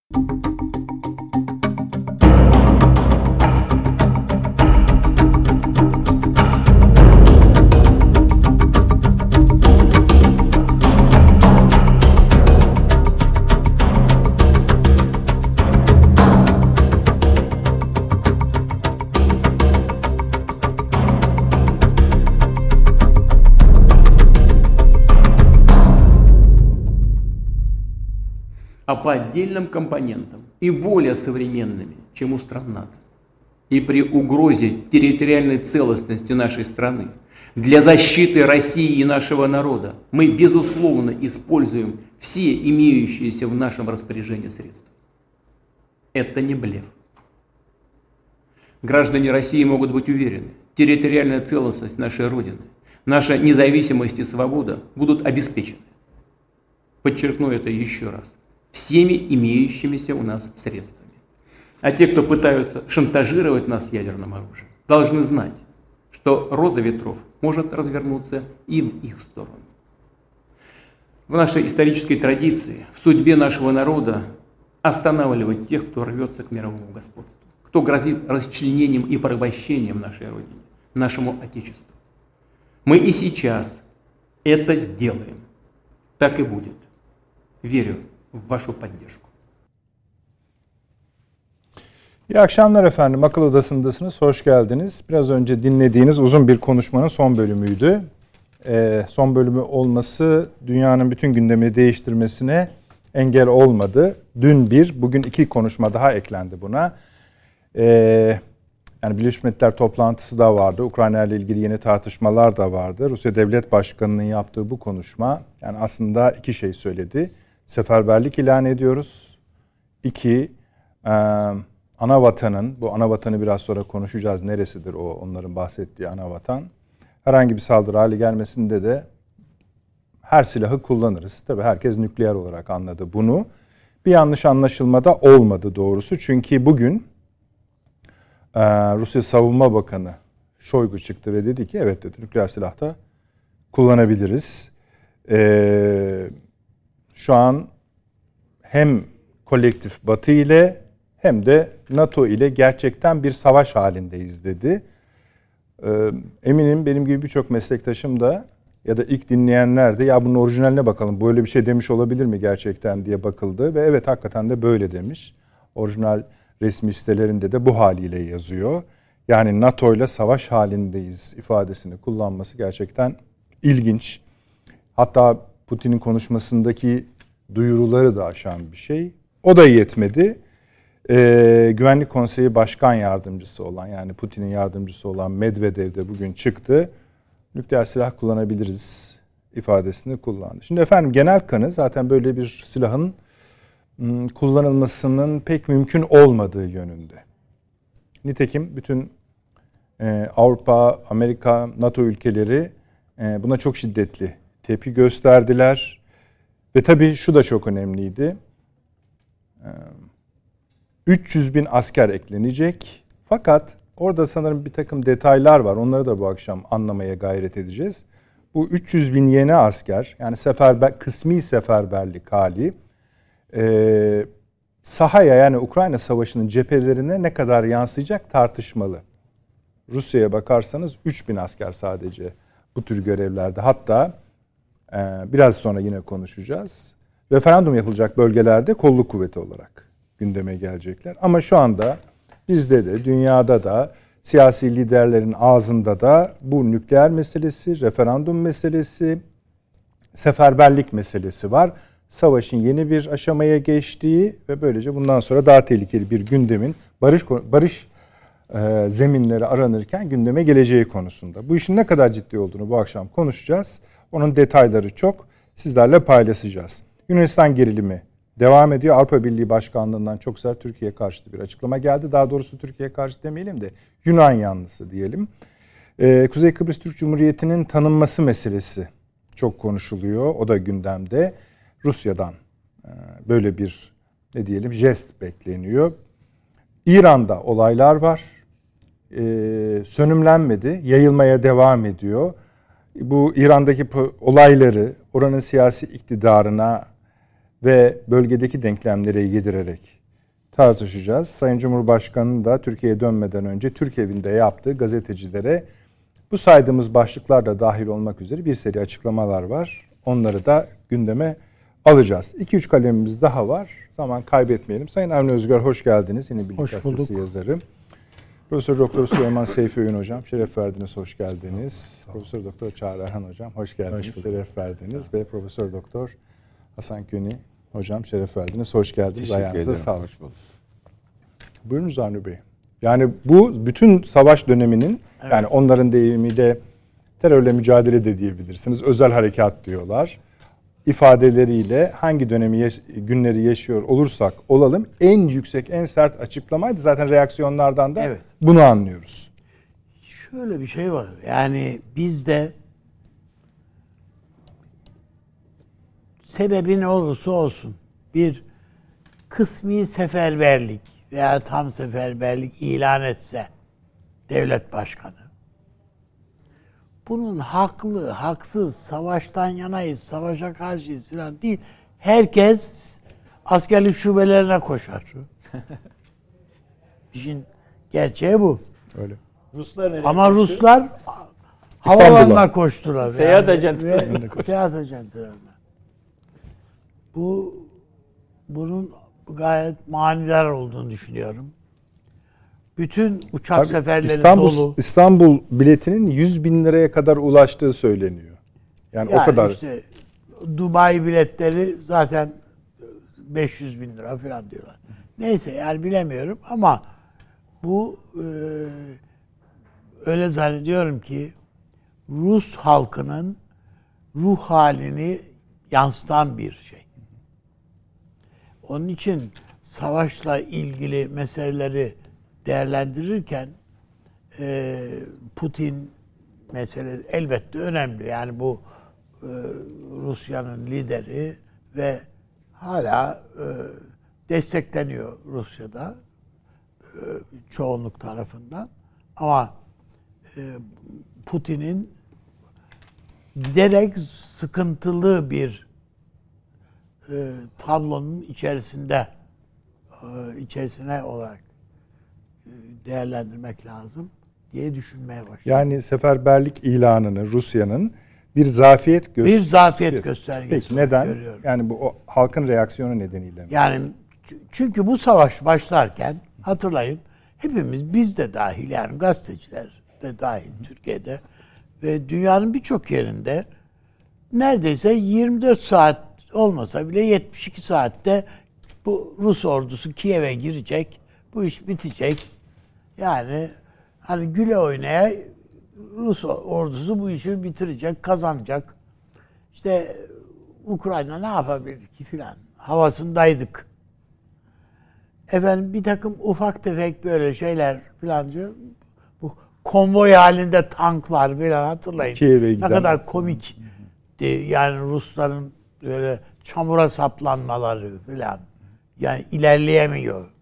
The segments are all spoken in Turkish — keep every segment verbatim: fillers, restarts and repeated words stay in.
А по отдельным компонентам и более современными, чем у стран НАТО. И при угрозе территориальной целостности нашей страны, для защиты России и нашего народа мы, безусловно, используем все имеющиеся в нашем распоряжении средства. Это не блеф. Граждане России могут быть уверены, территориальная целостность нашей Родины, наша независимость и свобода будут обеспечены. Подчеркну это еще раз. Всеми имеющимися у нас средствами. А те, кто пытаются шантажировать нас ядерным оружием, должны знать, что роза ветров может развернуться и в их сторону. В нашей исторической традиции, в судьбе нашего народа останавливать тех, кто рвется к мировому господству, кто грозит расчленением и порабощением нашей Родине, нашему Отечеству. Мы и сейчас это сделаем. Так и будет. Верю в вашу поддержку. İyi akşamlar efendim. Akıl Odası'ndasınız. Hoş geldiniz. Biraz önce dinlediğiniz uzun bir konuşmanın son bölümüydü. Ee, son bölümü olması dünyanın bütün gündemini değiştirmesine engel olmadı. Dün bir, bugün iki konuşma daha eklendi buna. Ee, yani Birleşmiş Milletler toplantısı da vardı. Ukrayna ile ilgili yeni tartışmalar da vardı. Rusya Devlet Başkanı'nın yaptığı bu konuşma, yani aslında iki şey söyledi. Seferberlik ilan ediyoruz. İki, e, ana vatanın, bu ana vatanı biraz sonra konuşacağız. Neresidir o onların bahsettiği ana vatan? Herhangi bir saldırı hali gelmesinde de her silahı kullanırız. Tabii herkes nükleer olarak anladı bunu. Bir yanlış anlaşılma da olmadı doğrusu. Çünkü bugün e, Rusya Savunma Bakanı Şoygu çıktı ve dedi ki evet dedi, nükleer silah da kullanabiliriz. Eee Şu an hem kolektif Batı ile hem de NATO ile gerçekten bir savaş halindeyiz dedi. Ee, eminim benim gibi birçok meslektaşım da ya da ilk dinleyenler de ya bunun orijinaline bakalım, böyle bir şey demiş olabilir mi gerçekten diye bakıldı. Ve evet hakikaten de böyle demiş. Orijinal resmi sitelerinde de bu haliyle yazıyor. Yani NATO ile savaş halindeyiz ifadesini kullanması gerçekten ilginç. Hatta Putin'in konuşmasındaki duyuruları da aşan bir şey. O da yetmedi. Ee, Güvenlik Konseyi Başkan Yardımcısı olan, yani Putin'in yardımcısı olan Medvedev de bugün çıktı. Nükleer silah kullanabiliriz ifadesini kullandı. Şimdi efendim genel kanı zaten böyle bir silahın kullanılmasının pek mümkün olmadığı yönünde. Nitekim bütün e, Avrupa, Amerika, NATO ülkeleri e, buna çok şiddetli tepki gösterdiler. Ve tabii şu da çok önemliydi. üç yüz bin asker eklenecek. Fakat orada sanırım bir takım detaylar var. Onları da bu akşam anlamaya gayret edeceğiz. Bu üç yüz bin yeni asker, yani seferber, kısmi seferberlik hali e, sahaya, yani Ukrayna Savaşı'nın cephelerine ne kadar yansıyacak tartışmalı. Rusya'ya bakarsanız üç bin asker sadece bu tür görevlerde. Hatta biraz sonra yine konuşacağız. Referandum yapılacak bölgelerde kolluk kuvveti olarak gündeme gelecekler. Ama şu anda bizde de dünyada da siyasi liderlerin ağzında da bu nükleer meselesi, referandum meselesi, seferberlik meselesi var. Savaşın yeni bir aşamaya geçtiği ve böylece bundan sonra daha tehlikeli bir gündemin barış barış e, zeminleri aranırken gündeme geleceği konusunda. Bu işin ne kadar ciddi olduğunu bu akşam konuşacağız. Onun detayları çok. Sizlerle paylaşacağız. Yunanistan gerilimi devam ediyor. Avrupa Birliği Başkanlığı'ndan çok sert Türkiye'ye karşı bir açıklama geldi. Daha doğrusu Türkiye'ye karşı demeyelim de Yunan yanlısı diyelim. Ee, Kuzey Kıbrıs Türk Cumhuriyeti'nin tanınması meselesi çok konuşuluyor. O da gündemde. Rusya'dan e, böyle bir ne diyelim jest bekleniyor. İran'da olaylar var. E, sönümlenmedi. Yayılmaya devam ediyor. Bu İran'daki olayları oranın siyasi iktidarına ve bölgedeki denklemlere yedirerek tartışacağız. Sayın Cumhurbaşkanı'nın da Türkiye'ye dönmeden önce Türk Evi'nde yaptığı gazetecilere bu saydığımız başlıklar da dahil olmak üzere bir seri açıklamalar var. Onları da gündeme alacağız. iki üç kalemimiz daha var. Zaman kaybetmeyelim. Sayın Avni Özgür hoş geldiniz. Yine Bilgi Gazetesi yazarı. Profesör Doktor Süleyman Seyfi Öğün hocam şeref verdiniz, hoş geldiniz. Profesör Doktor Çağrı Erhan hocam hoş geldiniz, hoş şeref verdiniz ve Profesör Doktor Hasan Köni hocam şeref verdiniz, hoş geldiniz. Teşekkür Ayağınıza ederim. sağlık. Buyurunuz Avni Bey. Yani bu bütün savaş döneminin, evet, yani onların deyimiyle terörle mücadele de diyebilirsiniz. Özel harekat diyorlar. İfadeleriyle hangi dönemi yaş- günleri yaşıyor olursak olalım en yüksek, en sert açıklamaydı. Zaten reaksiyonlardan da, evet, bunu anlıyoruz. Şöyle bir şey var. Yani bizde sebebi ne olursa olsun bir kısmi seferberlik veya tam seferberlik ilan etse devlet başkanı, bunun haklı, haksız, savaştan yanayız, savaşa karşıyız falan değil. Herkes askerlik şubelerine koşar. İşin gerçeği bu. Öyle. Ruslar Ama Ruslar havalanına koştular. Seyahat yani. acentlerine. Seyahat acentlerine. Bu bunun gayet manidar olduğunu düşünüyorum. Bütün uçak Tabii, seferleri İstanbul, dolu. İstanbul biletinin yüz bin liraya kadar ulaştığı söyleniyor. Yani, yani o kadar. Işte Dubai biletleri zaten beş yüz bin lira falan diyorlar. Neyse yani bilemiyorum ama bu e, öyle zannediyorum ki Rus halkının ruh halini yansıtan bir şey. Onun için savaşla ilgili meseleleri değerlendirirken e, Putin meselesi elbette önemli. Yani bu e, Rusya'nın lideri ve hala e, destekleniyor Rusya'da e, çoğunluk tarafından. Ama e, Putin'in giderek sıkıntılı bir e, tablonun içerisinde e, içerisine olarak e, değerlendirmek lazım diye düşünmeye başladım. Yani seferberlik ilanını Rusya'nın bir zafiyet göstergesi. Bir zafiyet göstergesi. Peki neden? Görüyorum. Yani bu o halkın reaksiyonu nedeniyle mi? Yani çünkü bu savaş başlarken hatırlayın hepimiz biz de dahil yani gazeteciler de dahil Türkiye'de ve dünyanın birçok yerinde neredeyse yirmi dört saat olmasa bile yetmiş iki saatte bu Rus ordusu Kiev'e girecek, bu iş bitecek. Yani hani güle oynaya Rus ordusu bu işi bitirecek, kazanacak. İşte Ukrayna ne yapabilir ki filan havasındaydık. Efendim bir takım ufak tefek böyle şeyler filan diyor. Bu konvoy halinde tanklar filan hatırlayın. Kiev'e ne giden. kadar komik. Yani Rusların böyle çamura saplanmaları filan. Yani ilerleyemiyor.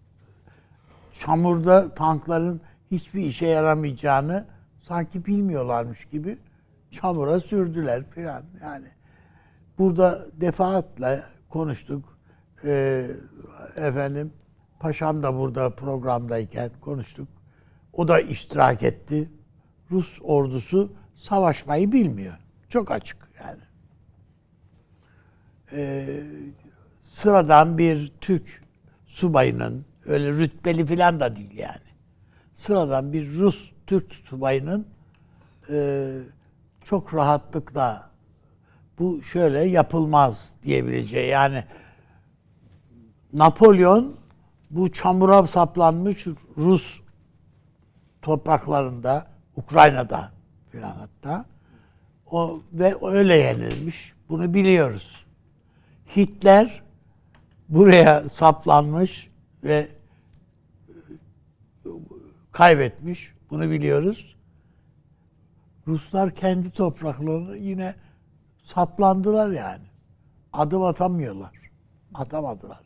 Çamurda tankların hiçbir işe yaramayacağını sanki bilmiyorlarmış gibi çamura sürdüler filan. Yani burada defaatle konuştuk. Ee, efendim Paşam da burada programdayken konuştuk. O da iştirak etti. Rus ordusu savaşmayı bilmiyor. Çok açık yani. Ee, sıradan bir Türk subayının, öyle rütbeli falan da değil yani. Sıradan bir Rus Türk subayının e, çok rahatlıkla bu şöyle yapılmaz diyebileceği, yani Napolyon bu çamura saplanmış Rus topraklarında, Ukrayna'da filan hatta o ve öyle yenilmiş. Bunu biliyoruz. Hitler buraya saplanmış ve kaybetmiş. Bunu biliyoruz. Ruslar kendi topraklarını yine saplandılar yani. Adım atamıyorlar. Atamadılar.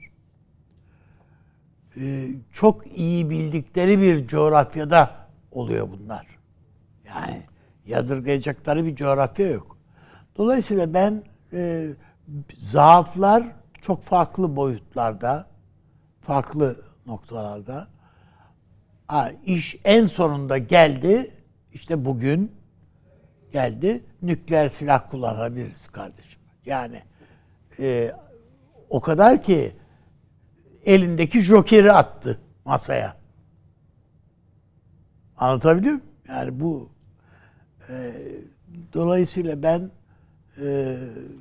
Ee, çok iyi bildikleri bir coğrafyada oluyor bunlar. Yani yadırgayacakları bir coğrafya yok. Dolayısıyla ben e, zaaflar çok farklı boyutlarda, farklı noktalarda. Ha, iş en sonunda geldi. İşte bugün geldi. Nükleer silah kullanabiliriz kardeşim. Yani e, o kadar ki elindeki jokeri attı masaya. Anlatabiliyor muyum? Yani bu e, dolayısıyla ben e,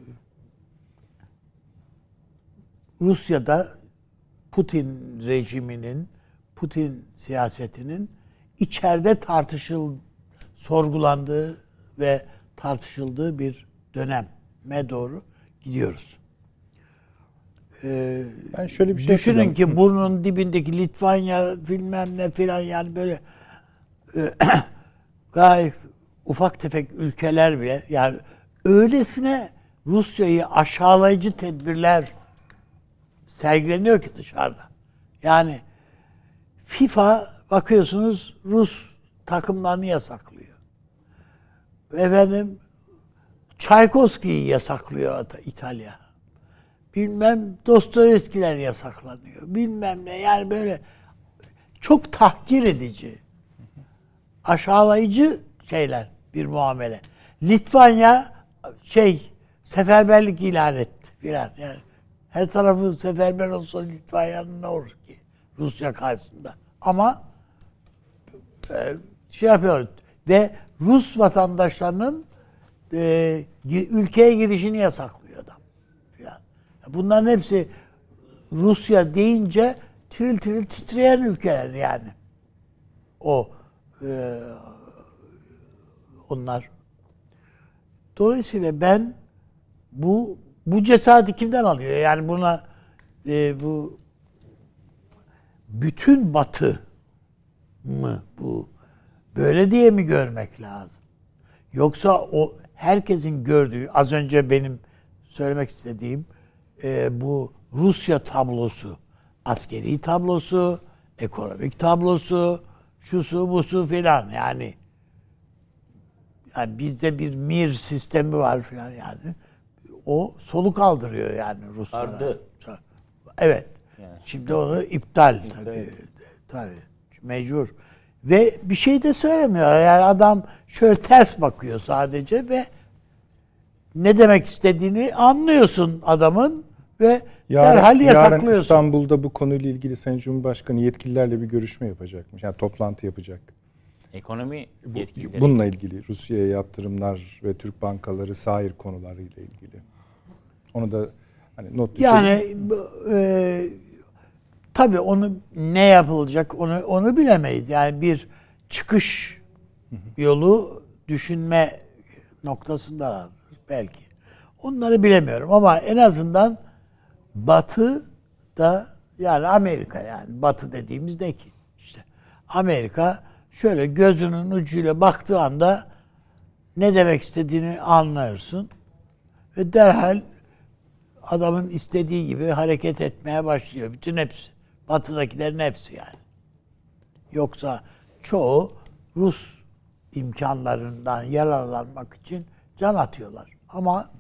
Rusya'da Putin rejiminin, Putin siyasetinin içeride tartışıl, sorgulandığı ve tartışıldığı bir döneme doğru gidiyoruz. Ee, ben şöyle bir şey düşünün yapacağım. ki burnun dibindeki Litvanya bilmem ne filan yani böyle e, gayet ufak tefek ülkeler bile yani öylesine Rusya'yı aşağılayıcı tedbirler sergileniyor ki dışarıda. Yani FIFA bakıyorsunuz Rus takımlarını yasaklıyor. Efendim Çaykovski'yi yasaklıyor İtalya. Bilmem Dostoyevskiler yasaklanıyor. Bilmem ne yani böyle çok tahkir edici, aşağılayıcı şeyler bir muamele. Litvanya şey seferberlik ilan etti filan yani. Her tarafı seferber olsa Litvanya'nın ne olur ki Rusya karşısında. Ama e, şey yapıyor ve Rus vatandaşlarının e, ülkeye girişini yasaklıyor adam. Falan. Bunların hepsi Rusya deyince tiril tiril titreyen ülkeler yani. O e, onlar. Dolayısıyla ben bu bu cesareti kimden alıyor? Yani buna e, bu bütün Batı mı bu böyle diye mi görmek lazım? Yoksa o herkesin gördüğü az önce benim söylemek istediğim e, bu Rusya tablosu, askeri tablosu, ekonomik tablosu, şusu busu filan yani yani bizde bir mir sistemi var filan yani. O soluk aldırıyor yani Ruslara. Ardı. Evet. Yani. Şimdi onu iptal tabii. Tabii. Mecbur. Ve bir şey de söylemiyor. Yani adam şöyle ters bakıyor sadece ve ne demek istediğini anlıyorsun adamın ve yarın, derhal yasaklıyorsun. Yarın İstanbul'da bu konuyla ilgili Sayın Cumhurbaşkanı yetkililerle bir görüşme yapacakmış. Yani toplantı yapacak. Ekonomi yetkilileri. Bununla ilgili Rusya'ya yaptırımlar ve Türk bankaları sair konularıyla ilgili. Onu da hani not düşelim. Yani e, tabii onu ne yapılacak onu onu bilemeyiz. Yani bir çıkış yolu düşünme noktasında belki. Onları bilemiyorum ama en azından Batı da yani Amerika yani Batı dediğimiz ne ki? İşte Amerika şöyle gözünün ucuyla baktığı anda ne demek istediğini anlıyorsun ve derhal adamın istediği gibi hareket etmeye başlıyor. Bütün hepsi. Batı'dakilerin hepsi yani. Yoksa çoğu Rus imkanlarından yararlanmak için can atıyorlar. Ama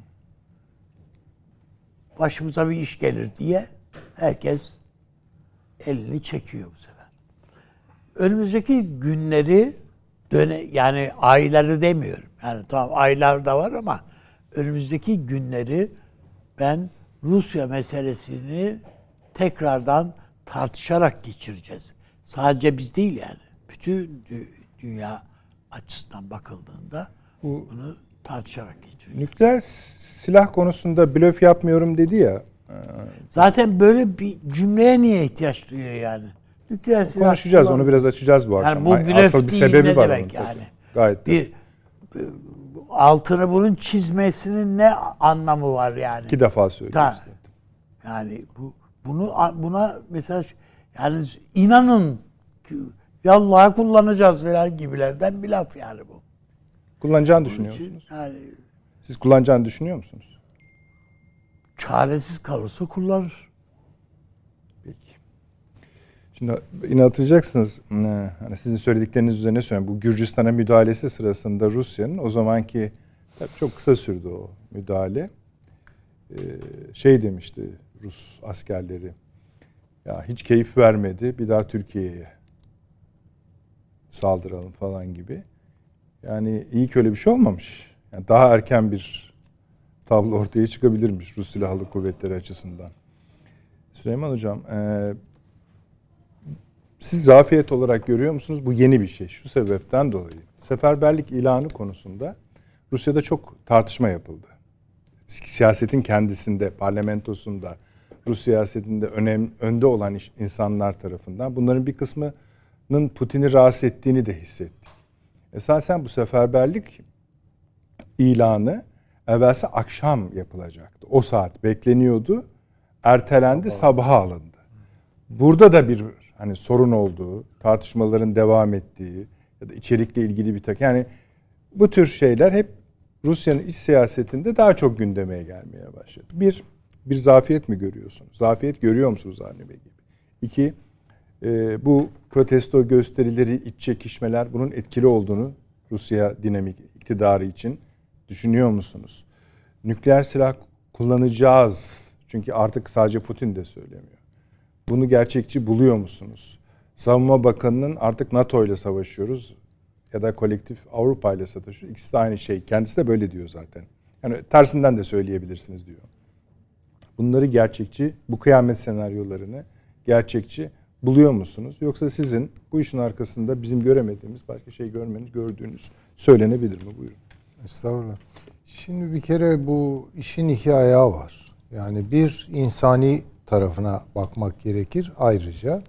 başımıza bir iş gelir diye herkes elini çekiyor bu sefer. Önümüzdeki günleri döne yani ayları demiyorum. Yani tamam aylar da var ama önümüzdeki günleri ben Rusya meselesini tekrardan tartışarak geçireceğiz. Sadece biz değil yani. Bütün dünya açısından bakıldığında bu, bunu tartışarak geçireceğiz. Nükleer silah konusunda blöf yapmıyorum dedi ya. Zaten böyle bir cümleye niye ihtiyaç duyuyor yani? Nükleer silah konuşacağız, kullan- onu biraz açacağız bu akşam. Yani bu blöf asıl bir değil, sebebi ne var demek onun. yani? Gayet. Bir altını bunun çizmesinin ne anlamı var yani? İki defa söylüyoruz. Yani bu bunu buna mesela yani inanın ki vallahi kullanacağız falan gibilerden bir laf yani bu. Kullanacağını Bunun düşünüyor için musunuz? yani Siz kullanacağını düşünüyor musunuz? çaresiz kalırsa kullanır. Peki. Şimdi yine hatırlayacaksınız, hani sizin söyledikleriniz üzerine söyleyeyim. Bu Gürcistan'a müdahalesi sırasında Rusya'nın o zamanki çok kısa sürdü o müdahale. Şey demişti Rus askerleri. ya hiç keyif vermedi. Bir daha Türkiye'ye saldıralım falan gibi. Yani iyi ki öyle bir şey olmamış. Yani daha erken bir tablo ortaya çıkabilirmiş Rus Silahlı Kuvvetleri açısından. Süleyman Hocam, e, siz zafiyet olarak görüyor musunuz? Bu yeni bir şey. Şu sebepten dolayı. Seferberlik ilanı konusunda Rusya'da çok tartışma yapıldı. Siyasetin kendisinde, parlamentosunda, Rus siyasetinde önem, önde olan iş, insanlar tarafından. Bunların bir kısmının Putin'i rahatsız ettiğini de hissettik. Esasen bu seferberlik ilanı evvelsi akşam yapılacaktı. O saat bekleniyordu. Ertelendi, Sabah. sabaha alındı. Burada da bir hani sorun olduğu, tartışmaların devam ettiği ya da içerikle ilgili bir tak. Yani bu tür şeyler hep Rusya'nın iç siyasetinde daha çok gündeme gelmeye başladı. Bir, bir zafiyet mi görüyorsunuz? Zafiyet görüyor musunuz Avni Bey gibi? İki, e, bu protesto gösterileri, iç çekişmeler bunun etkili olduğunu Rusya dinamik iktidarı için düşünüyor musunuz? Nükleer silah kullanacağız. Çünkü artık sadece Putin de söylemiyor. Bunu gerçekçi buluyor musunuz? Savunma Bakanı'nın artık NATO ile savaşıyoruz ya da kolektif Avrupa ile savaşıyoruz. İkisi de aynı şey. Kendisi de böyle diyor zaten. Yani tersinden de söyleyebilirsiniz diyor. Bunları gerçekçi, bu kıyamet senaryolarını gerçekçi buluyor musunuz? Yoksa sizin bu işin arkasında bizim göremediğimiz başka şey görmeniz, gördüğünüz söylenebilir mi? Buyurun. Estağfurullah. Şimdi bir kere bu işin iki ayağı var. Yani bir insani tarafına bakmak gerekir ayrıca.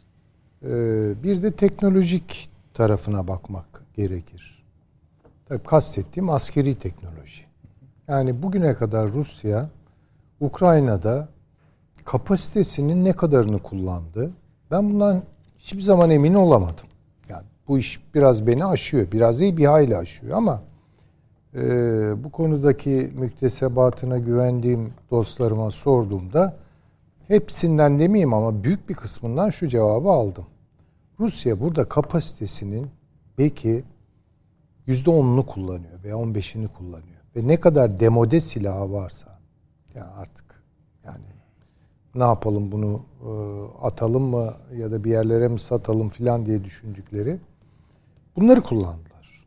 Bir de teknolojik tarafına bakmak gerekir. Tabii kastettiğim askeri teknoloji. Yani bugüne kadar Rusya Ukrayna'da kapasitesinin ne kadarını kullandı? Ben bundan hiçbir zaman emin olamadım. Yani bu iş biraz beni aşıyor. Biraz iyi bir hayli aşıyor ama e, bu konudaki müktesebatına güvendiğim dostlarıma sorduğumda hepsinden demeyeyim ama büyük bir kısmından şu cevabı aldım. Rusya burada kapasitesinin belki yüzde onunu kullanıyor veya on beşini kullanıyor. Ve ne kadar demode silahı varsa yani artık yani ne yapalım bunu e, atalım mı ya da bir yerlere mi satalım filan diye düşündükleri bunları kullandılar.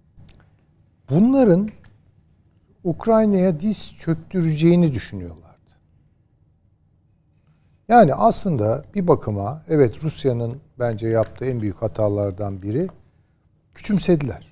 Bunların Ukrayna'ya diz çöktüreceğini düşünüyorlardı. Yani aslında bir bakıma evet Rusya'nın bence yaptığı en büyük hatalardan biri küçümsediler.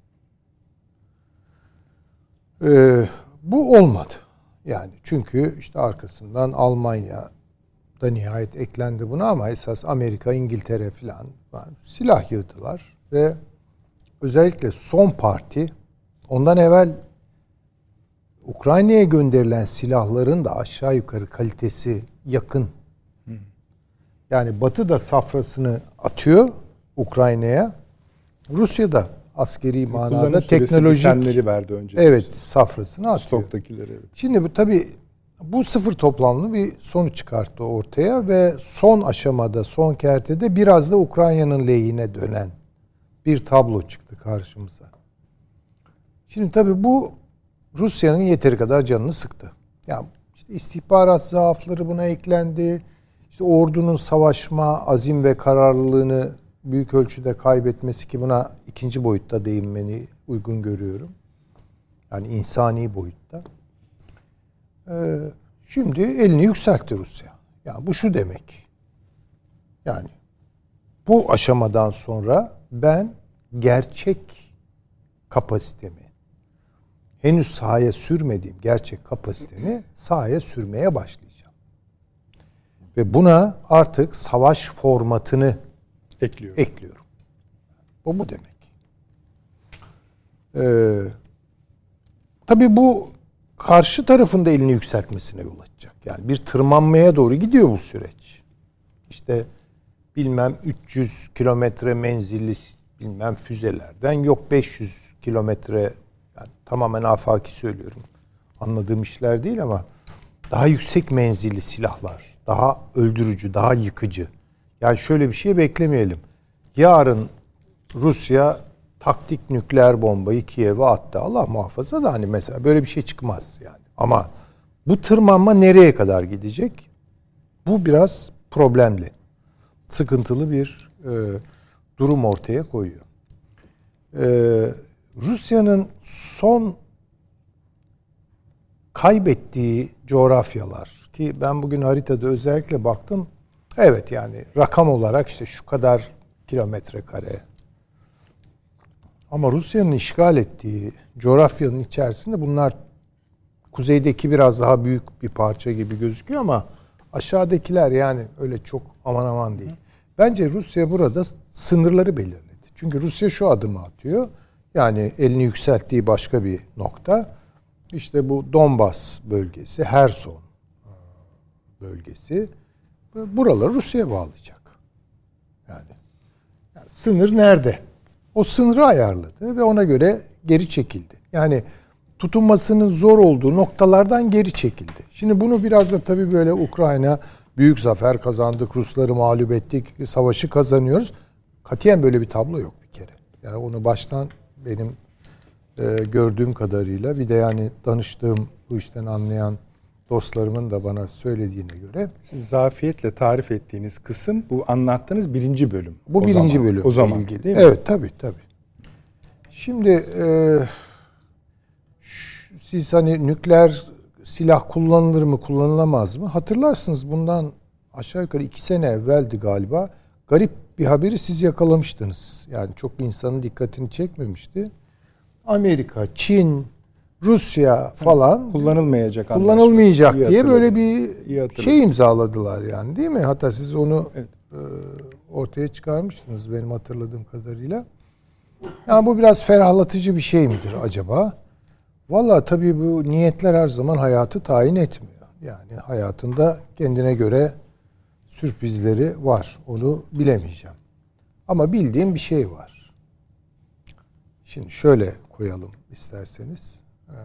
Ee, bu olmadı. Yani çünkü işte arkasından Almanya da nihayet eklendi buna ama esas Amerika, İngiltere filan silah yığdılar ve özellikle son parti ondan evvel Ukrayna'ya gönderilen silahların da aşağı yukarı kalitesi yakın. Yani Batı da safrasını atıyor Ukrayna'ya. Rusya da askeri manada teknolojik verdi önce. Evet, safrasını atıyor. Stoktakileri. Evet. Şimdi bu tabii bu sıfır toplamlı bir sonuç çıkarttı ortaya ve son aşamada, son kertede biraz da Ukrayna'nın lehine dönen bir tablo çıktı karşımıza. Şimdi tabii bu Rusya'nın yeteri kadar canını sıktı. Yani işte istihbarat zaafları buna eklendi. İşte ordunun savaşma azim ve kararlılığını büyük ölçüde kaybetmesi ki buna ikinci boyutta değinmeni uygun görüyorum. Yani insani boyutta. Ee, şimdi elini yükseltti Rusya. Yani bu şu demek. Yani bu aşamadan sonra ben gerçek kapasitemi henüz sahaya sürmediğim gerçek kapasitemi sahaya sürmeye başlayacağım. Ve buna artık savaş formatını Ekliyor. ekliyorum. Bu bu demek. Ee, tabii bu karşı tarafın da elini yükseltmesine yol açacak. Yani bir tırmanmaya doğru gidiyor bu süreç. İşte bilmem üç yüz kilometre menzilli bilmem füzelerden yok beş yüz kilometre yani tamamen afaki söylüyorum. Anladığım işler değil ama daha yüksek menzilli silahlar, daha öldürücü, daha yıkıcı. Yani şöyle bir şey beklemeyelim. Yarın Rusya taktik nükleer bombayı Kiev'e attı. Allah muhafaza da hani mesela böyle bir şey çıkmaz yani. Ama bu tırmanma nereye kadar gidecek? Bu biraz problemli, sıkıntılı bir e, durum ortaya koyuyor. E, Rusya'nın son kaybettiği coğrafyalar ki ben bugün haritada özellikle baktım. Evet yani rakam olarak işte şu kadar kilometre kare. Ama Rusya'nın işgal ettiği coğrafyanın içerisinde bunlar kuzeydeki biraz daha büyük bir parça gibi gözüküyor ama aşağıdakiler yani öyle çok aman aman değil. Bence Rusya burada sınırları belirledi. Çünkü Rusya şu adımı atıyor. Yani elini yükselttiği başka bir nokta. İşte bu Donbas bölgesi, Herson bölgesi. Buraları Rusya'ya bağlayacak. Yani, yani sınır nerede? O sınırı ayarladı ve ona göre geri çekildi. Yani tutunmasının zor olduğu noktalardan geri çekildi. Şimdi bunu biraz da tabii böyle Ukrayna büyük zafer kazandık, Rusları mağlup ettik, savaşı kazanıyoruz. Katiyen böyle bir tablo yok bir kere. Yani onu baştan benim e, gördüğüm kadarıyla bir de yani danıştığım bu işten anlayan dostlarımın da bana söylediğine göre. Siz zafiyetle tarif ettiğiniz kısım bu anlattığınız birinci bölüm. Bu o birinci zaman, bölüm. O zaman ilgili. değil mi? Evet tabii tabii. Şimdi e, şu, siz hani nükleer silah kullanılır mı kullanılamaz mı? Hatırlarsınız bundan aşağı yukarı iki sene evveldi galiba. Garip bir haberi siz yakalamıştınız. Yani çok insanın dikkatini çekmemişti. Amerika, Çin, Rusya falan kullanılmayacak kullanılmayacak diye böyle bir İyi şey imzaladılar yani değil mi? Hatta siz onu evet. e, ortaya çıkarmıştınız benim hatırladığım kadarıyla. Yani bu biraz ferahlatıcı bir şey midir acaba? Vallahi tabii bu niyetler her zaman hayatı tayin etmiyor. Yani hayatında kendine göre sürprizleri var. Onu bilemeyeceğim. Ama bildiğim bir şey var. Şimdi şöyle koyalım isterseniz.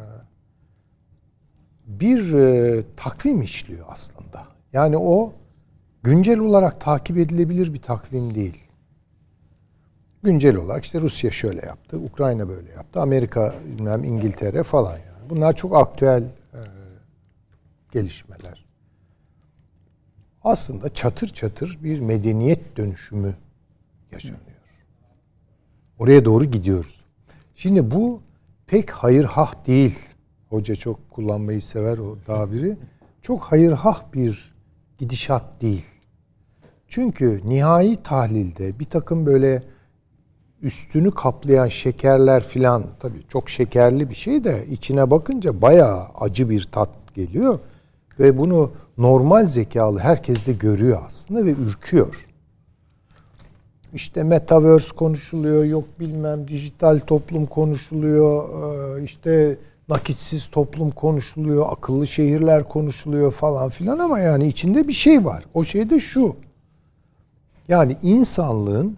Bir e, takvim işliyor aslında. Yani o güncel olarak takip edilebilir bir takvim değil. Güncel olarak işte Rusya şöyle yaptı, Ukrayna böyle yaptı, Amerika, bilmem İngiltere falan yani. Bunlar çok aktüel e, gelişmeler. Aslında çatır çatır bir medeniyet dönüşümü yaşanıyor. Oraya doğru gidiyoruz. Şimdi bu pek hayırhah değil. Hoca çok kullanmayı sever o tabiri. Çok hayırhah bir gidişat değil. Çünkü nihai tahlilde bir takım böyle üstünü kaplayan şekerler filan, tabii çok şekerli bir şey de içine bakınca bayağı acı bir tat geliyor. Ve bunu normal zekalı herkes de görüyor aslında ve ürküyor. İşte metaverse konuşuluyor, yok bilmem dijital toplum konuşuluyor, işte nakitsiz toplum konuşuluyor, akıllı şehirler konuşuluyor falan filan ama yani içinde bir şey var. O şey de şu. Yani insanlığın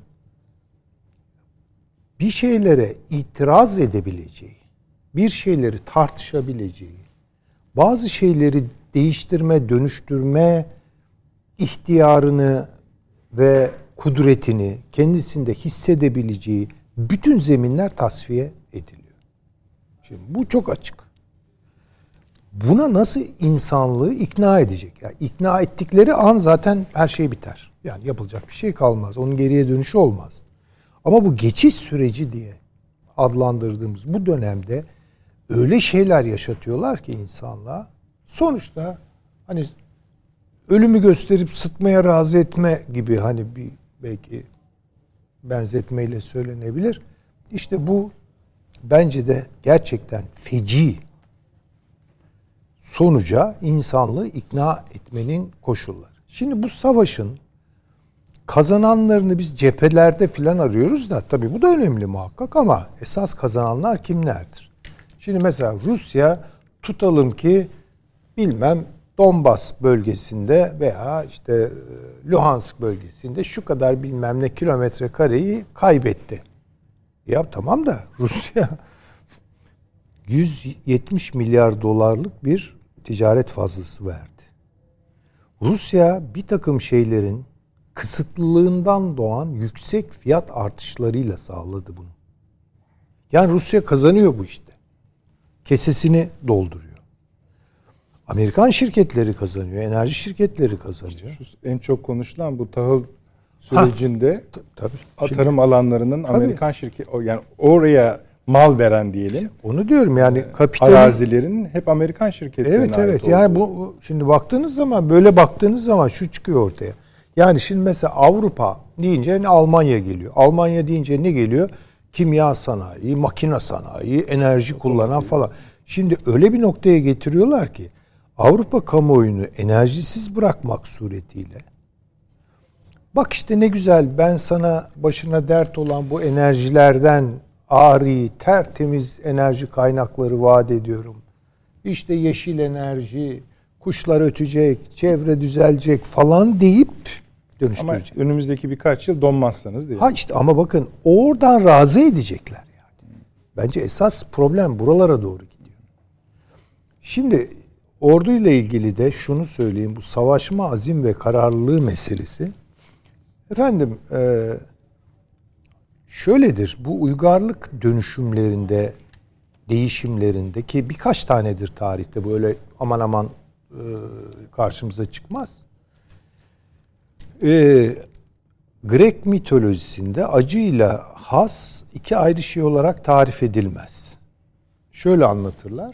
bir şeylere itiraz edebileceği, bir şeyleri tartışabileceği, bazı şeyleri değiştirme, dönüştürme ihtiyarını ve kudretini kendisinde hissedebileceği bütün zeminler tasfiye ediliyor. Şimdi bu çok açık. Buna nasıl insanlığı ikna edecek? Yani ikna ettikleri an zaten her şey biter. Yani yapılacak bir şey kalmaz. Onun geriye dönüşü olmaz. Ama bu geçiş süreci diye adlandırdığımız bu dönemde öyle şeyler yaşatıyorlar ki insanlığa. Sonuçta hani ölümü gösterip sıtmaya razı etme gibi hani bir belki benzetmeyle söylenebilir. İşte bu bence de gerçekten feci sonuca insanlığı ikna etmenin koşulları. Şimdi bu savaşın kazananlarını biz cephelerde filan arıyoruz da tabii bu da önemli muhakkak ama esas kazananlar kimlerdir? Şimdi mesela Rusya tutalım ki bilmem Donbas bölgesinde veya işte Luhansk bölgesinde şu kadar bilmem ne kilometre kareyi kaybetti. Ya tamam da Rusya yüz yetmiş milyar dolarlık bir ticaret fazlası verdi. Rusya bir takım şeylerin kısıtlılığından doğan yüksek fiyat artışlarıyla sağladı bunu. Yani Rusya kazanıyor bu işte. Kesesini dolduruyor. Amerikan şirketleri kazanıyor, enerji şirketleri kazanıyor. Şu en çok konuşulan bu tahıl sürecinde ha, tabii. tarım Şimdi, Alanlarının tabii. Amerikan şirket, yani oraya mal veren diyelim. Onu diyorum yani kapitali, arazilerin hep Amerikan şirketlerine evet, ait evet. olduğu. Yani bu şimdi baktığınız zaman böyle baktığınız zaman şu çıkıyor ortaya. Yani şimdi mesela Avrupa deyince Almanya geliyor. Almanya deyince ne geliyor? Kimya sanayi, makine sanayi, enerji kullanan falan. Şimdi öyle bir noktaya getiriyorlar ki Avrupa kamuoyunu enerjisiz bırakmak suretiyle, bak işte ne güzel, ben sana başına dert olan bu enerjilerden ari, tertemiz enerji kaynakları vaat ediyorum. İşte yeşil enerji, kuşlar ötecek, çevre düzelecek falan deyip dönüştürecek. Ama önümüzdeki birkaç yıl donmazsanız diye. Ha işte ama bakın oradan razı edecekler yani. Bence esas problem buralara doğru gidiyor. Şimdi orduyla ilgili de şunu söyleyeyim. Bu savaşma azim ve kararlılığı meselesi. Efendim e, şöyledir. Bu uygarlık dönüşümlerinde, değişimlerinde ki birkaç tanedir tarihte böyle aman aman e, karşımıza çıkmaz. E, Grek mitolojisinde acıyla haz iki ayrı şey olarak tarif edilmez. Şöyle anlatırlar.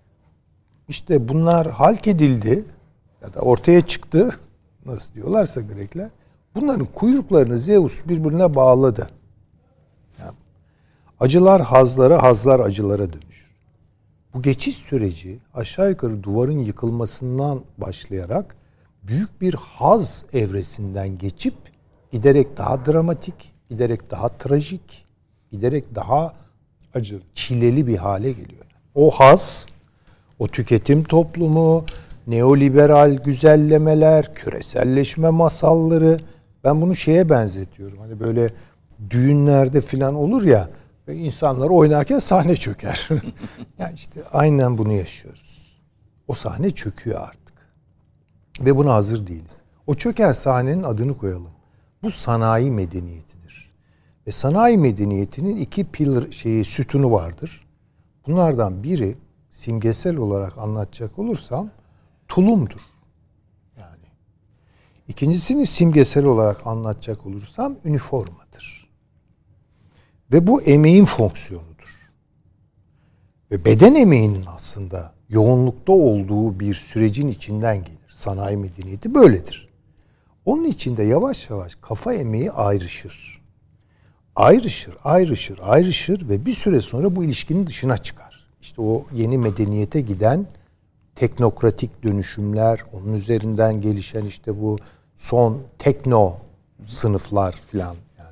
İşte bunlar halk edildi ya da ortaya çıktı, nasıl diyorlarsa Grekler, bunların kuyruklarını Zeus birbirine bağladı. Yani acılar hazlara, hazlar acılara dönüşür. Bu geçiş süreci aşağı yukarı duvarın yıkılmasından başlayarak büyük bir haz evresinden geçip giderek daha dramatik, giderek daha trajik, giderek daha acı, çileli bir hale geliyor. O haz, o tüketim toplumu, neoliberal güzellemeler, küreselleşme masalları, ben bunu şeye benzetiyorum. Hani böyle düğünlerde falan olur ya, ve insanlar oynarken sahne çöker. Yani işte aynen bunu yaşıyoruz. O sahne çöküyor artık. Ve buna hazır değiliz. O çöken sahnenin adını koyalım. Bu sanayi medeniyetidir. Ve sanayi medeniyetinin iki pillar şeyi, sütunu vardır. Bunlardan biri simgesel olarak anlatacak olursam tulumdur. Yani ikincisini simgesel olarak anlatacak olursam üniformadır. Ve bu emeğin fonksiyonudur. Ve beden emeğinin aslında yoğunlukta olduğu bir sürecin içinden gelir. Sanayi medeniyeti böyledir. Onun içinde yavaş yavaş kafa emeği ayrışır. Ayrışır, ayrışır, ayrışır ve bir süre sonra bu ilişkinin dışına çıkar. İşte o yeni medeniyete giden teknokratik dönüşümler, onun üzerinden gelişen işte bu son tekno sınıflar filan yani.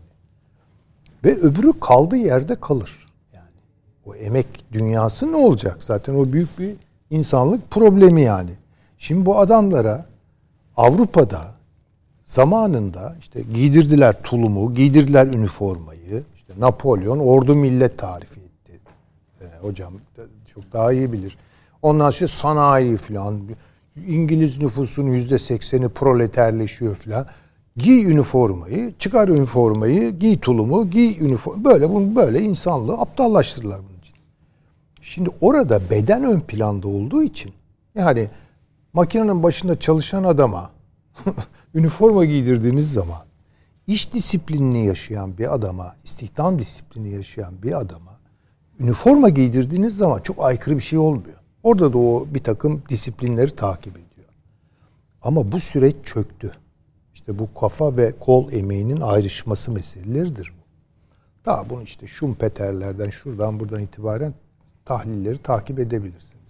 Ve öbürü kaldığı yerde kalır. Yani o emek dünyası ne olacak? Zaten o büyük bir insanlık problemi yani. Şimdi bu adamlara Avrupa'da zamanında işte giydirdiler tulumu, giydirdiler üniformayı. İşte Napolyon ordu millet tarifi etti. Ee, hocam çok daha iyi bilir. Ondan sonra sanayi falan. İngiliz nüfusunun yüzde sekseni proleterleşiyor falan. Giy üniformayı, çıkar üniformayı, giy tulumu, giy üniforma. Böyle bunu böyle insanlığı aptallaştırırlar bunun için. Şimdi orada beden ön planda olduğu için yani makinenin başında çalışan adama üniforma giydirdiğiniz zaman iş disiplinini yaşayan bir adama, istihdam disiplini yaşayan bir adama üniforma giydirdiğiniz zaman çok aykırı bir şey olmuyor. Orada da o bir takım disiplinleri takip ediyor. Ama bu süreç çöktü. İşte bu kafa ve kol emeğinin ayrışması meseleleridir bu. Daha bunu işte Schumpeter'lerden şuradan buradan itibaren tahlilleri takip edebilirsiniz.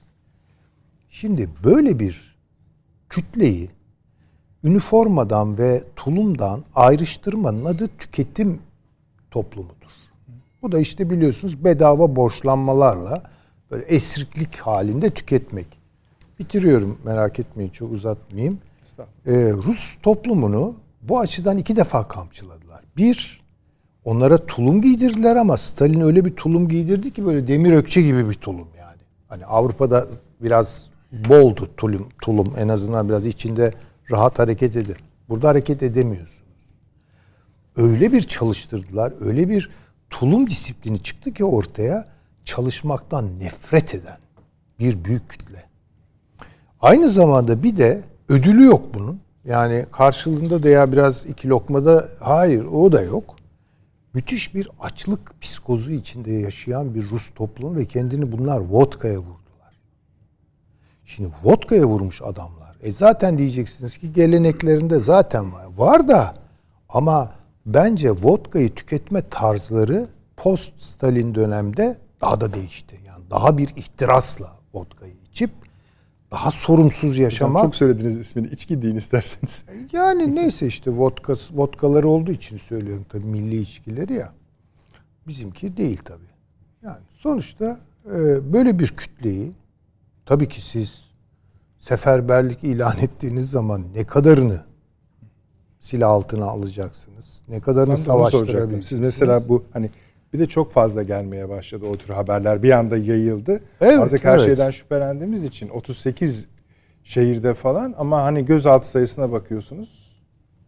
Şimdi böyle bir kütleyi üniformadan ve tulumdan ayrıştırmanın adı tüketim toplumudur. Bu da işte biliyorsunuz bedava borçlanmalarla böyle esriklik halinde tüketmek. Bitiriyorum, merak etmeyin, çok uzatmayayım. Ee, Rus toplumunu bu açıdan iki defa kamçıladılar. Bir, onlara tulum giydirdiler ama Stalin öyle bir tulum giydirdi ki böyle demir ökçe gibi bir tulum yani. Hani Avrupa'da biraz boldu tulum, tulum en azından biraz içinde rahat hareket edin. Burada hareket edemiyorsunuz. Öyle bir çalıştırdılar, öyle bir tulum disiplini çıktı ki ortaya çalışmaktan nefret eden bir büyük kütle. Aynı zamanda bir de ödülü yok bunun. Yani karşılığında da ya biraz iki lokmada, hayır o da yok. Müthiş bir açlık psikozu içinde yaşayan bir Rus toplumu ve kendini bunlar vodkaya vurdular. Şimdi vodkaya vurmuş adamlar. E zaten diyeceksiniz ki geleneklerinde zaten var. Var da ama bence vodkayı tüketme tarzları post Stalin dönemde daha da değişti. Yani daha bir ihtirasla vodkayı içip daha sorumsuz yaşamak. Çok söylediniz ismini. İçki deyin isterseniz. Yani neyse işte vodka, vodkaları olduğu için söylüyorum tabii, milli içkileri ya. Bizimki değil tabii. Yani sonuçta e, böyle bir kütleyi tabii ki siz seferberlik ilan ettiğiniz zaman ne kadarını silah altına alacaksınız? Ne kadarını savaştırabilirsiniz? Siz mesela bu hani bir de çok fazla gelmeye başladı o tür haberler. Bir anda yayıldı. Evet, Artık her evet. şeyden şüphelendiğimiz için otuz sekiz şehirde falan, ama hani gözaltı sayısına bakıyorsunuz.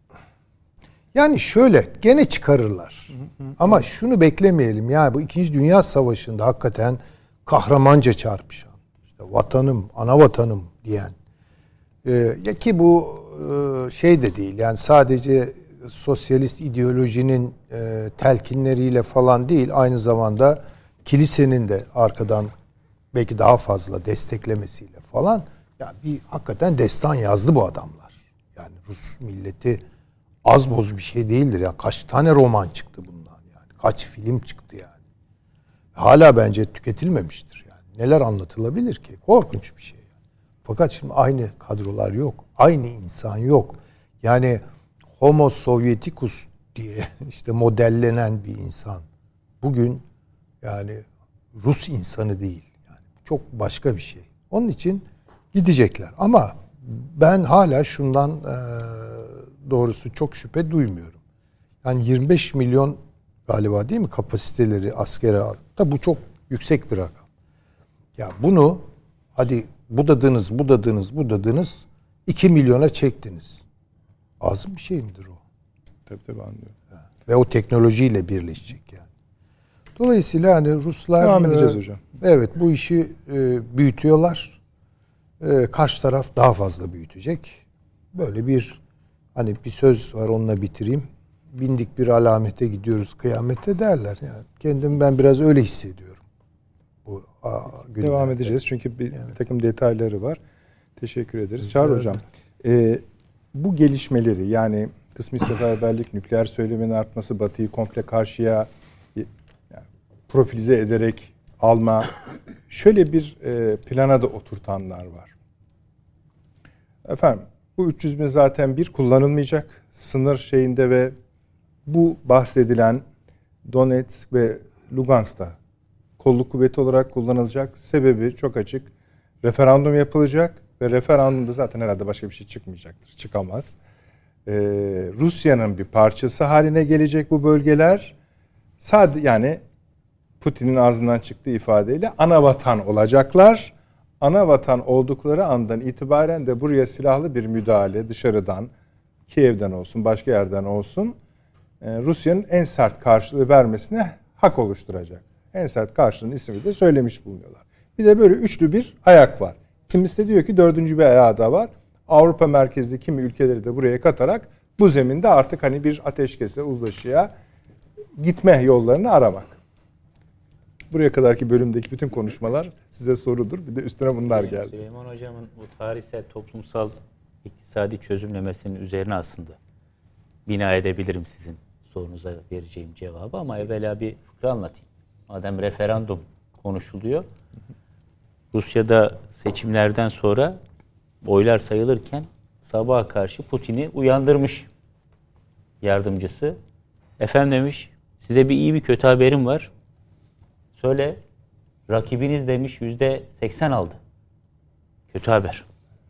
Yani şöyle gene çıkarırlar. Hı hı hı. Ama şunu beklemeyelim. Yani bu İkinci Dünya Savaşı'nda hakikaten kahramanca çarpışan, işte vatanım, ana vatanım diyen, e, ya ki bu e, şey de değil. Yani sadece sosyalist ideolojinin e, telkinleriyle falan değil, aynı zamanda kilisenin de arkadan belki daha fazla desteklemesiyle falan, ya bir hakikaten destan yazdı bu adamlar. Yani Rus milleti az boz bir şey değildir ya. Kaç tane roman çıktı bundan yani. Kaç film çıktı yani. Hala bence tüketilmemiştir yani. Neler anlatılabilir ki? Korkunç bir şey yani. Fakat şimdi aynı kadrolar yok. Aynı insan yok. Yani Homo Sovieticus diye işte modellenen bir insan bugün yani Rus insanı değil. Yani çok başka bir şey. Onun için gidecekler. Ama ben hala şundan e, doğrusu çok şüphe duymuyorum. Yani yirmi beş milyon galiba değil mi kapasiteleri askere da, bu çok yüksek bir rakam. Ya bunu hadi budadınız, budadınız, budadınız iki milyona çektiniz. Az bir şey midir o? Tabii tabii anlıyorum. Yani. Ve o teknolojiyle birleşecek yani. Dolayısıyla hani Ruslar... Devam edeceğiz hocam. Evet, bu işi e, büyütüyorlar. E, karşı taraf daha fazla büyütecek. Böyle bir hani bir söz var, onunla bitireyim. Bindik bir alamete gidiyoruz kıyamete derler. Yani kendimi ben biraz öyle hissediyorum. Bu a, Devam edeceğiz çünkü bir, evet. bir takım detayları var. Teşekkür ederiz. Çağrı Hocam, e, bu gelişmeleri, yani kısmi seferberlik, nükleer söylemin artması, Batı'yı komple karşıya yani profilize ederek alma, şöyle bir e, plana da oturtanlar var. Efendim, bu üç yüz bin zaten bir kullanılmayacak sınır şeyinde ve bu bahsedilen Donetsk ve Lugansk'ta kolluk kuvveti olarak kullanılacak. Sebebi çok açık. Referandum yapılacak ve referandumda zaten herhalde başka bir şey çıkmayacaktır. Çıkamaz. Ee, Rusya'nın bir parçası haline gelecek bu bölgeler. Sadece yani Putin'in ağzından çıktığı ifadeyle ana vatan olacaklar. Ana vatan oldukları andan itibaren de buraya silahlı bir müdahale dışarıdan, Kiev'den olsun, başka yerden olsun, Rusya'nın en sert karşılığı vermesine hak oluşturacak. En sert karşılığın ismini de söylemiş bulunuyorlar. Bir de böyle üçlü bir ayak var. Kimisi de diyor ki dördüncü bir ayağı da var. Avrupa merkezli kimi ülkeleri de buraya katarak bu zeminde artık hani bir ateşkese, uzlaşıya gitme yollarını aramak. Buraya kadarki bölümdeki bütün konuşmalar size sorudur. Bir de üstüne bunlar geldi. Süleyman Hocam'ın bu tarihsel toplumsal iktisadi çözümlemesinin üzerine aslında bina edebilirim sizin sorunuza vereceğim cevabı, ama evvela bir fıkra anlatayım. Madem referandum konuşuluyor, Rusya'da seçimlerden sonra oylar sayılırken sabaha karşı Putin'i uyandırmış yardımcısı. Efendim demiş, size bir iyi bir kötü haberim var. Söyle, rakibiniz demiş yüzde seksen aldı. Kötü haber.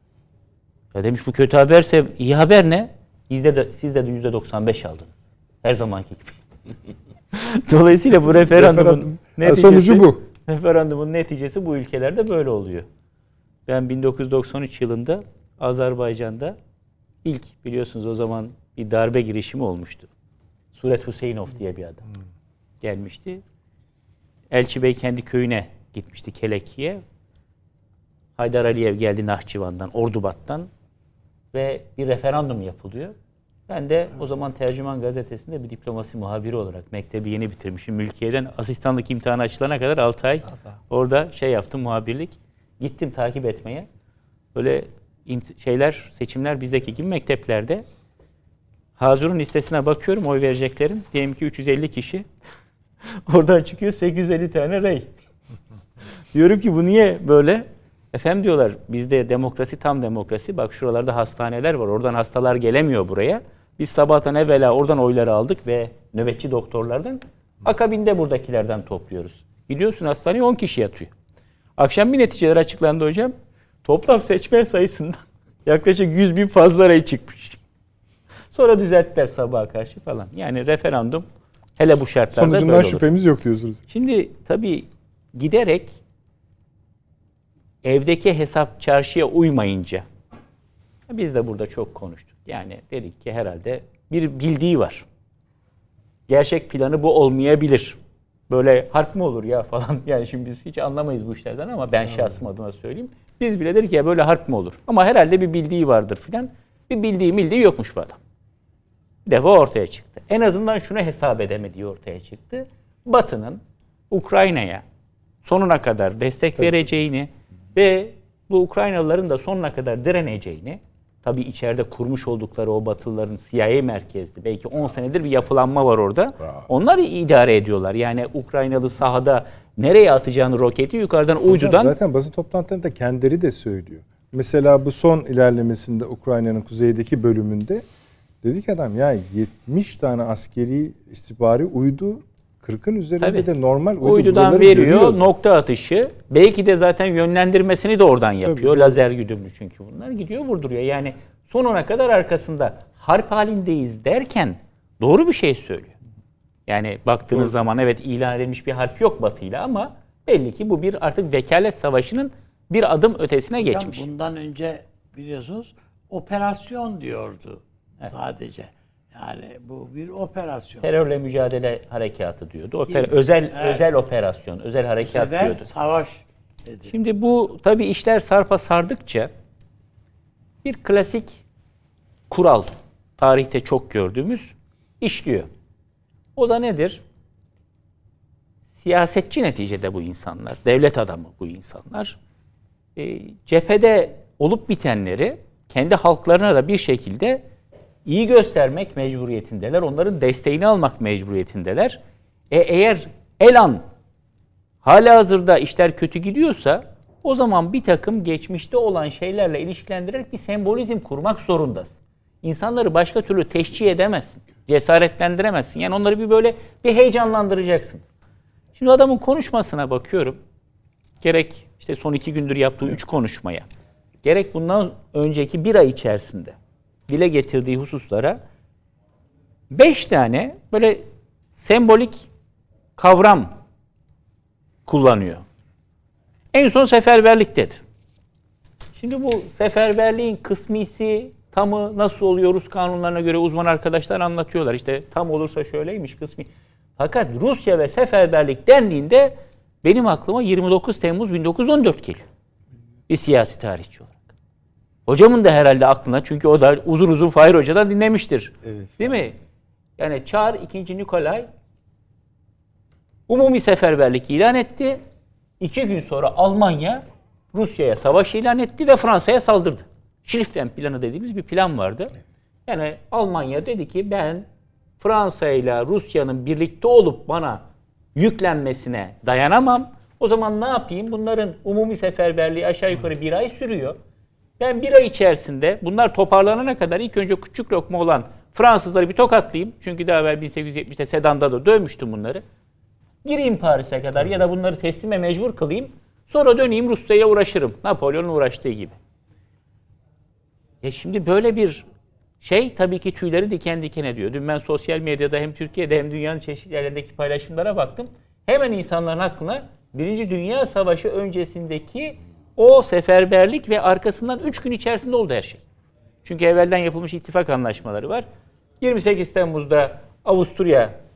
Ya demiş, bu kötü haberse iyi haber ne? Siz de, siz de yüzde doksan beş aldınız. Her zamanki gibi. Dolayısıyla bu referandumun neticesi, sonucu bu. Referandumun neticesi bu ülkelerde böyle oluyor. Ben bin dokuz yüz doksan üç yılında Azerbaycan'da ilk, biliyorsunuz o zaman bir darbe girişimi olmuştu. Suret Hüseyinov diye bir adam hmm. gelmişti. Elçi Bey kendi köyüne gitmişti, Keleki'ye. Haydar Aliyev geldi Nahçıvan'dan, Ordubat'tan ve bir referandum yapılıyor. Ben de o zaman Tercüman Gazetesi'nde bir diplomasi muhabiri olarak mektebi yeni bitirmişim. Mülkiye'den asistanlık imtihanı açılana kadar altı ay orada şey yaptım, muhabirlik. Gittim takip etmeye. Böyle şeyler, seçimler bizdeki gibi mekteplerde. Hazır'ın listesine bakıyorum, oy vereceklerin. Diyelim ki üç yüz elli kişi. Oradan çıkıyor sekiz yüz elli tane rey. Diyorum ki bu niye böyle? Efendim diyorlar, bizde demokrasi tam demokrasi. Bak şuralarda hastaneler var. Oradan hastalar gelemiyor buraya. Biz sabahtan evvela oradan oyları aldık ve nöbetçi doktorlardan, akabinde buradakilerden topluyoruz. Gidiyorsun hastaneye on kişi yatıyor. Akşam bir neticeler açıklandı hocam. Toplam seçmen sayısından yaklaşık yüz bin fazla rey çıkmış. Sonra düzelttiler sabaha karşı falan. Yani referandum hele bu şartlarda böyle olur. Sonucundan şüphemiz yok diyorsunuz. Şimdi tabii giderek evdeki hesap çarşıya uymayınca, biz de burada çok konuştuk. Yani dedik ki herhalde bir bildiği var. Gerçek planı bu olmayabilir. Böyle harp mı olur ya falan. Yani şimdi biz hiç anlamayız bu işlerden ama ben şahsım adına söyleyeyim. Biz bile dedik ya böyle harp mı olur? Ama herhalde bir bildiği vardır filan. Bir bildiği bildiği yokmuş bu adam. Bir defa ortaya çıktı. En azından şunu hesap edemediği ortaya çıktı. Batı'nın Ukrayna'ya sonuna kadar destek Tabii. vereceğini ve bu Ukraynalıların da sonuna kadar direneceğini, tabii içeride kurmuş oldukları o Batılıların C I A merkezli, belki on senedir bir yapılanma var orada. Onlar idare ediyorlar. Yani Ukraynalı sahada nereye atacağını roketi yukarıdan Hocam, uydudan... Zaten basın toplantılarında kendileri de söylüyor. Mesela bu son ilerlemesinde Ukrayna'nın kuzeydeki bölümünde dedi ki adam ya yetmiş tane askeri istihbari uydu, kırkın üzerinde Tabii. de normal uydu uydudan veriyor, nokta atışı. Belki de zaten yönlendirmesini de oradan yapıyor. Tabii. Lazer güdümlü çünkü bunlar. Gidiyor vurduruyor. Yani sonuna kadar arkasında harp halindeyiz derken doğru bir şey söylüyor. Yani baktığınız doğru. zaman evet ilan edilmiş bir harp yok Batı'yla ama belli ki bu bir artık vekalet savaşının bir adım ötesine Hocam, geçmiş. Bundan önce biliyorsunuz operasyon diyordu evet. sadece. Yani bu bir operasyon. Terörle mücadele harekatı diyordu. Oper, özel evet. özel operasyon, özel harekat Sever, diyordu. Savaş dedi. Şimdi bu tabii işler sarpa sardıkça bir klasik kural, tarihte çok gördüğümüz işliyor. O da nedir? Siyasetçi neticede bu insanlar, devlet adamı bu insanlar. E, cephede olup bitenleri kendi halklarına da bir şekilde iyi göstermek mecburiyetindeler. Onların desteğini almak mecburiyetindeler. E eğer elan halihazırda işler kötü gidiyorsa o zaman bir takım geçmişte olan şeylerle ilişkilendirerek bir sembolizm kurmak zorundasın. İnsanları başka türlü teşcih edemezsin. Cesaretlendiremezsin. Yani onları bir böyle bir heyecanlandıracaksın. Şimdi adamın konuşmasına bakıyorum. Gerek işte son iki gündür yaptığı üç konuşmaya, gerek bundan önceki bir ay içerisinde dile getirdiği hususlara beş tane böyle sembolik kavram kullanıyor. En son seferberlik dedi. Şimdi bu seferberliğin kısmisi, tamı nasıl oluyor Rus kanunlarına göre uzman arkadaşlar anlatıyorlar. İşte tam olursa şöyleymiş kısmi. Fakat Rusya ve seferberlik dendiğinde benim aklıma yirmi dokuz Temmuz bin dokuz yüz on dört geliyor. Bir siyasi tarihçi olarak. Hocamın da herhalde aklına, çünkü o da uzun uzun Fahir Hoca'dan dinlemiştir. Evet. Değil mi? Yani Çar ikinci. Nikolay umumi seferberlik ilan etti. İki gün sonra Almanya Rusya'ya savaş ilan etti ve Fransa'ya saldırdı. Schlieffen planı dediğimiz bir plan vardı. Yani Almanya dedi ki ben Fransa ile Rusya'nın birlikte olup bana yüklenmesine dayanamam. O zaman ne yapayım? Bunların umumi seferberliği aşağı yukarı bir ay sürüyor. Ben bir ay içerisinde bunlar toparlanana kadar ilk önce küçük lokma olan Fransızları bir tokatlayayım. Çünkü daha evvel bin sekiz yüz yetmişte Sedan'da da dövmüştüm bunları. Gireyim Paris'e kadar ya da bunları teslime mecbur kılayım. Sonra döneyim Rusya'ya uğraşırım. Napolyon'un uğraştığı gibi. Ya şimdi böyle bir şey tabii ki tüyleri diken diken ediyor. Dün ben sosyal medyada hem Türkiye'de hem dünyanın çeşitli yerlerindeki paylaşımlara baktım. Hemen insanların aklına Birinci Dünya Savaşı öncesindeki o seferberlik ve arkasından üç gün içerisinde oldu her şey. Çünkü evvelden yapılmış ittifak anlaşmaları var. yirmi sekiz Temmuz'da Avusturya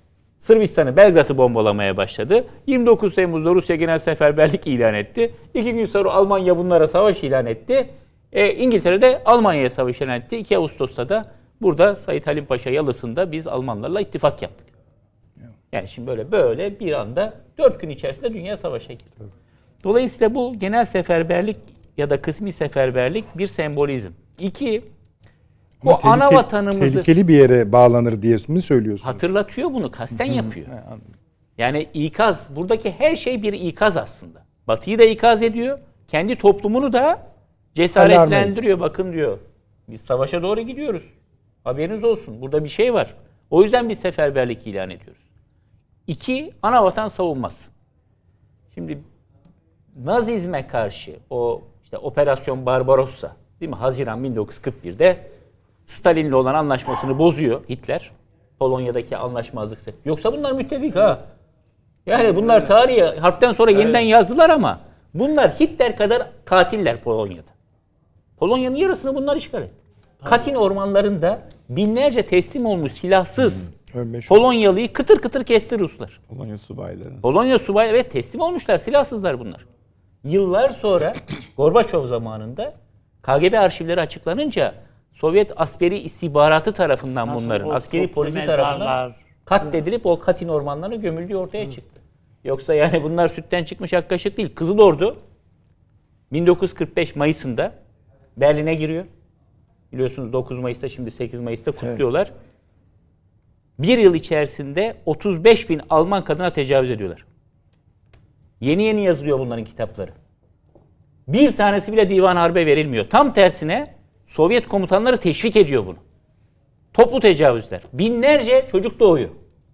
Sırbistan'ı, Belgrad'ı bombalamaya başladı. yirmi dokuz Temmuz'da Rusya genel seferberlik ilan etti. İki gün sonra Almanya bunlara savaş ilan etti. E, İngiltere de Almanya'ya savaş ilan etti. iki Ağustos'ta da burada Said Halim Paşa Yalısı'nda biz Almanlarla ittifak yaptık. Yani şimdi böyle böyle bir anda dört gün içerisinde dünya savaşa girdi. Dolayısıyla bu genel seferberlik ya da kısmi seferberlik bir sembolizm. İki, Ama o ana tehlike- vatanımızı tehlikeli bir yere bağlanır diye mi söylüyorsunuz? hatırlatıyor, bunu kasten yapıyor. He, anladım. Yani ikaz, buradaki her şey bir ikaz aslında. Batı'yı da ikaz ediyor, kendi toplumunu da cesaretlendiriyor. Bakın diyor, biz savaşa doğru gidiyoruz. Haberiniz olsun, burada bir şey var. O yüzden bir seferberlik ilan ediyoruz. İki, ana vatan savunması. Şimdi Nazizme karşı o işte Operasyon Barbarossa, değil mi? Haziran bin dokuz yüz kırk bir'de Stalin'le olan anlaşmasını bozuyor Hitler. Polonya'daki anlaşmazlık. Yoksa bunlar müttefik ha. Yani bunlar tarihi harpten sonra yeniden yazdılar ama bunlar Hitler kadar katiller Polonya'da. Polonya'nın yarısını bunlar işgal etti. Katin ormanlarında binlerce teslim olmuş silahsız Ölmüş. Polonyalı'yı kıtır kıtır kesti Ruslar. Polonya subayları. Polonya subayı, evet, teslim olmuşlar, silahsızlar bunlar. Yıllar sonra Gorbaçov zamanında K G B arşivleri açıklanınca Sovyet askeri istihbaratı tarafından Nasıl bunların, o askeri toplu polisi mezarlar, tarafından katledilip o Katin ormanlarına gömüldüğü ortaya çıktı. Yoksa yani bunlar sütten çıkmış ak kaşık değil. Kızıl Ordu bin dokuz yüz kırk beş Mayıs'ında Berlin'e giriyor. Biliyorsunuz dokuz Mayıs'ta, şimdi sekiz Mayıs'ta kutluyorlar. Evet. Bir yıl içerisinde otuz beş bin Alman kadına tecavüz ediyorlar. Yeni yeni yazılıyor bunların kitapları. Bir tanesi bile divan harbe verilmiyor. Tam tersine Sovyet komutanları teşvik ediyor bunu. Toplu tecavüzler. Binlerce çocuk doğuyor.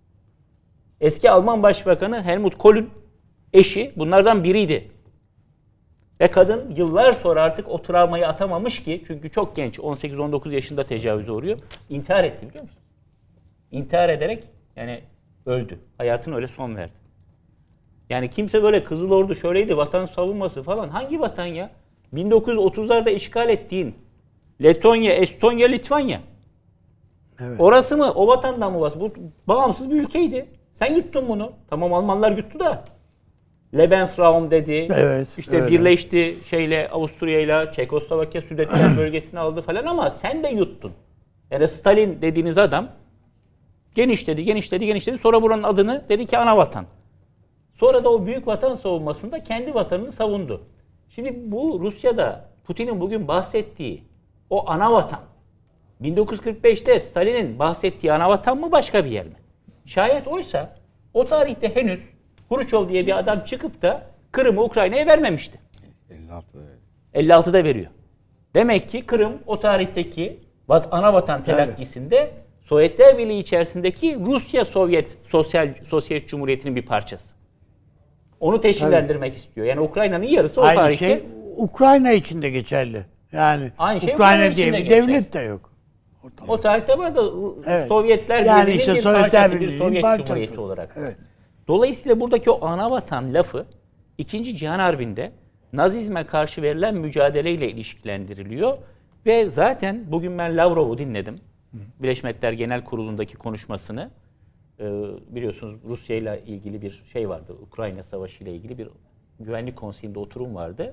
Eski Alman Başbakanı Helmut Kohl'ün eşi bunlardan biriydi. Ve kadın yıllar sonra artık o travmayı atamamış ki, çünkü çok genç, on sekiz on dokuz yaşında tecavüze uğruyor. İntihar etti, biliyor musun? İntihar ederek yani öldü. Hayatını öyle son verdi. Yani kimse böyle Kızıl Ordu şöyleydi, vatan savunması falan. Hangi vatan ya? bin dokuz yüz otuzlarda işgal ettiğin Letonya, Estonya, Litvanya. Evet. Orası mı? O vatandan mı? Bu bağımsız bir ülkeydi. Sen yuttun bunu. Tamam, Almanlar yuttu da. Lebensraum dedi. Evet. İşte öyle. Birleşti şeyle, Avusturya'yla, Çekoslovakya Sudetler bölgesini aldı falan ama sen de yuttun. Yani Stalin dediğiniz adam genişledi, genişledi, genişledi. Sonra buranın adını dedi ki ana vatan. Sonra da o büyük vatan savunmasında kendi vatanını savundu. Şimdi bu Rusya'da Putin'in bugün bahsettiği o ana vatan, bin dokuz yüz kırk beşte Stalin'in bahsettiği ana vatan mı, başka bir yer mi? Şayet oysa o tarihte henüz Hruçov diye bir adam çıkıp da Kırım'ı Ukrayna'ya vermemişti. elli altıda elli altıda veriyor. Demek ki Kırım o tarihteki ana vatan telakkisinde evet. Sovyetler Birliği içerisindeki Rusya Sovyet Sosyal Sosyalist Cumhuriyeti'nin bir parçası. Onu teşkillendirmek evet. istiyor. Yani Ukrayna'nın yarısı o Aynı tarihte. Aynı şey Ukrayna için de geçerli. Yani Aynı şey Ukrayna diye bir devlet de yok. Ortalığı. O tarihte var da evet. Sovyetler yani Birliği'nin işte bir Sovyetler parçası, Birliği bir Sovyet parçası. Cumhuriyeti olarak. Evet. Dolayısıyla buradaki o ana vatan lafı İkinci Cihan Harbi'nde Nazizme karşı verilen mücadeleyle ilişkilendiriliyor ve zaten bugün ben Lavrov'u dinledim. Birleşmiş Milletler Genel Kurulu'ndaki konuşmasını. Biliyorsunuz Rusya ile ilgili bir şey vardı. Ukrayna Savaşı ile ilgili bir Güvenlik Konseyi'nde oturum vardı.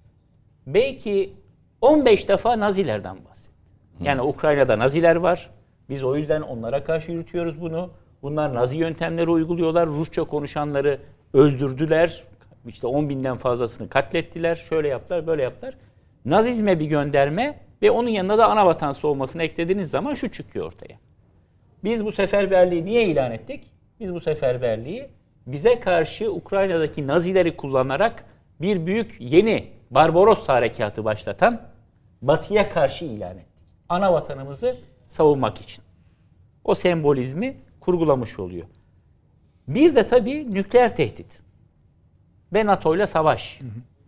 Belki on beş defa Nazilerden bahsetti. Yani Ukrayna'da Naziler var. Biz o yüzden onlara karşı yürütüyoruz bunu. Bunlar Nazi yöntemleri uyguluyorlar. Rusça konuşanları öldürdüler. İşte on binden fazlasını katlettiler. Şöyle yaptılar, böyle yaptılar. Nazizme bir gönderme ve onun yanına da ana vatan savunmasını eklediğiniz zaman şu çıkıyor ortaya. Biz bu seferberliği niye ilan ettik? Biz bu seferberliği bize karşı Ukrayna'daki Nazileri kullanarak bir büyük yeni Barbaros harekatı başlatan Batı'ya karşı ilan ettik. Ana vatanımızı savunmak için. O sembolizmi kurgulamış oluyor. Bir de tabii nükleer tehdit ve NATO ile savaş. Hı hı.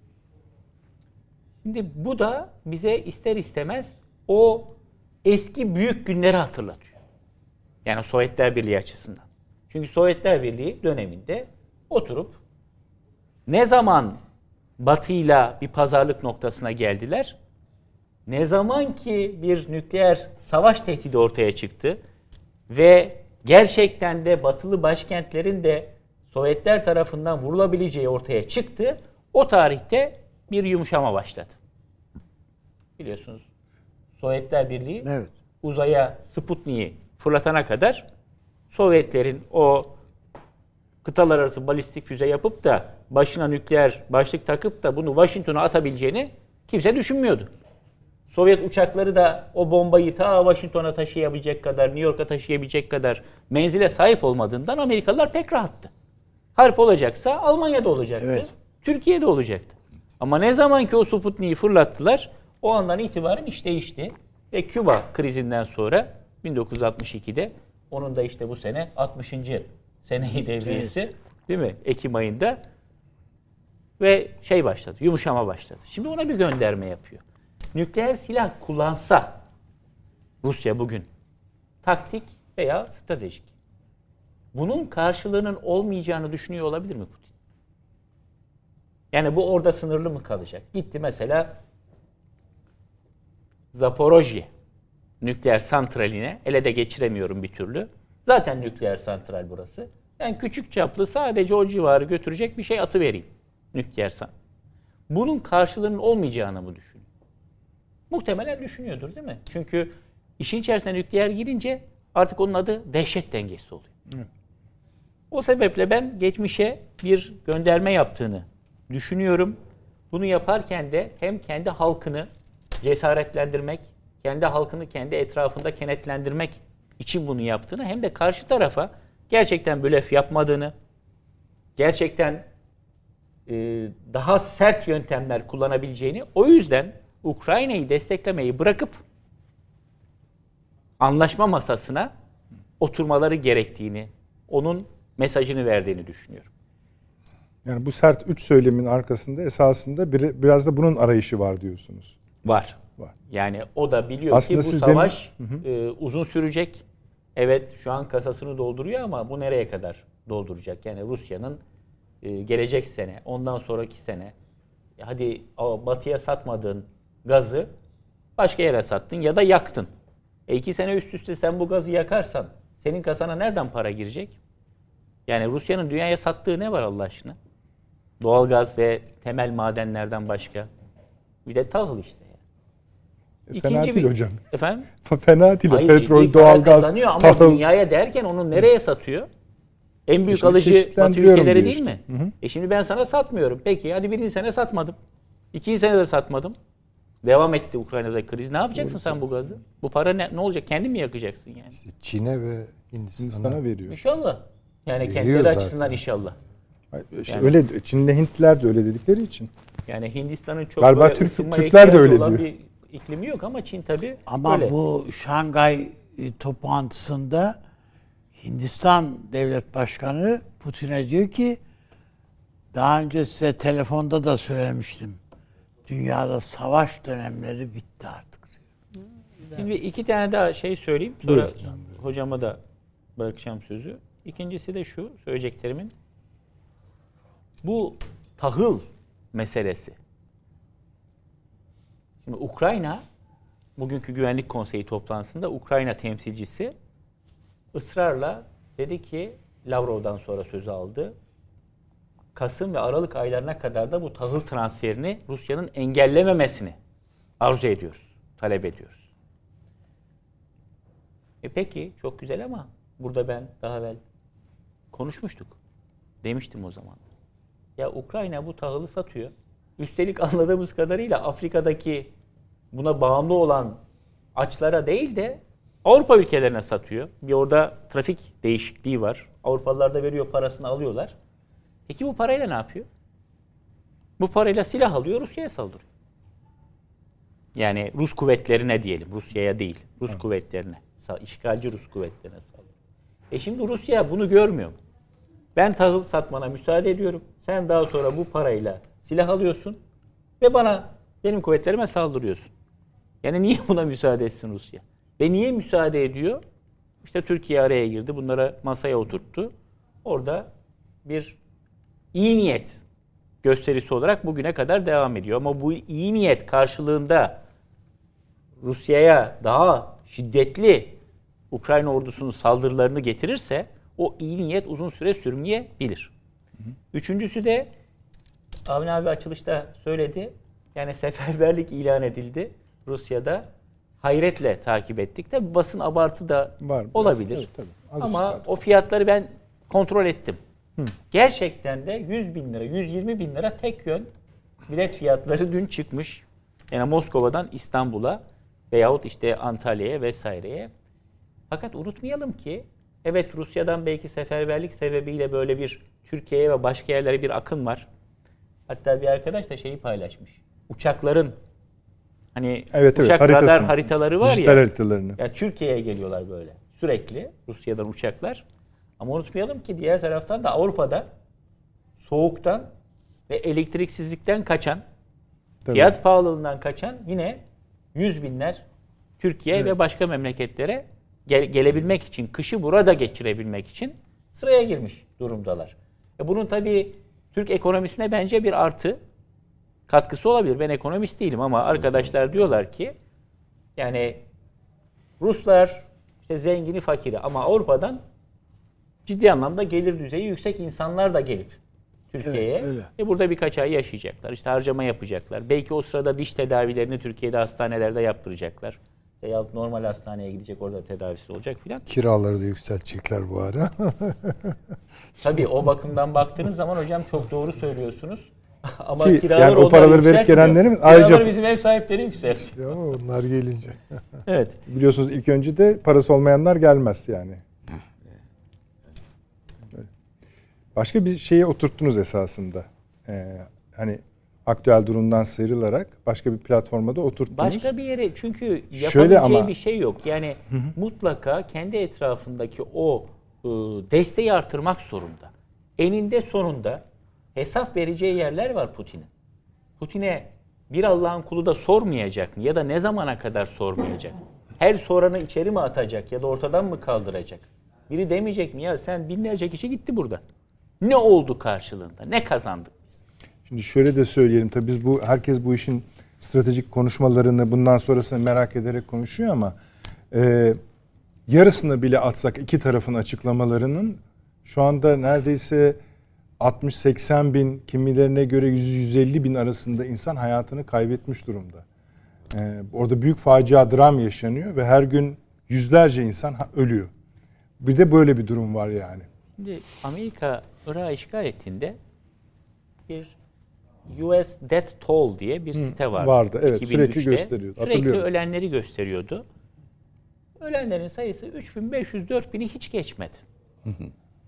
Şimdi bu da bize ister istemez o eski büyük günleri hatırlatıyor. Yani Sovyetler Birliği açısından. Çünkü Sovyetler Birliği döneminde oturup ne zaman Batı'yla bir pazarlık noktasına geldiler, ne zaman ki bir nükleer savaş tehdidi ortaya çıktı ve gerçekten de batılı başkentlerin de Sovyetler tarafından vurulabileceği ortaya çıktı. O tarihte bir yumuşama başladı. Biliyorsunuz Sovyetler Birliği Evet. uzaya Sputnik'i fırlatana kadar Sovyetlerin o kıtalar arası balistik füze yapıp da başına nükleer başlık takıp da bunu Washington'a atabileceğini kimse düşünmüyordu. Sovyet uçakları da o bombayı ta Washington'a taşıyabilecek kadar, New York'a taşıyabilecek kadar menzile sahip olmadığından Amerikalılar pek rahattı. Harp olacaksa Almanya'da olacaktı, Evet. Türkiye'de olacaktı. Ama ne zaman ki o Sputnik'i fırlattılar, o andan itibaren iş değişti. Ve Küba krizinden sonra bin dokuz yüz altmış ikide, onun da işte bu sene altmışıncı seneyi devriyesi, değil mi? Ekim ayında ve şey başladı, yumuşama başladı. Şimdi ona bir gönderme yapıyor. Nükleer silah kullansa Rusya bugün taktik veya stratejik, bunun karşılığının olmayacağını düşünüyor olabilir mi Putin? Yani bu orada sınırlı mı kalacak? Gitti mesela Zaporojye nükleer santraline, ele de geçiremiyorum bir türlü. Zaten nükleer santral burası. Yani küçük çaplı sadece o civarı götürecek bir şey atıvereyim. Nükleer santral. Bunun karşılığının olmayacağını mı düşünüyor? Muhtemelen düşünüyordur değil mi? Çünkü işin içerisine nükleer girince artık onun adı dehşet dengesi oluyor. Evet. O sebeple ben geçmişe bir gönderme yaptığını düşünüyorum. Bunu yaparken de hem kendi halkını cesaretlendirmek, kendi halkını kendi etrafında kenetlendirmek için bunu yaptığını, hem de karşı tarafa gerçekten blöf yapmadığını, gerçekten e, daha sert yöntemler kullanabileceğini, o yüzden Ukrayna'yı desteklemeyi bırakıp anlaşma masasına oturmaları gerektiğini, onun mesajını verdiğini düşünüyorum. Yani bu sert üç söylemin arkasında esasında bir, biraz da bunun arayışı var diyorsunuz. Var. Var. Yani o da biliyor aslında ki bu savaş demin... e, uzun sürecek. Evet, şu an kasasını dolduruyor ama bu nereye kadar dolduracak? Yani Rusya'nın e, gelecek sene, ondan sonraki sene, hadi batıya satmadığın gazı başka yere sattın ya da yaktın. E iki sene üst üste sen bu gazı yakarsan senin kasana nereden para girecek? Yani Rusya'nın dünyaya sattığı ne var Allah aşkına? Doğalgaz ve temel madenlerden başka. Bir de tahıl işte. E, fena değil bir, hocam. Efendim? Fena değil. Hayır, petrol, doğalgaz, ama tahıl. Dünyaya derken onu nereye satıyor? En büyük şimdi alıcı Batı ülkeleri değil işte. mi? Hı hı. E şimdi ben sana satmıyorum. Peki hadi birinci sene satmadım. İkinci sene de satmadım. Devam etti Ukrayna'da kriz. Ne yapacaksın Doğru. sen bu gazı? Bu para ne, ne olacak? Kendin mi yakacaksın yani? İşte Çin'e ve Hindistan'a, Hindistan'a veriyor. İnşallah. Yani Veriyor kendileri zaten. açısından inşallah. İşte Yani, öyle Çin'le Hintliler de öyle dedikleri için. Yani Hindistan'ın çok Galiba böyle Türk, ısınmaya Türkler de öyle olan diyor. bir iklimi yok ama Çin tabii ama öyle. Bu Şangay e, toplantısında Hindistan Devlet Başkanı Putin'e diyor ki, daha önce size telefonda da söylemiştim, dünyada savaş dönemleri bitti artık diyor. Şimdi iki tane daha şey söyleyeyim. Sonra hocama da bırakacağım sözü. İkincisi de şu söyleyeceklerimin. Bu tahıl meselesi. Şimdi Ukrayna, bugünkü Güvenlik Konseyi toplantısında Ukrayna temsilcisi ısrarla dedi ki, Lavrov'dan sonra sözü aldı, Kasım ve Aralık aylarına kadar da bu tahıl transferini Rusya'nın engellememesini arzu ediyoruz, talep ediyoruz. E peki, çok güzel ama burada ben daha evvel konuşmuştuk. Demiştim o zaman. Ya Ukrayna bu tahılı satıyor. Üstelik anladığımız kadarıyla Afrika'daki buna bağımlı olan açlara değil de Avrupa ülkelerine satıyor. Bir orada trafik değişikliği var. Avrupalılar da veriyor, parasını alıyorlar. Peki bu parayla ne yapıyor? Bu parayla silah alıyor, Rusya'ya saldırıyor. Yani Rus kuvvetlerine diyelim, Rusya'ya değil, Rus evet. kuvvetlerine, işgalci Rus kuvvetlerine saldırıyor. E şimdi Rusya bunu görmüyor mu? Ben tahıl satmana müsaade ediyorum. Sen daha sonra bu parayla silah alıyorsun ve bana, benim kuvvetlerime saldırıyorsun. Yani niye buna müsaade etsin Rusya? Ve niye müsaade ediyor? İşte Türkiye araya girdi, bunlara masaya oturttu. Orada bir iyi niyet gösterisi olarak bugüne kadar devam ediyor. Ama bu iyi niyet karşılığında Rusya'ya daha şiddetli Ukrayna ordusunun saldırılarını getirirse o iyi niyet uzun süre sürmeyebilir. Hı hı. Üçüncüsü de Avni abi açılışta söyledi. Yani seferberlik ilan edildi Rusya'da. Hayretle takip ettik. Tabi basın abartı da var, olabilir. Evet, tabii. Ama çıkardı. O fiyatları ben kontrol ettim. Hı. Gerçekten de yüz bin lira, yüz yirmi bin lira tek yön bilet fiyatları dün çıkmış. Yani Moskova'dan İstanbul'a veyahut işte Antalya'ya vesaireye. Fakat unutmayalım ki evet Rusya'dan belki seferberlik sebebiyle böyle bir Türkiye'ye ve başka yerlere bir akın var. Hatta bir arkadaş da şeyi paylaşmış. Uçakların hani evet, uçak evet, radar haritaları var ya. Haritalarını. Ya Türkiye'ye geliyorlar böyle sürekli Rusya'dan uçaklar. Ama unutmayalım ki diğer taraftan da Avrupa'da soğuktan ve elektriksizlikten kaçan, tabii, fiyat pahalılığından kaçan yine yüz binler Türkiye evet. ve başka memleketlere gel- gelebilmek için, kışı burada geçirebilmek için sıraya girmiş durumdalar. E bunun tabii Türk ekonomisine bence bir artı katkısı olabilir. Ben ekonomist değilim ama arkadaşlar diyorlar ki yani Ruslar işte zengini fakiri ama Avrupa'dan ciddi anlamda gelir düzeyi yüksek insanlar da gelip Türkiye'ye evet, e burada birkaç ay yaşayacaklar. İşte harcama yapacaklar. Belki o sırada diş tedavilerini Türkiye'de hastanelerde yaptıracaklar. Veya normal hastaneye gidecek, orada tedavisi olacak filan. Kiraları da yükseltecekler bu ara. Tabii o bakımdan baktığınız zaman hocam çok doğru söylüyorsunuz. Ama ki, kiralar yani o paraları verip gelenlerin ayrıca bizim ev sahipleri yükseltiyor. Ama onlar gelince. Evet. Biliyorsunuz ilk önce de parası olmayanlar gelmez yani. Başka bir şeye oturttunuz esasında. Ee, hani aktüel durumdan sıyrılarak başka bir platforma da oturttunuz. Başka bir yere çünkü yapabileceği ama, bir şey yok. Yani hı hı. mutlaka kendi etrafındaki o e, desteği artırmak zorunda. Eninde sonunda hesap vereceği yerler var Putin'in. Putin'e bir Allah'ın kulu da sormayacak mı? Ya da ne zamana kadar sormayacak? Her soranı içeri mi atacak ya da ortadan mı kaldıracak? Biri demeyecek mi ya sen binlerce kişi gitti burada. Ne oldu karşılığında? Ne kazandık biz? Şimdi şöyle de söyleyelim. Tabii biz bu herkes bu işin stratejik konuşmalarını bundan sonrasını merak ederek konuşuyor ama e, yarısını bile atsak iki tarafın açıklamalarının şu anda neredeyse altmış seksen bin, kimilerine göre yüz yüz elli bin arasında insan hayatını kaybetmiş durumda. E, orada büyük facia, dram yaşanıyor ve her gün yüzlerce insan ölüyor. Bir de böyle bir durum var yani. Şimdi Amerika Irak'ı işgal ettiğinde bir U S Death Toll diye bir site vardı. Vardı, evet, sürekli gösteriyordu. Sürekli ölenleri gösteriyordu. Ölenlerin sayısı üç bin beş yüz dört bini hiç geçmedi. Hı hı.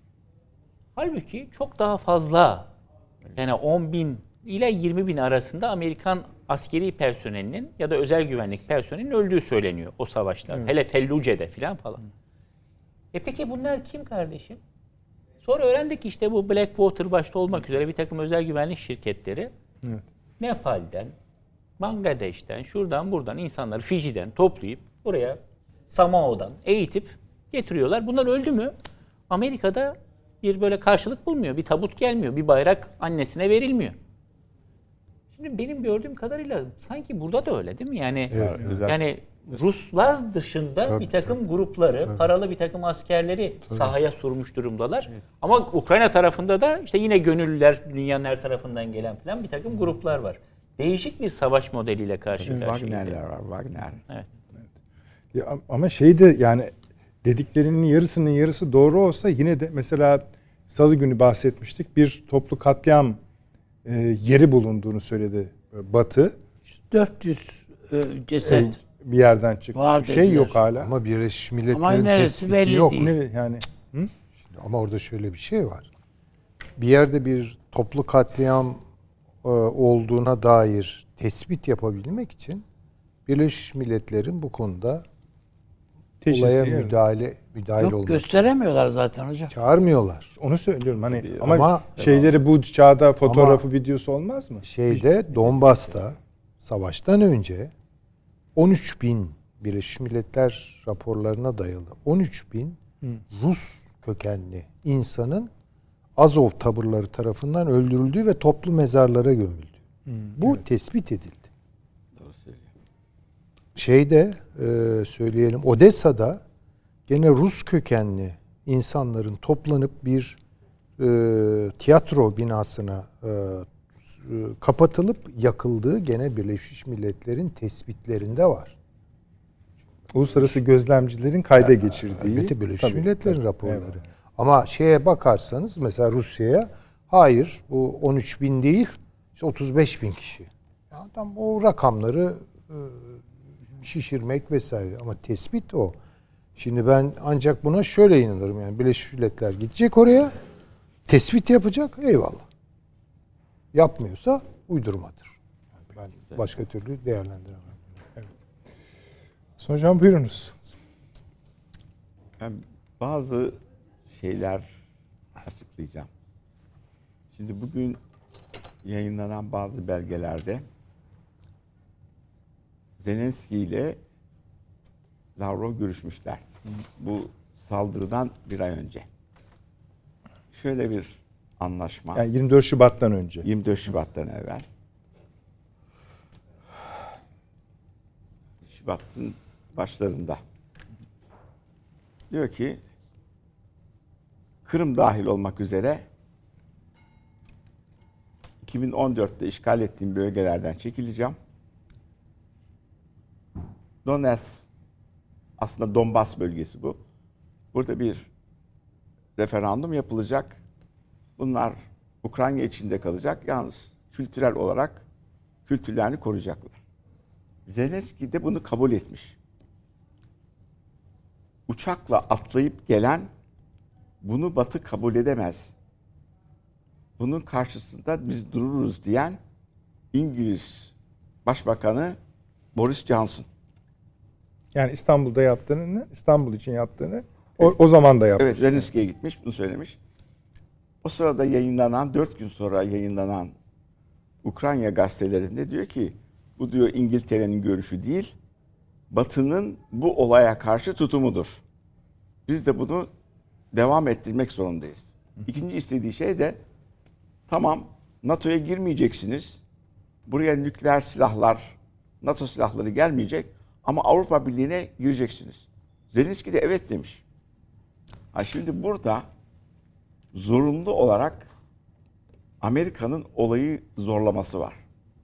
Halbuki çok daha fazla, yani on bin ile yirmi bin arasında Amerikan askeri personelinin ya da özel güvenlik personelinin öldüğü söyleniyor o savaşlar. Evet. Hele Felluce'de falan falan. E peki bunlar kim kardeşim? Sonra öğrendik ki işte bu Blackwater başta olmak üzere bir takım özel güvenlik şirketleri evet. Nepal'den, Bangladeş'ten, şuradan buradan insanları Fiji'den toplayıp buraya Samao'dan eğitip getiriyorlar. Bunlar öldü mü Amerika'da bir böyle karşılık bulmuyor. Bir tabut gelmiyor. Bir bayrak annesine verilmiyor. Şimdi benim gördüğüm kadarıyla sanki burada da öyle değil mi? Yani evet, yani Ruslar dışında tabii, bir takım tabii, grupları, tabii. paralı bir takım askerleri tabii. sahaya sürmüş durumdalar. Evet. Ama Ukrayna tarafında da işte yine gönüllüler, dünyanın her tarafından gelen falan bir takım gruplar var. Değişik bir savaş modeliyle karşı karşıyayız. Wagner'ler var, Wagner. Evet. evet. Ya, ama şey de yani dediklerinin yarısının yarısı doğru olsa yine de mesela Salı günü bahsetmiştik. Bir toplu katliam e, yeri bulunduğunu söyledi Batı. dört yüz e, ceset. Bir yerden çıktı. Var şey dediler. Yok hala. Ama Birleşmiş Milletler'in tespiti yok. Ne, yani hı? Şimdi, ama orada şöyle bir şey var. Bir yerde bir toplu katliam e, olduğuna dair tespit yapabilmek için Birleşmiş Milletler'in bu konuda teşhisi olaya yani. müdahale müdahale olması. Yok gösteremiyorlar zaten hocam. Çağırmıyorlar. Onu söylüyorum hani Tabii, ama, ama şeyleri bu çağda fotoğrafı videosu olmaz mı? Şeyde Donbas'ta savaştan önce on üç bin Birleşmiş Milletler raporlarına dayalı on üç bin Hı. Rus kökenli insanın Azov taburları tarafından öldürüldüğü ve toplu mezarlara gömüldü. Hı, Bu evet. tespit edildi. Doğru söylüyor. Şeyde e, söyleyelim Odessa'da gene Rus kökenli insanların toplanıp bir e, tiyatro binasına e, kapatılıp yakıldığı gene Birleşmiş Milletler'in tespitlerinde var. Uluslararası gözlemcilerin kayda ya, geçirdiği. Elbette Birleşmiş tabii, Milletler'in tabii, raporları. Evet. Ama şeye bakarsanız mesela Rusya'ya hayır bu on üç bin değil işte otuz beş bin kişi. Ya tam o rakamları e, şişirmek vesaire ama tespit o. Şimdi ben ancak buna şöyle inanırım yani Birleşmiş Milletler gidecek oraya tespit yapacak eyvallah. Yapmıyorsa uydurmadır. Yani ben başka türlü değerlendiremem. Evet. Hocam buyurunuz. Ben bazı şeyler açıklayacağım. Şimdi bugün yayınlanan bazı belgelerde Zelenski ile Lavrov görüşmüşler. Bu saldırıdan bir ay önce. Şöyle bir anlaşma. Yani yirmi dört Şubat'tan önce. yirmi dört Şubat'tan evvel. Şubat'ın başlarında. Diyor ki Kırım dahil olmak üzere iki bin on dörtte işgal ettiğim bölgelerden çekileceğim. Donetsk aslında Donbas bölgesi bu. Burada bir referandum yapılacak. Bunlar Ukrayna içinde kalacak. Yalnız kültürel olarak kültürlerini koruyacaklar. Zelenski de bunu kabul etmiş. Uçakla atlayıp gelen bunu Batı kabul edemez. Bunun karşısında biz dururuz diyen İngiliz Başbakanı Boris Johnson. Yani İstanbul'da yaptığını, İstanbul için yaptığını o, evet. o zaman da yapmış. Evet, Zelenski'ye gitmiş, bunu söylemiş. O sırada yayınlanan, dört gün sonra yayınlanan Ukrayna gazetelerinde diyor ki, bu diyor İngiltere'nin görüşü değil, Batı'nın bu olaya karşı tutumudur. Biz de bunu devam ettirmek zorundayız. İkinci istediği şey de, tamam NATO'ya girmeyeceksiniz, buraya nükleer silahlar, NATO silahları gelmeyecek ama Avrupa Birliği'ne gireceksiniz. Zelenski de evet demiş. Ha şimdi burada zorunlu olarak Amerika'nın olayı zorlaması var.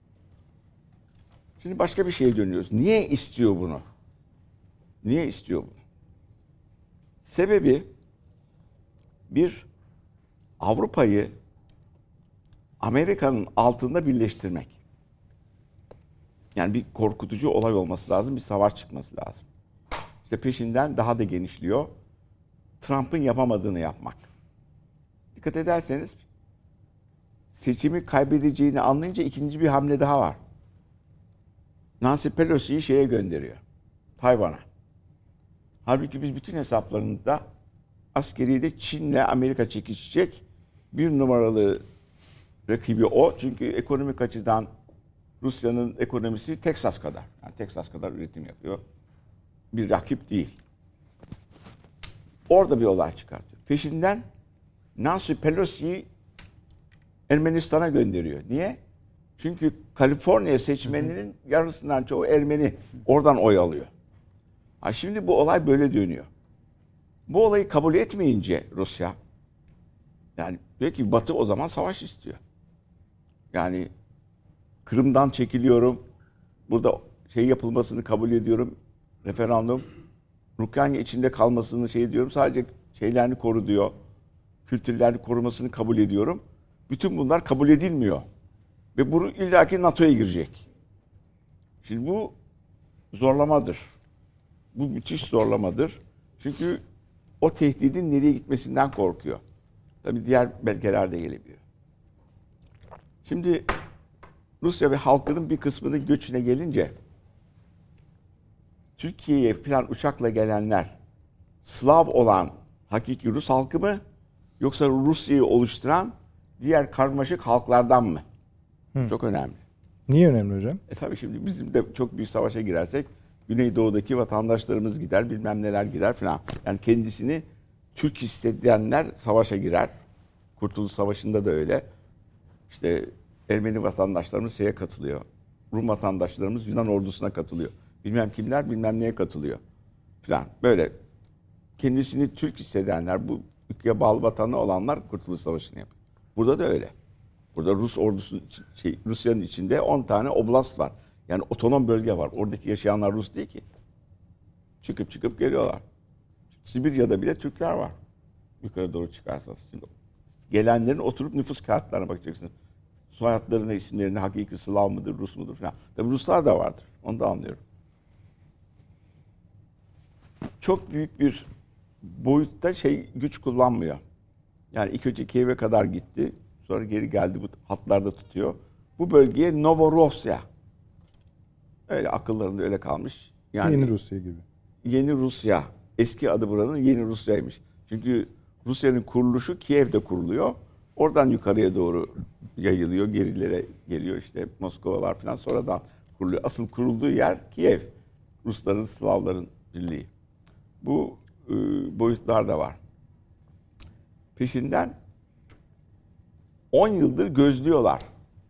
Şimdi başka bir şeye dönüyoruz. Niye istiyor bunu? Niye istiyor bunu? Sebebi bir, Avrupa'yı Amerika'nın altında birleştirmek. Yani bir korkutucu olay olması lazım, bir savaş çıkması lazım. İşte peşinden daha da genişliyor. Trump'ın yapamadığını yapmak. Dikkat ederseniz seçimi kaybedeceğini anlayınca ikinci bir hamle daha var. Nancy Pelosi'yi şeye gönderiyor. Tayvan'a. Halbuki biz bütün hesaplarında askeri de Çin'le Amerika çekişecek. Bir numaralı rakibi o. Çünkü ekonomik açıdan Rusya'nın ekonomisi Teksas kadar. Yani Teksas kadar üretim yapıyor. Bir rakip değil. Orada bir olay çıkartıyor. Peşinden Nancy Pelosi'yi Ermenistan'a gönderiyor. Niye? Çünkü Kaliforniya seçmeninin yarısından çoğu Ermeni. Oradan oy alıyor. Ha şimdi bu olay böyle dönüyor. Bu olayı kabul etmeyince Rusya, yani diyor ki Batı o zaman savaş istiyor. Yani Kırım'dan çekiliyorum. Burada şey yapılmasını kabul ediyorum. Referandum. Ukrayna içinde kalmasını şey ediyorum. Sadece şeylerini koru diyor. Kültürlerini korumasını kabul ediyorum. Bütün bunlar kabul edilmiyor. Ve bu illaki NATO'ya girecek. Şimdi bu zorlamadır. Bu müthiş zorlamadır. Çünkü o tehdidin nereye gitmesinden korkuyor. Tabii diğer belgeler de gelebiliyor. Şimdi Rusya ve halkının bir kısmının göçüne gelince Türkiye'ye falan uçakla gelenler Slav olan hakiki Rus halkı mı yoksa Rusya'yı oluşturan diğer karmaşık halklardan mı? Hı. Çok önemli. Niye önemli hocam? E tabii şimdi bizim de çok büyük savaşa girersek Güneydoğu'daki vatandaşlarımız gider, bilmem neler gider falan. Yani kendisini Türk hissedenler savaşa girer. Kurtuluş Savaşı'nda da öyle. İşte Ermeni vatandaşlarımız şeye katılıyor. Rum vatandaşlarımız Yunan ordusuna katılıyor. Bilmem kimler bilmem neye katılıyor falan. Böyle kendisini Türk hissedenler, bu ülkeye bağlı vatanı olanlar Kurtuluş Savaşı'nı yapıyor. Burada da öyle. Burada Rus ordusunun şey, Rusya'nın içinde on tane oblast var. Yani otonom bölge var. Oradaki yaşayanlar Rus değil ki. Çıkıp çıkıp geliyorlar. Sibirya'da bile Türkler var. Yukarı doğru çıkarsanız. Şimdi gelenlerin oturup nüfus kağıtlarına bakacaksınız. Soyadlarına, isimlerine hakiki Slav mıdır, Rus mudur falan. Tabii Ruslar da vardır. Onu da anlıyorum. Çok büyük bir boyutta şey güç kullanmıyor. Yani ilk önce Kiev'e kadar gitti. Sonra geri geldi, bu hatlarda tutuyor. Bu bölgeye Novorosya. Öyle akıllarında öyle kalmış. Yani Yeni Rusya gibi. Yeni Rusya. Eski adı buranın Yeni Rusya'ymış. Çünkü Rusya'nın kuruluşu Kiev'de kuruluyor. Oradan yukarıya doğru yayılıyor. Gerilere geliyor işte Moskovalar falan sonradan kuruluyor. Asıl kurulduğu yer Kiev. Rusların, Slavların birliği. Bu e, boyutlar da var. Peşinden on yıldır gözlüyorlar.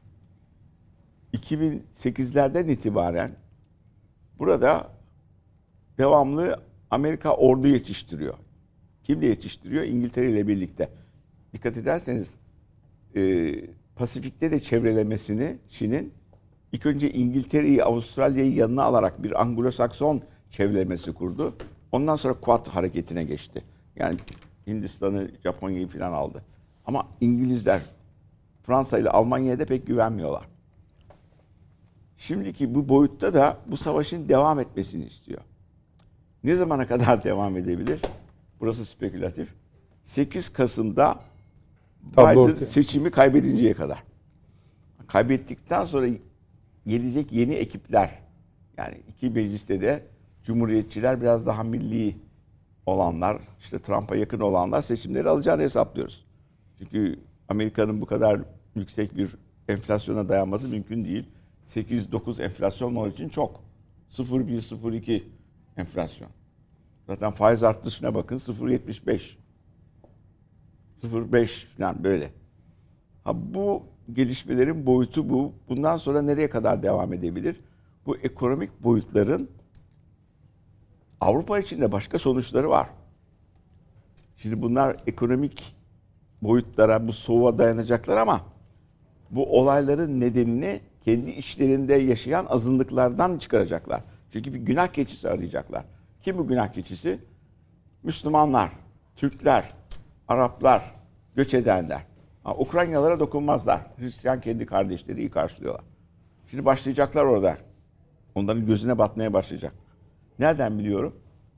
iki bin sekizlerden itibaren burada devamlı Amerika ordu yetiştiriyor. Kim de yetiştiriyor? İngiltere ile birlikte. Dikkat ederseniz e, Pasifik'te de çevrelemesini Çin'in ilk önce İngiltere'yi, Avustralya'yı yanına alarak bir Anglo-Sakson çevrelemesi kurdu. Ondan sonra Quad hareketine geçti. Yani Hindistan'ı, Japonya'yı falan aldı. Ama İngilizler Fransa ile Almanya'ya da pek güvenmiyorlar. Şimdiki bu boyutta da bu savaşın devam etmesini istiyor. Ne zamana kadar devam edebilir? Burası spekülatif. sekiz Kasım'da Biden seçimi kaybedinceye kadar. Kaybettikten sonra gelecek yeni ekipler, yani iki mecliste de Cumhuriyetçiler biraz daha milli olanlar, işte Trump'a yakın olanlar seçimleri alacağını hesaplıyoruz. Çünkü Amerika'nın bu kadar yüksek bir enflasyona dayanması mümkün değil. sekiz dokuz enflasyon onun için çok. sıfır virgül bir sıfır virgül iki enflasyon. Zaten faiz artışına bakın sıfır virgül yetmiş beş. sıfır virgül beş falan böyle. Ha, bu gelişmelerin boyutu bu. Bundan sonra nereye kadar devam edebilir? Bu ekonomik boyutların Avrupa için de başka sonuçları var. Şimdi bunlar ekonomik boyutlara, bu soğuğa dayanacaklar ama bu olayların nedenini kendi içlerinde yaşayan azınlıklardan çıkaracaklar. Çünkü bir günah keçisi arayacaklar. Kim bu günah keçisi? Müslümanlar, Türkler, Araplar, göç edenler. Ha, Ukraynalılara dokunmazlar. Hristiyan kendi kardeşleri iyi karşılıyorlar. Şimdi başlayacaklar orada. Onların gözüne batmaya başlayacak. Nereden biliyorum?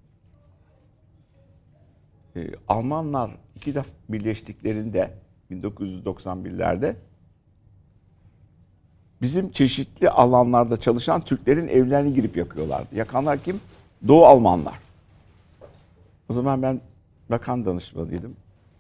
Ee, Almanlar iki defa birleştiklerinde bin dokuz yüz doksan birlerde bizim çeşitli alanlarda çalışan Türklerin evlerini girip yakıyorlardı. Yakanlar kim? Doğu Almanlar. O zaman ben bakan danışmanıydım.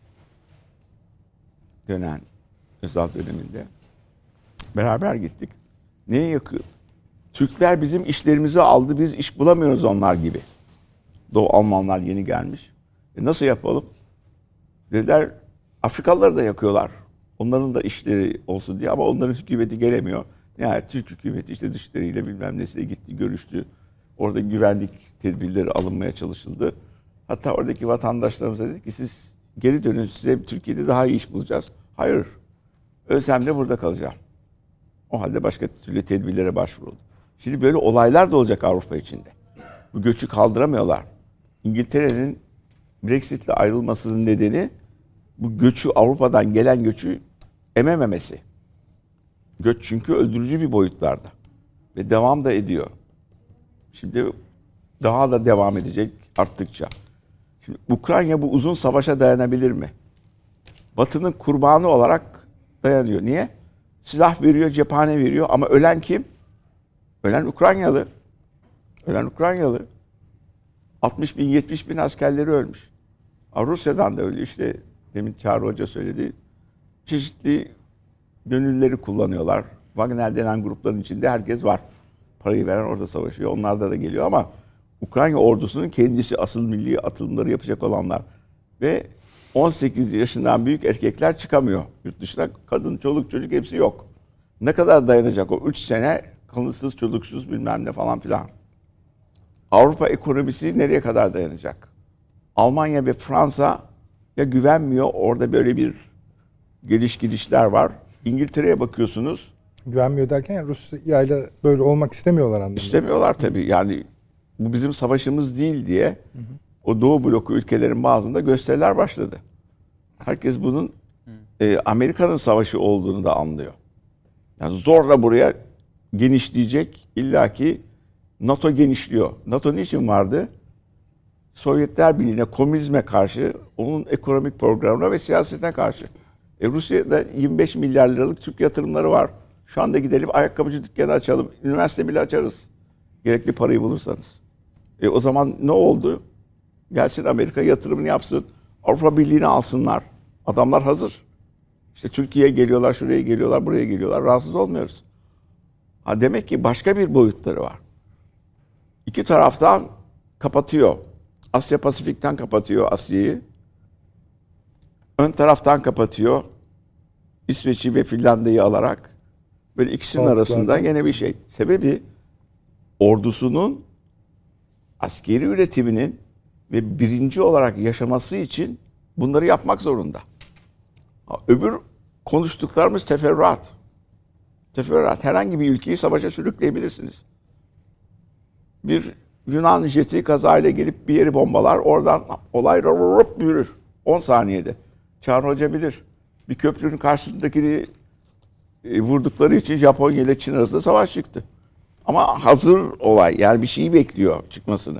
Gönen Özal döneminde. Beraber gittik. Neye yakıyor? Türkler bizim işlerimizi aldı, biz iş bulamıyoruz onlar gibi. Doğu Almanlar yeni gelmiş. E nasıl yapalım? Dediler, Afrikalıları da yakıyorlar. Onların da işleri olsun diye ama onların hükümeti gelemiyor. Yani Türk hükümeti işte dışlarıyla bilmem nesiyle gitti, görüştü. Orada güvenlik tedbirleri alınmaya çalışıldı. Hatta oradaki vatandaşlarımıza dedik ki siz geri dönün, size Türkiye'de daha iyi iş bulacağız. Hayır, ölsem de burada kalacağım. O halde başka türlü tedbirlere başvuruldu. Şimdi böyle olaylar da olacak Avrupa içinde. Bu göçü kaldıramıyorlar. İngiltere'nin Brexit'le ayrılmasının nedeni bu göçü, Avrupa'dan gelen göçü emememesi. Göç çünkü öldürücü bir boyutlarda. Ve devam da ediyor. Şimdi daha da devam edecek arttıkça. Şimdi Ukrayna bu uzun savaşa dayanabilir mi? Batı'nın kurbanı olarak dayanıyor. Niye? Silah veriyor, cephane veriyor ama ölen kim? Ölen Ukraynalı. Ölen Ukraynalı. altmış bin, yetmiş bin askerleri ölmüş. Rusya'dan da öyle işte. Demin Çağrı Hoca söyledi. Çeşitli gönülleri kullanıyorlar. Wagner denen grupların içinde herkes var. Parayı veren orada savaşıyor. Onlarda da geliyor ama Ukrayna ordusunun kendisi asıl milli atılımları yapacak olanlar. Ve on sekiz yaşından büyük erkekler çıkamıyor. Yurt dışına kadın, çoluk, çocuk hepsi yok. Ne kadar dayanacak o? Üç sene kanısız, çocuksuz bilmem ne falan filan. Avrupa ekonomisi nereye kadar dayanacak? Almanya ve Fransa'ya güvenmiyor. Orada böyle bir geliş gidişler var. İngiltere'ye bakıyorsunuz. Güvenmiyor derken yani Rusya ile böyle olmak istemiyorlar anlamında. İstemiyorlar tabii. Yani bu bizim savaşımız değil diye hı hı. o Doğu bloku ülkelerin bazında gösteriler başladı. Herkes bunun e, Amerika'nın savaşı olduğunu da anlıyor. Yani zorla buraya genişleyecek. İlla ki NATO genişliyor. NATO niçin vardı? Sovyetler Birliği'ne, komünizme karşı, onun ekonomik programına ve siyasetine karşı. E Rusya'da yirmi beş milyar liralık Türk yatırımları var. Şu anda gidelim ayakkabıcı dükkanı açalım. Üniversite bile açarız. Gerekli parayı bulursanız. E o zaman ne oldu? Gelsin Amerika yatırımını yapsın. Avrupa Birliği'ni alsınlar. Adamlar hazır. İşte Türkiye'ye geliyorlar, şuraya geliyorlar, buraya geliyorlar. Rahatsız olmuyoruz. Ha demek ki başka bir boyutları var. İki taraftan kapatıyor. Asya Pasifik'ten kapatıyor Asya'yı. Ön taraftan kapatıyor. İsveç'i ve Finlandiya'yı alarak. Böyle ikisinin arasında yine bir şey. Sebebi ordusunun askeri üretiminin ve birinci olarak yaşaması için bunları yapmak zorunda. Öbür konuştuklarımız teferruat. Teferruat. Herhangi bir ülkeyi savaşa sürükleyebilirsiniz. Bir Yunan jeti kazayla gelip bir yeri bombalar. Oradan olay rup büyür. on saniyede. Çağrı Hoca bilir. Bir köprünün karşısındakini vurdukları için Japonya ile Çin arasında savaş çıktı. Ama hazır olay. Yani bir şeyi bekliyor çıkmasını.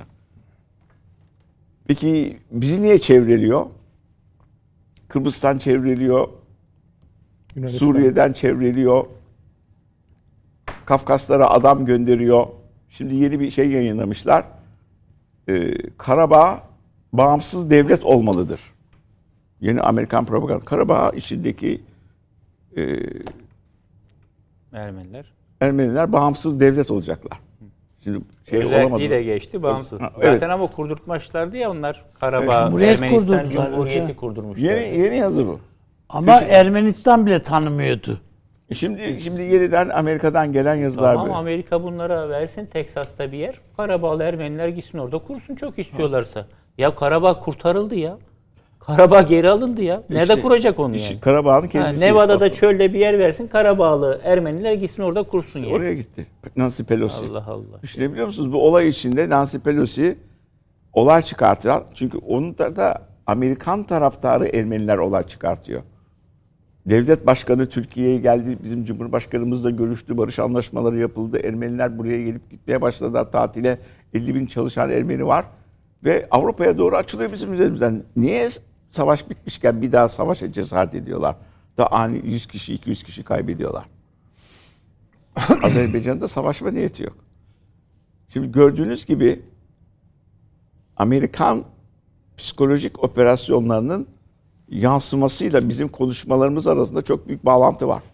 Peki bizi niye çevreliyor? Kıbrıs'tan çevreliyor. Yunanistan. Suriye'den çevreliyor. Kafkaslara adam gönderiyor. Şimdi yeni bir şey yayınlamışlar. Ee, Karabağ bağımsız devlet olmalıdır. Yeni Amerikan propaganda. Karabağ içindeki e, Ermeniler. Ermeniler bağımsız devlet olacaklar. Şimdi şey özelliği de geçti, bağımsız. Ha, evet. Zaten ama kurdurtmuşlardı ya onlar. Karabağ, Cumhuriyet Ermenistan Cumhuriyeti kurdurmuşlar. Yeni, yeni yazı bu. Ama Düşün. Ermenistan bile tanımıyordu. Şimdi şimdi yeniden Amerika'dan gelen yazılar tamam, böyle. Amerika bunlara versin Teksas'ta bir yer. Karabağlı Ermeniler gitsin orada kursun çok istiyorlarsa. Ha. Ya Karabağ kurtarıldı ya. Karabağ geri alındı ya. Nerede işte, kuracak onu yani? Karabağ'ın kendisi. Ha, Nevada'da çölde bir yer versin. Karabağlı Ermeniler gitsin orada kursun işte yani. Oraya gitti. Nancy Pelosi. Allah Allah. Düşünebiliyor musunuz? Bu olay içinde Nancy Pelosi olay çıkartılan, çünkü onun da, da Amerikan taraftarı Ermeniler olay çıkartıyor. Devlet başkanı Türkiye'ye geldi. Bizim Cumhurbaşkanımızla görüştü. Barış anlaşmaları yapıldı. Ermeniler buraya gelip gitmeye başladı. Tatile elli bin çalışan Ermeni var. Ve Avrupa'ya doğru açılıyor bizim üzerimizden. Niye savaş bitmişken bir daha savaşa cesaret ediyorlar? Da ani yüz kişi, iki yüz kişi kaybediyorlar. Azerbaycan'da savaşma niyeti yok. Şimdi gördüğünüz gibi Amerikan psikolojik operasyonlarının yansımasıyla bizim konuşmalarımız arasında çok büyük bağlantı var.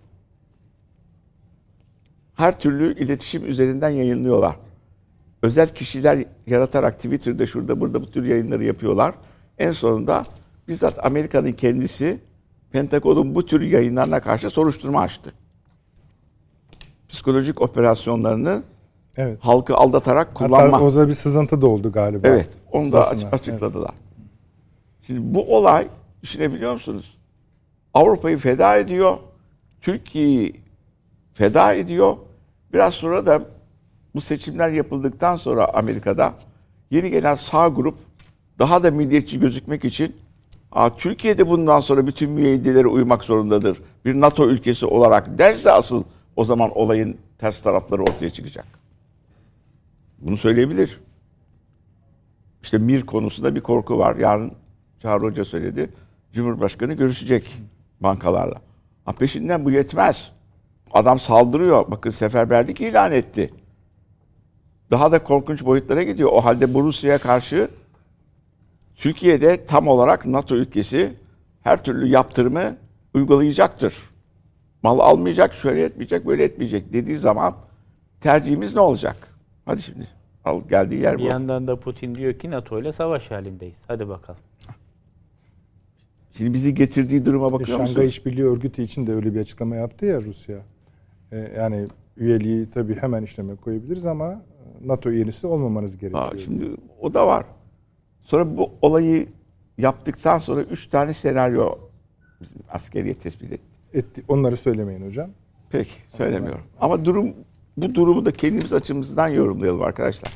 Her türlü iletişim üzerinden yayınlıyorlar. Özel kişiler yaratarak Twitter'da şurada burada bu tür yayınları yapıyorlar. En sonunda bizzat Amerika'nın kendisi Pentagon'un bu tür yayınlarına karşı soruşturma açtı. Psikolojik operasyonlarını evet. halkı aldatarak kullanma. Hatta orada bir sızıntı da oldu galiba. Evet, onu da aç- açıkladılar. Evet. Şimdi bu olay, düşünebiliyor musunuz? Avrupa'yı feda ediyor, Türkiye'yi feda ediyor. Biraz sonra da bu seçimler yapıldıktan sonra Amerika'da yeni gelen sağ grup daha da milliyetçi gözükmek için Türkiye'de bundan sonra bütün müeyyidelere uymak zorundadır. Bir NATO ülkesi olarak derse asıl o zaman olayın ters tarafları ortaya çıkacak. Bunu söyleyebilir. İşte Mir konusunda bir korku var. Yarın Çağrı Hoca söyledi. Cumhurbaşkanı görüşecek bankalarla. Ha, peşinden bu yetmez. Adam saldırıyor. Bakın seferberlik ilan etti. Daha da korkunç boyutlara gidiyor. O halde bu Rusya'ya karşı Türkiye'de tam olarak NATO ülkesi her türlü yaptırımı uygulayacaktır. Mal almayacak, şöyle etmeyecek, böyle etmeyecek dediği zaman tercihimiz ne olacak? Hadi şimdi al geldiği yer bu. Bir yandan da Putin diyor ki NATO ile savaş halindeyiz. Hadi bakalım. Şimdi bizi getirdiği duruma bakıyor Şangay musunuz? Şangay İşbirliği Örgütü için de öyle bir açıklama yaptı ya Rusya. Ee, yani üyeliği tabii hemen işleme koyabiliriz ama NATO üyesi olmamanız gerekiyor. Aa, şimdi o da var. Sonra bu olayı yaptıktan sonra üç tane senaryo bizim askeriye tespit etti. etti. Onları söylemeyin hocam. Peki, söylemiyorum. Ama durum bu durumu da kendimiz açımızdan yorumlayalım arkadaşlar.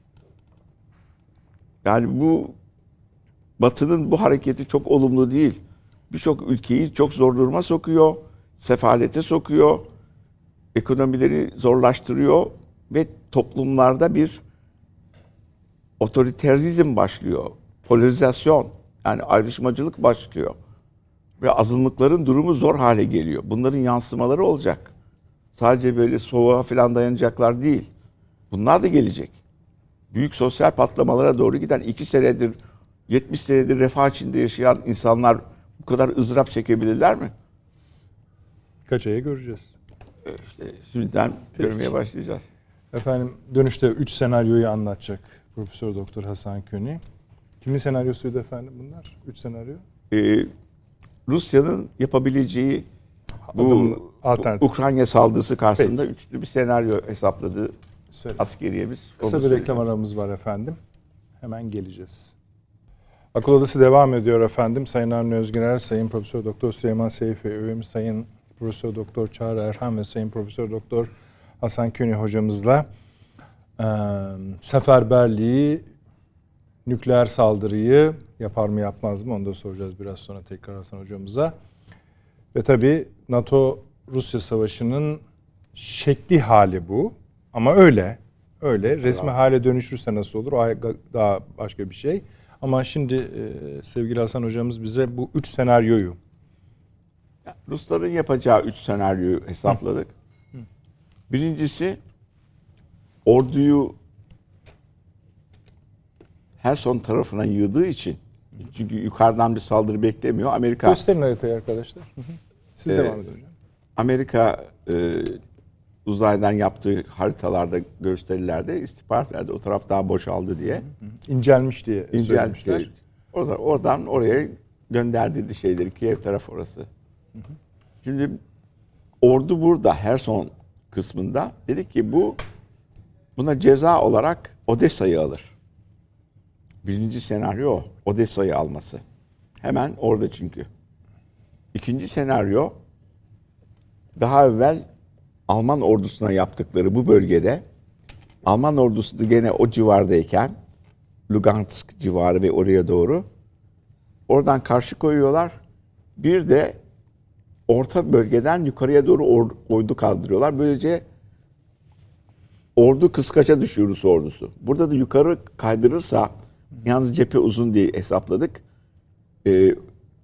Yani bu Batı'nın bu hareketi çok olumlu değil. Birçok ülkeyi çok zor duruma sokuyor, sefalete sokuyor, ekonomileri zorlaştırıyor ve toplumlarda bir otoriterizm başlıyor, polarizasyon, yani ayrışmacılık başlıyor ve azınlıkların durumu zor hale geliyor. Bunların yansımaları olacak. Sadece böyle soğuğa falan dayanacaklar değil. Bunlar da gelecek. Büyük sosyal patlamalara doğru giden iki senedir, yetmiş senedir refah içinde yaşayan insanlar bu kadar ızdırap çekebilirler mi? Kaç aya göreceğiz. İşte şimdiden görmeye başlayacağız. Efendim dönüşte üç senaryoyu anlatacak Profesör Doktor Hasan Köni. Kimin senaryosuydu efendim bunlar? Üç senaryo. Ee, Rusya'nın yapabileceği bu Adım, alternatif. Ukrayna saldırısı karşısında Peki. üçlü bir senaryo hesapladı Söyle. askeriyemiz. Kısa bir reklam aramız var efendim. Hemen geleceğiz. Akıl Odası devam ediyor efendim. Sayın Avni Özgüner, Sayın Profesör Doktor Süleyman Seyfi Öğüm, Sayın Profesör Doktor Çağrı Erhan ve Sayın Profesör Doktor Hasan Köni hocamızla e, seferberliği, nükleer saldırıyı yapar mı yapmaz mı onu da soracağız biraz sonra tekrar Hasan hocamıza. Ve tabii NATO-Rusya savaşının şekli hali bu. Ama öyle. Öyle. Resmi hale dönüşürse nasıl olur? O daha başka bir şey. Ama şimdi e, sevgili Hasan hocamız bize bu üç senaryoyu. Rusların yapacağı üç senaryoyu hesapladık. Hı. Hı. Birincisi orduyu Herson tarafına yığdığı için, çünkü yukarıdan bir saldırı beklemiyor. Amerika. Gösterin haritayı arkadaşlar. Hı hı. Siz e, devam edin hocam. Amerika e, uzaydan yaptığı haritalarda, gösterilerde istihbarat verdi. O taraf daha boşaldı diye. Hı hı. İncelmiş diye İncelmiş söylemişler. Diye. Oradan, oradan oraya gönderdiği şeyleri. Kiev tarafı orası. Hı hı. Şimdi ordu burada Herson kısmında dedik ki bu buna ceza olarak Odessa'yı alır. Birinci senaryo o. Odessa'yı alması. Hemen orada çünkü. İkinci senaryo daha evvel Alman ordusuna yaptıkları bu bölgede Alman ordusu da gene o civardayken Lugansk civarı ve oraya doğru oradan karşı koyuyorlar. Bir de orta bölgeden yukarıya doğru or- ordu kaldırıyorlar. Böylece ordu kıskaça düşüyor Rus ordusu. Burada da yukarı kaydırırsa yalnız cephe uzun diye hesapladık. Ee,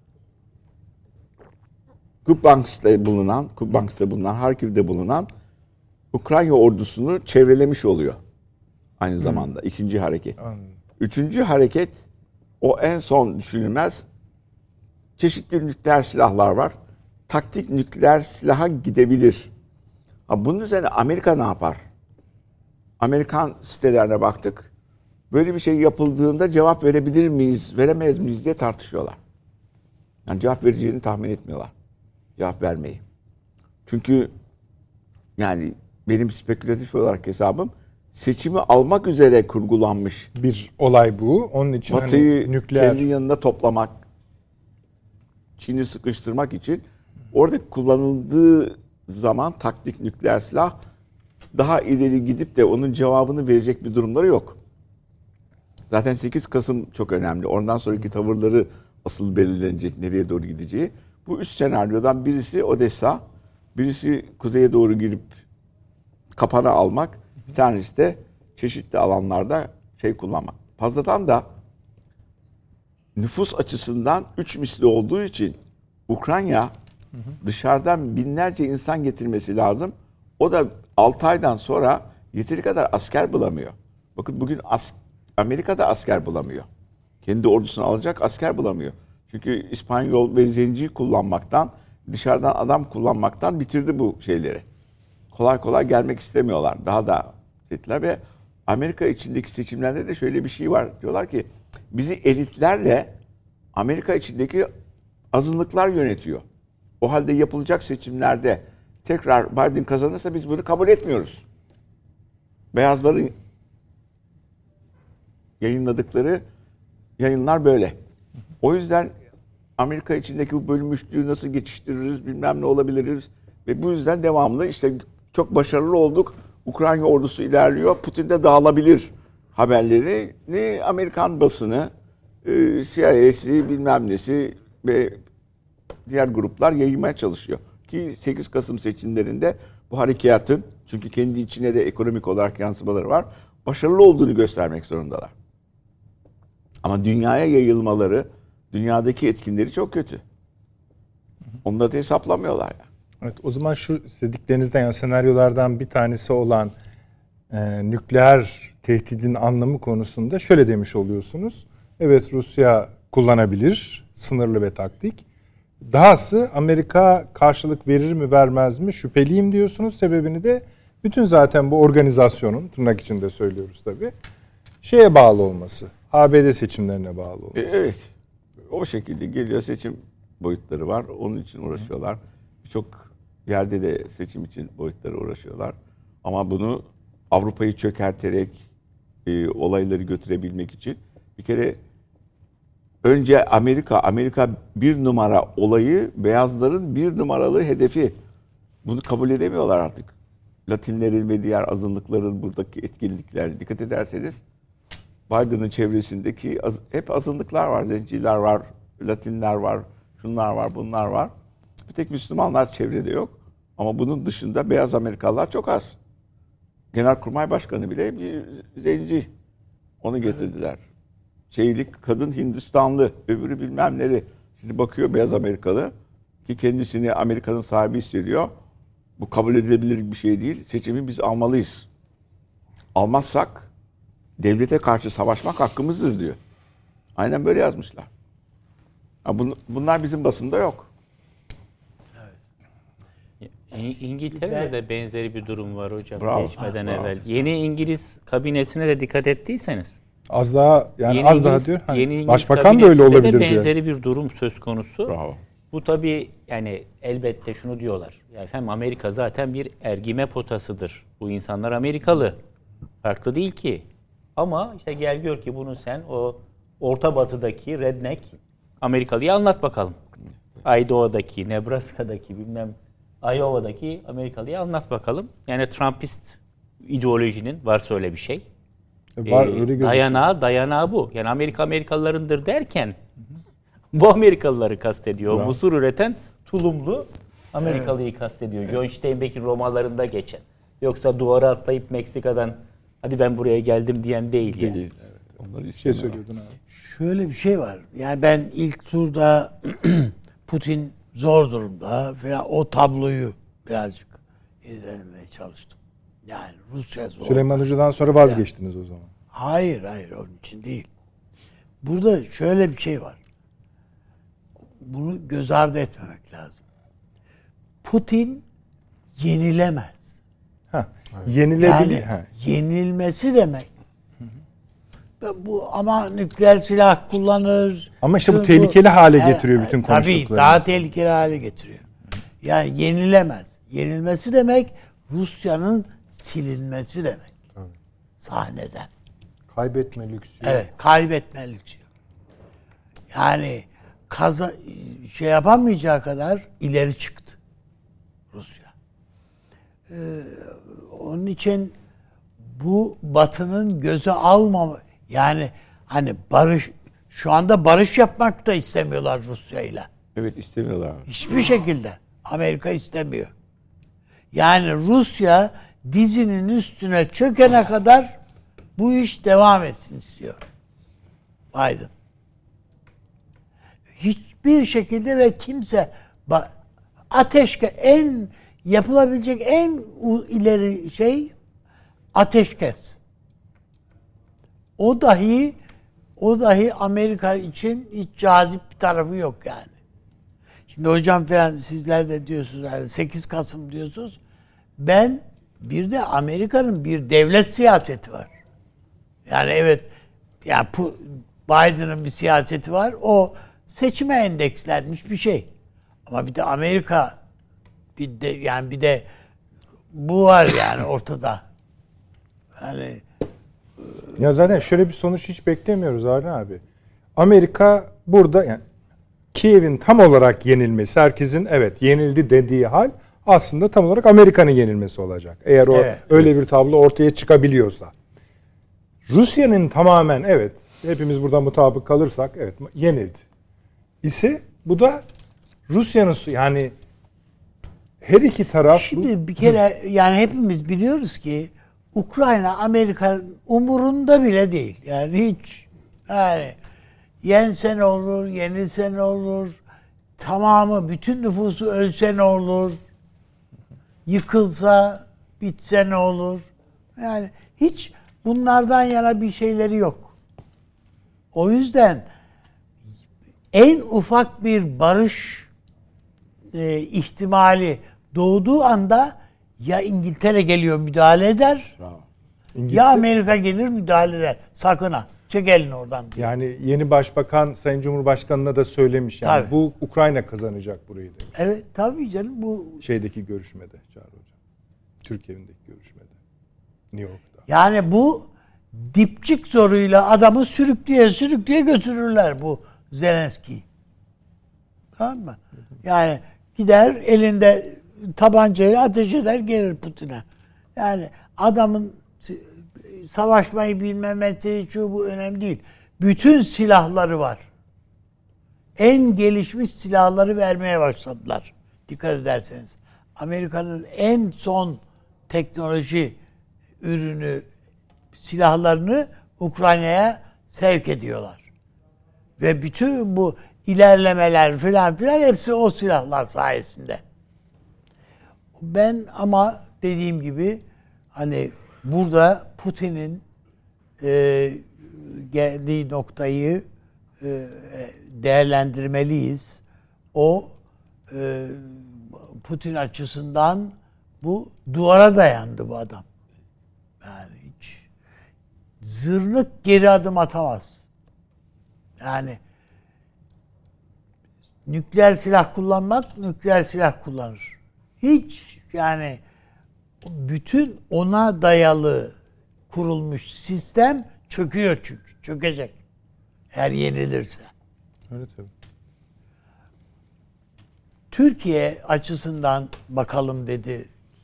Kupiansk'ta bulunan, Kupiansk'ta bulunan, Harkiv'de bulunan Ukrayna ordusunu çevrelemiş oluyor. Aynı zamanda hmm. ikinci hareket. Hmm. Üçüncü hareket o en son düşünülmez. Çeşitli nükleer silahlar var. Taktik nükleer silaha gidebilir. Ha, bunun üzerine Amerika ne yapar? Amerikan sitelerine baktık. Böyle bir şey yapıldığında cevap verebilir miyiz, veremeyiz miyiz diye tartışıyorlar. Yani cevap vereceğini tahmin etmiyorlar. Cevap vermeyi. Çünkü yani benim spekülatif olarak hesabım seçimi almak üzere kurgulanmış bir olay bu. Onun için Batı'yı hani nükleer kendi yanında toplamak, Çin'i sıkıştırmak için orada kullanıldığı zaman taktik nükleer silah daha ileri gidip de onun cevabını verecek bir durumları yok. Zaten sekiz Kasım çok önemli. Ondan sonraki tavırları asıl belirlenecek, nereye doğru gideceği. Bu üç senaryodan birisi Odessa, birisi kuzeye doğru girip kapana almak, bir tanesi de çeşitli alanlarda şey kullanmak. Fazladan da nüfus açısından üç misli olduğu için Ukrayna dışarıdan binlerce insan getirmesi lazım. O da altı aydan sonra yeteri kadar asker bulamıyor. Bakın bugün as- Amerika'da asker bulamıyor. Kendi ordusunu alacak asker bulamıyor. Çünkü İspanyol ve zenci kullanmaktan, dışarıdan adam kullanmaktan bitirdi bu şeyleri. Kolay kolay gelmek istemiyorlar. Daha da dediler ve Amerika içindeki seçimlerde de şöyle bir şey var. Diyorlar ki bizi elitlerle Amerika içindeki azınlıklar yönetiyor. O halde yapılacak seçimlerde tekrar Biden kazanırsa biz bunu kabul etmiyoruz. Beyazların yayınladıkları yayınlar böyle. O yüzden Amerika içindeki bu bölünmüşlüğü nasıl geçiştiririz, bilmem ne olabiliriz. Ve bu yüzden devamlı işte çok başarılı olduk. Ukrayna ordusu ilerliyor, Putin de dağılabilir haberlerini Amerikan basını, C I A'si bilmem nesi ve diğer gruplar yayılmaya çalışıyor. Ki sekiz Kasım seçimlerinde bu harekatın, çünkü kendi içine de ekonomik olarak yansımaları var, başarılı olduğunu göstermek zorundalar. Ama dünyaya yayılmaları, dünyadaki etkinleri çok kötü. Onları da hesaplamıyorlar ya. Evet, o zaman şu dediklerinizden, yani senaryolardan bir tanesi olan e, nükleer tehdidin anlamı konusunda şöyle demiş oluyorsunuz. Evet, Rusya kullanabilir, sınırlı ve taktik. Dahası Amerika karşılık verir mi vermez mi şüpheliyim diyorsunuz. Sebebini de bütün zaten bu organizasyonun, tırnak içinde söylüyoruz tabii, şeye bağlı olması. A B D seçimlerine bağlı olması. E, evet. O şekilde geliyor, seçim boyutları var. Onun için uğraşıyorlar. Birçok yerde de seçim için boyutları uğraşıyorlar. Ama bunu Avrupa'yı çökerterek e, olayları götürebilmek için bir kere önce Amerika, Amerika bir numara olayı, beyazların bir numaralı hedefi. Bunu kabul edemiyorlar artık. Latinlerin ve diğer azınlıkların buradaki etkinliklerine dikkat ederseniz Biden'ın çevresindeki az, hep azınlıklar var. Zenciler var, Latinler var, şunlar var, bunlar var. Bir tek Müslümanlar çevrede yok. Ama bunun dışında beyaz Amerikalılar çok az. Genelkurmay Başkanı bile bir zenci. Onu getirdiler. Şeylik kadın Hindistanlı, öbürü bilmem neri. Şimdi bakıyor beyaz Amerikalı ki kendisini Amerika'nın sahibi hissediyor. Bu kabul edilebilir bir şey değil. Seçimi biz almalıyız. Almazsak devlete karşı savaşmak hakkımızdır diyor. Aynen böyle yazmışlar. Bunlar bizim basında yok. İngiltere'de de benzeri bir durum var hocam. Bravo. Geçmeden Ha, bravo. evvel. Yeni İngiliz kabinesine de dikkat ettiyseniz. Az daha yani Yeni az İngiliz, daha diyor. Hani yeni İngiliz başbakan da öyle kabinesinde olabilir de diyor. benzeri bir durum söz konusu. Bravo. Bu tabii yani elbette şunu diyorlar. Ya efendim Amerika zaten bir ergime potasıdır. Bu insanlar Amerikalı. Farklı değil ki. Ama işte gel gör ki bunu sen o Orta Batı'daki redneck Amerikalı'ya anlat bakalım. Idaho'daki, Nebraska'daki bilmem Iowa'daki Amerikalı'ya anlat bakalım. Yani Trumpist ideolojinin varsa öyle bir şey. Var, Ee, öyle gözüküyor. dayanağı, dayanağı bu. Yani Amerika Amerikalılarındır derken bu Amerikalıları kastediyor. Bravo. Mısır üreten tulumlu Amerikalıyı kastediyor. John Steinbeck'in romalarında geçen. Yoksa duvara atlayıp Meksika'dan hadi ben buraya geldim diyen değil yani. Değil. Evet. Onları Bir şey istemiyorlar. söylüyordun abi. Şöyle bir şey var. Yani ben ilk turda Putin zor durumda falan o tabloyu birazcık irdelemeye çalıştım. Yani Rusya zor. Süleyman Hoca'dan sonra vazgeçtiniz o zaman. Hayır hayır onun için değil. Burada şöyle bir şey var. Bunu göz ardı etmemek lazım. Putin yenilemez. Ha, yenilebilir. Yani Ha. yenilmesi demek. Bu ama nükleer silah kullanır. Ama işte bu şu, tehlikeli hale getiriyor bütün Tabii konuştuklarımız. daha tehlikeli hale getiriyor. Yani yenilemez. Yenilmesi demek Rusya'nın silinmesi demek. Tabii. Sahneden. Kaybetme lüksü. Evet, kaybetme lüksü. Yani kaza, şey yapamayacağı kadar ileri çıktı Rusya. Ee, onun için bu Batı'nın göze almama, yani hani barış, şu anda barış yapmak da istemiyorlar Rusya'yla. Evet, istemiyorlar. Hiçbir şekilde. Amerika istemiyor. Yani Rusya dizinin üstüne çökene kadar bu iş devam etsin istiyor Biden. Hiçbir şekilde ve kimse ateşke en yapılabilecek en ileri şey ateşkes. O dahi o dahi Amerika için hiç cazip bir tarafı yok yani. Şimdi hocam falan sizler de diyorsunuz yani sekiz Kasım diyorsunuz. Ben bir de Amerika'nın bir devlet siyaseti var. Yani evet yani Biden'ın bir siyaseti var. O seçime endekslenmiş bir şey. Ama bir de Amerika bir de yani bir de bu var yani ortada. Yani Ya zaten şöyle bir sonuç hiç beklemiyoruz Arne abi. Amerika burada yani Kiev'in tam olarak yenilmesi, herkesin evet yenildi dediği hal aslında tam olarak Amerika'nın yenilmesi olacak. Eğer o Evet. öyle bir tablo ortaya çıkabiliyorsa. Rusya'nın tamamen evet hepimiz burada mutabık kalırsak evet yenildi. İse bu da Rusya'nın yani her iki taraf Şimdi bir kere yani hepimiz biliyoruz ki Ukrayna Amerika umurunda bile değil. Yani hiç yani yense ne olur, yenilse ne olur, tamamı bütün nüfusu ölse ne olur, yıkılsa bitse ne olur. Yani hiç bunlardan yana bir şeyleri yok. O yüzden en ufak bir barış e, ihtimali doğduğu anda ya İngiltere geliyor müdahale eder, Bravo. İngiltere, ya Amerika gelir müdahale eder. Sakın ha, çek elini oradan diye. yani yeni başbakan Sayın Cumhurbaşkanı'na da söylemiş yani Tabii. bu Ukrayna kazanacak burayı demiş. Evet tabii canım bu Şeydeki görüşmede Çağrı Hocam. Türkiye'deki görüşmede. New York'ta. yani bu dipçik zoruyla adamı sürükleye sürükleye götürürler bu Zelenski'yi. Tamam mı? Yani gider elinde tabancayla ateş eder gelir Putin'e. Yani adamın savaşmayı bilmemesi şu bu önemli değil. Bütün silahları var. En gelişmiş silahları vermeye başladılar. Dikkat ederseniz. Amerika'nın en son teknoloji ürünü silahlarını Ukrayna'ya sevk ediyorlar. Ve bütün bu ilerlemeler filan filan hepsi o silahlar sayesinde. Ben ama dediğim gibi hani burada Putin'in e, geldiği noktayı e, değerlendirmeliyiz. O e, Putin açısından bu duvara dayandı bu adam. Yani hiç zırnık geri adım atamaz. Yani nükleer silah kullanmak, nükleer silah kullanır. Hiç yani bütün ona dayalı kurulmuş sistem çöküyor çünkü. Çökecek. Eğer yenilirse. Öyle tabii. Türkiye açısından bakalım dedi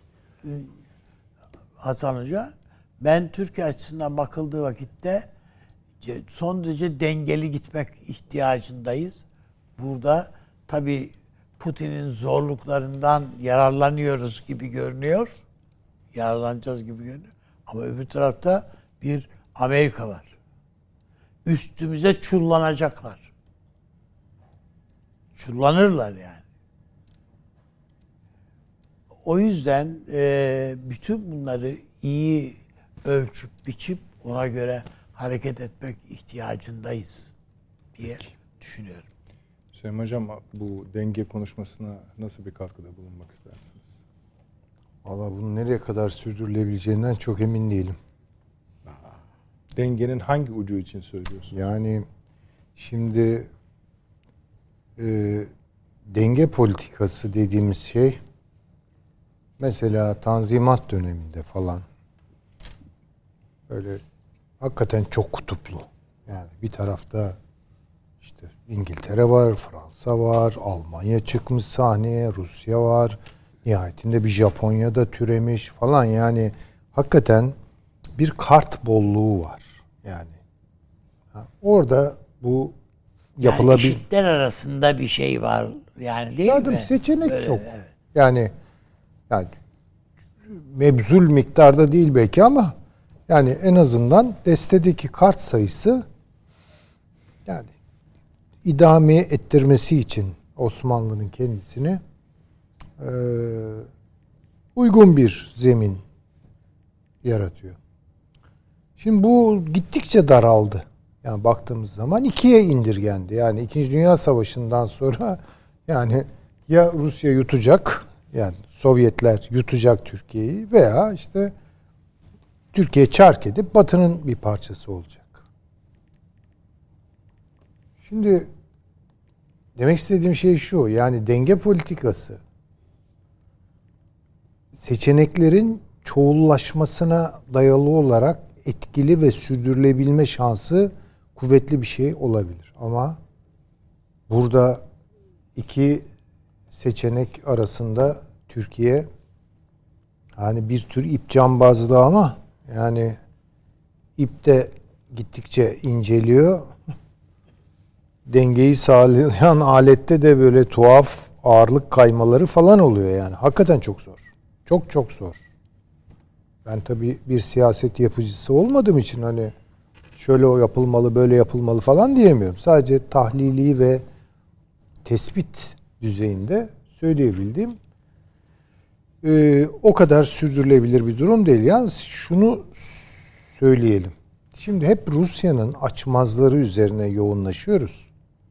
Hasan Hoca. Ben Türkiye açısından bakıldığı vakitte son derece dengeli gitmek ihtiyacındayız. Burada tabii Putin'in zorluklarından yararlanıyoruz gibi görünüyor. Yararlanacağız gibi görünüyor. Ama öbür tarafta bir Amerika var. Üstümüze çullanacaklar. Çullanırlar yani. O yüzden e, bütün bunları iyi ölçüp biçip ona göre hareket etmek ihtiyacındayız diye düşünüyorum. Hüseyin Hocam bu denge konuşmasına nasıl bir katkıda bulunmak istersiniz? Valla bunun nereye kadar sürdürülebileceğinden çok emin değilim. Dengenin hangi ucu için söylüyorsun? Yani şimdi e, denge politikası dediğimiz şey mesela Tanzimat döneminde falan böyle hakikaten çok kutuplu. Yani bir tarafta işte İngiltere var, Fransa var, Almanya çıkmış sahneye, Rusya var. Nihayetinde bir Japonya da türemiş falan. Yani hakikaten bir kart bolluğu var. Yani orada bu yapılabilir. Yani eşitler arasında bir şey var yani değil Zaten mi? seçenek Böyle, çok. evet. Yani yani mebzul miktarda değil belki ama yani en azından destedeki kart sayısı yani idame ettirmesi için Osmanlı'nın kendisini e, uygun bir zemin yaratıyor. Şimdi bu gittikçe daraldı. Yani baktığımız zaman ikiye indirgendi. Yani İkinci Dünya Savaşı'ndan sonra yani ya Rusya yutacak, yani Sovyetler yutacak Türkiye'yi veya işte Türkiye çark edip Batı'nın bir parçası olacak. Şimdi demek istediğim şey şu, yani denge politikası seçeneklerin çoğullaşmasına dayalı olarak etkili ve sürdürülebilme şansı kuvvetli bir şey olabilir. Ama burada iki seçenek arasında Türkiye hani bir tür ip cambazlığı ama yani ip de gittikçe inceliyor. Dengeyi sağlayan alette de böyle tuhaf ağırlık kaymaları falan oluyor yani. Hakikaten çok zor. Çok çok zor. Ben tabii bir siyaset yapıcısı olmadığım için hani şöyle o yapılmalı, böyle yapılmalı falan diyemiyorum. Sadece tahlili ve tespit düzeyinde söyleyebildiğim e, o kadar sürdürülebilir bir durum değil. Yalnız şunu söyleyelim. Şimdi hep Rusya'nın açmazları üzerine yoğunlaşıyoruz.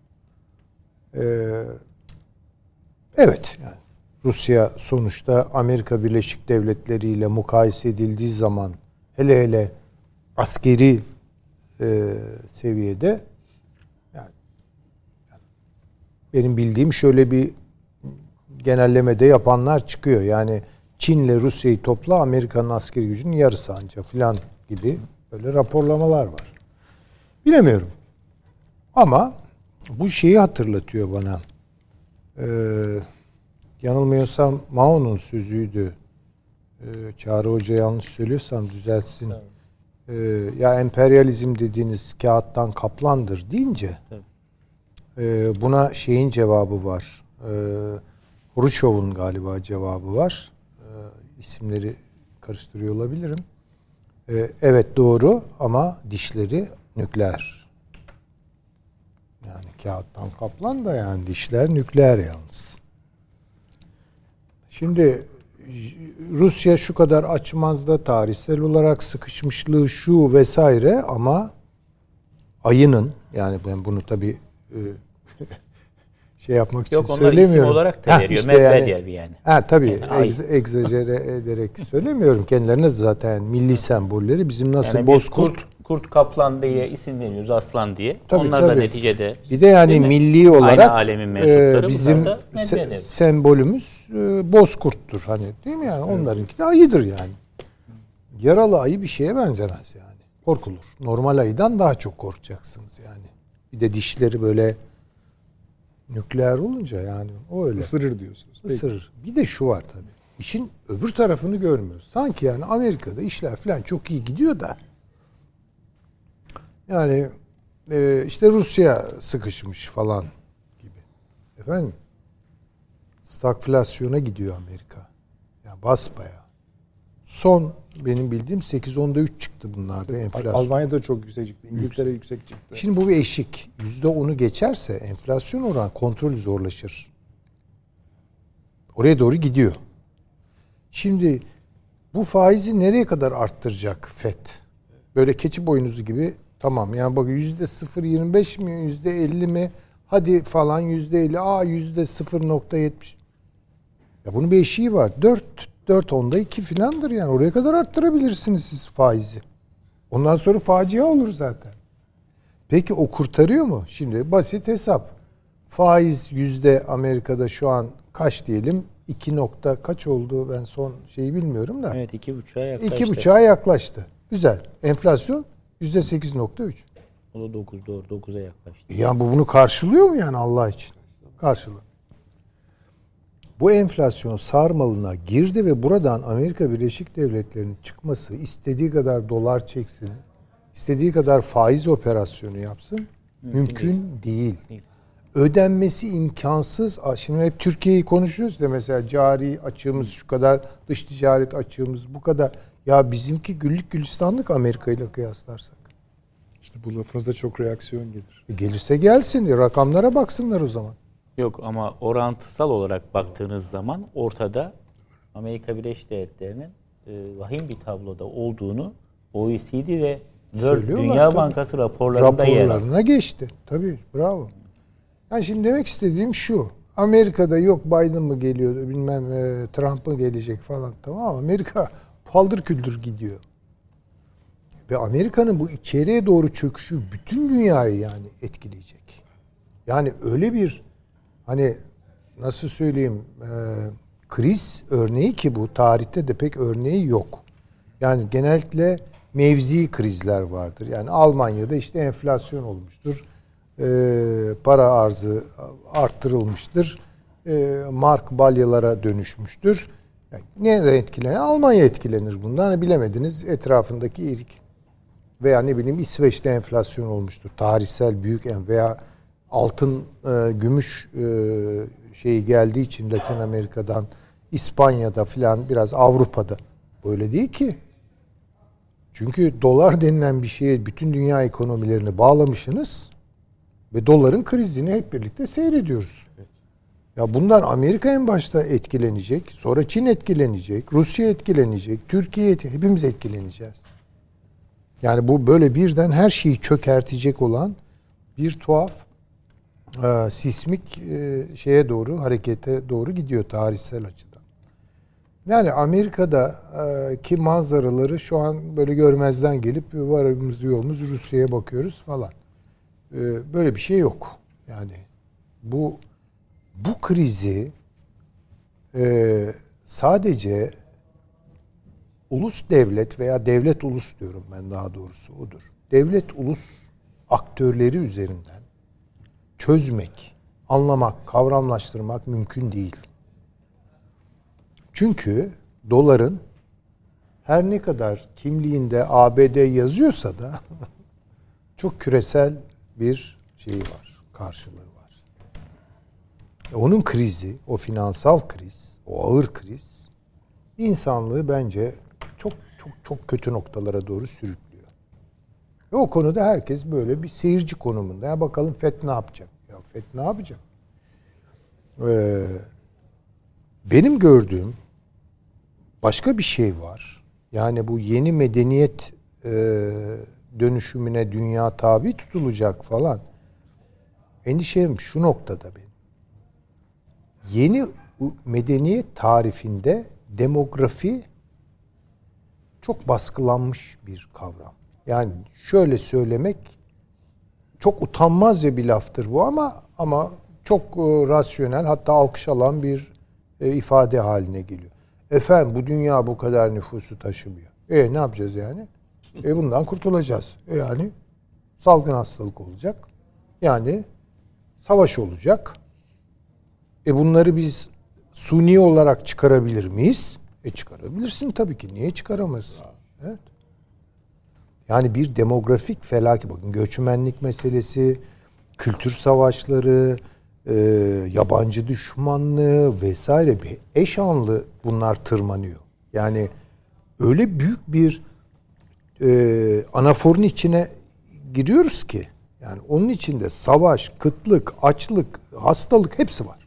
Ee, evet, yani Rusya sonuçta Amerika Birleşik Devletleri ile mukayese edildiği zaman hele hele askeri e, seviyede yani, yani benim bildiğim şöyle bir genellemede yapanlar çıkıyor. Yani Çin'le Rusya'yı topla Amerika'nın askeri gücünün yarısı anca filan gibi böyle raporlamalar var. Bilemiyorum. Ama bu şeyi hatırlatıyor bana. Ee, yanılmıyorsam Mao'nun sözüydü. Ee, Çağrı Hoca yanlış söylüyorsam düzeltsin. Ee, ya emperyalizm dediğiniz kağıttan kaplandır deyince e, buna şeyin cevabı var. Ee, Hruçov'un galiba cevabı var. Ee, isimleri karıştırıyor olabilirim. Ee, evet doğru ama dişleri nükleer. Yani kağıttan kaplan da yani dişler nükleer yalnız. Şimdi Rusya şu kadar açmazda tarihsel olarak sıkışmışlığı şu vesaire ama ayının yani ben bunu tabii e, şey yapmak için Yok, söylemiyorum. Yok onlar isim olarak da ha, veriyor. işte Medvedev yani, yani. Ha tabii yani egz, egzajere ederek söylemiyorum. Kendilerine zaten milli sembolleri bizim nasıl yani bozkurt kurt, kurt kaplan diye isim veriyoruz, aslan diye. Tabii, onlar tabii. da neticede bir de yani milli olarak aynı alemin mensupları, e, bizim bunlar da se, Medvedev. sembolümüz e, bozkurttur hani değil mi yani? Onlarınki de ayıdır yani. Yaralı ayı bir şeye benzemez yani. Korkulur. Normal ayıdan daha çok korkacaksınız yani. Bir de dişleri böyle nükleer olunca yani o öyle. Isırır diyorsunuz. Peki. Isırır. Bir de şu var tabii. İşin öbür tarafını görmüyoruz. Sanki yani Amerika'da işler falan çok iyi gidiyor da yani e, işte Rusya sıkışmış falan gibi. Efendim stagflasyona gidiyor Amerika. Yani basbayağı. Son benim bildiğim sekiz onda üç çıktı bunlarda enflasyon. Almanya'da çok yüksek çıktı. İngiltere yüksek çıktı. Şimdi bu bir eşik. yüzde onu geçerse enflasyon oranı kontrolü zorlaşır. Oraya doğru gidiyor. Şimdi bu faizi nereye kadar arttıracak F E D? Böyle keçi boynuzu gibi tamam yani bak yüzde sıfır virgül yirmi beş mi yüzde elli mi hadi falan yüzde elli aa yüzde sıfır nokta yetmiş. Ya bunun bir eşiği var. dört dört onda iki filandır yani oraya kadar arttırabilirsiniz siz faizi. Ondan sonra facia olur zaten. Peki o kurtarıyor mu? Şimdi basit hesap. Faiz yüzde Amerika'da şu an kaç diyelim? iki nokta kaç oldu ben son şeyi bilmiyorum da. Evet iki buçuğa yaklaştı. iki buçuğa yaklaştı. Güzel. Enflasyon yüzde sekiz nokta üç. O da dokuz doğru dokuza yaklaştı. Yani bu bunu karşılıyor mu yani Allah için? Karşılıyor. Bu enflasyon sarmalına girdi ve buradan Amerika Birleşik Devletleri'nin çıkması istediği kadar dolar çeksin, istediği kadar faiz operasyonu yapsın mümkün, mümkün değil. değil. değil. Ödenmesi imkansız. Şimdi hep Türkiye'yi konuşuyoruz da mesela cari açığımız şu kadar, dış ticaret açığımız bu kadar. Ya bizimki güllük gülistanlık Amerika ile kıyaslarsak. İşte bu lafınızda çok reaksiyon gelir. E gelirse gelsin. Rakamlara baksınlar o zaman. Yok ama orantısal olarak baktığınız zaman ortada Amerika Birleşik Devletleri'nin e, vahim bir tabloda olduğunu O E C D ve World Dünya tabii. Bankası raporlarında yer Raporlarına geçti. Tabii bravo. Yani şimdi demek istediğim şu. Amerika'da yok Biden mı geliyor bilmem e, Trump mı gelecek falan tamam Amerika paldır küldür gidiyor. Ve Amerika'nın bu içeriye doğru çöküşü bütün dünyayı yani etkileyecek. Yani öyle bir hani nasıl söyleyeyim e, kriz örneği ki bu tarihte de pek örneği yok. Yani genellikle mevzi krizler vardır. Yani Almanya'da işte enflasyon olmuştur. E, para arzı arttırılmıştır. E, mark balyalara dönüşmüştür. Yani nerede etkilenir? Almanya etkilenir bundan. Hani bilemediniz etrafındaki ilk veya ne bileyim İsveç'te enflasyon olmuştur. Tarihsel büyük en veya altın, e, gümüş e, şeyi geldiği için Latin Amerika'dan İspanya'da filan biraz Avrupa'da böyle değil ki. Çünkü dolar denilen bir şeye bütün dünya ekonomilerini bağlamışsınız ve doların krizini hep birlikte seyrediyoruz. Evet. Ya bundan Amerika en başta etkilenecek, sonra Çin etkilenecek, Rusya etkilenecek, Türkiye etkilenecek, hepimiz etkileneceğiz. Yani bu böyle birden her şeyi çökertecek olan bir tuhaf e, sismik e, şeye doğru, harekete doğru gidiyor tarihsel açıdan. Yani Amerika'da e, ki manzaraları şu an böyle görmezden gelip varımız yolumuz Rusya'ya bakıyoruz falan. E, böyle bir şey yok. Yani bu bu krizi e, sadece ulus devlet veya devlet ulus diyorum ben, daha doğrusu odur. Devlet ulus aktörleri üzerinden çözmek, anlamak, kavramlaştırmak mümkün değil. Çünkü doların her ne kadar kimliğinde A B D yazıyorsa da çok küresel bir şeyi var, karşılığı var. Onun krizi, o finansal kriz, o ağır kriz insanlığı bence çok çok çok kötü noktalara doğru sürüklüyor. Ve o konuda herkes böyle bir seyirci konumunda. Ya bakalım F E D ne yapacak? Ya F E D ne yapacak? Ee, benim gördüğüm başka bir şey var. Yani bu yeni medeniyet e, dönüşümüne dünya tabi tutulacak falan. Endişem şu noktada benim. Yeni medeniyet tarifinde demografi çok baskılanmış bir kavram. Yani şöyle söylemek çok utanmazca bir laftır bu ama ama çok e, rasyonel, hatta alkış alan bir e, ifade haline geliyor. Efendim bu dünya bu kadar nüfusu taşımıyor. E ne yapacağız yani? E bundan kurtulacağız. E yani salgın hastalık olacak. Yani savaş olacak. E bunları biz suni olarak çıkarabilir miyiz? E çıkarabilirsin tabii ki. Niye çıkaramazsın? Evet. Yani bir demografik felaket. Bakın göçmenlik meselesi, kültür savaşları, e, yabancı düşmanlığı vesaire bir eşanlı bunlar tırmanıyor. Yani öyle büyük bir e, anaforun içine giriyoruz ki yani onun içinde savaş, kıtlık, açlık, hastalık hepsi var.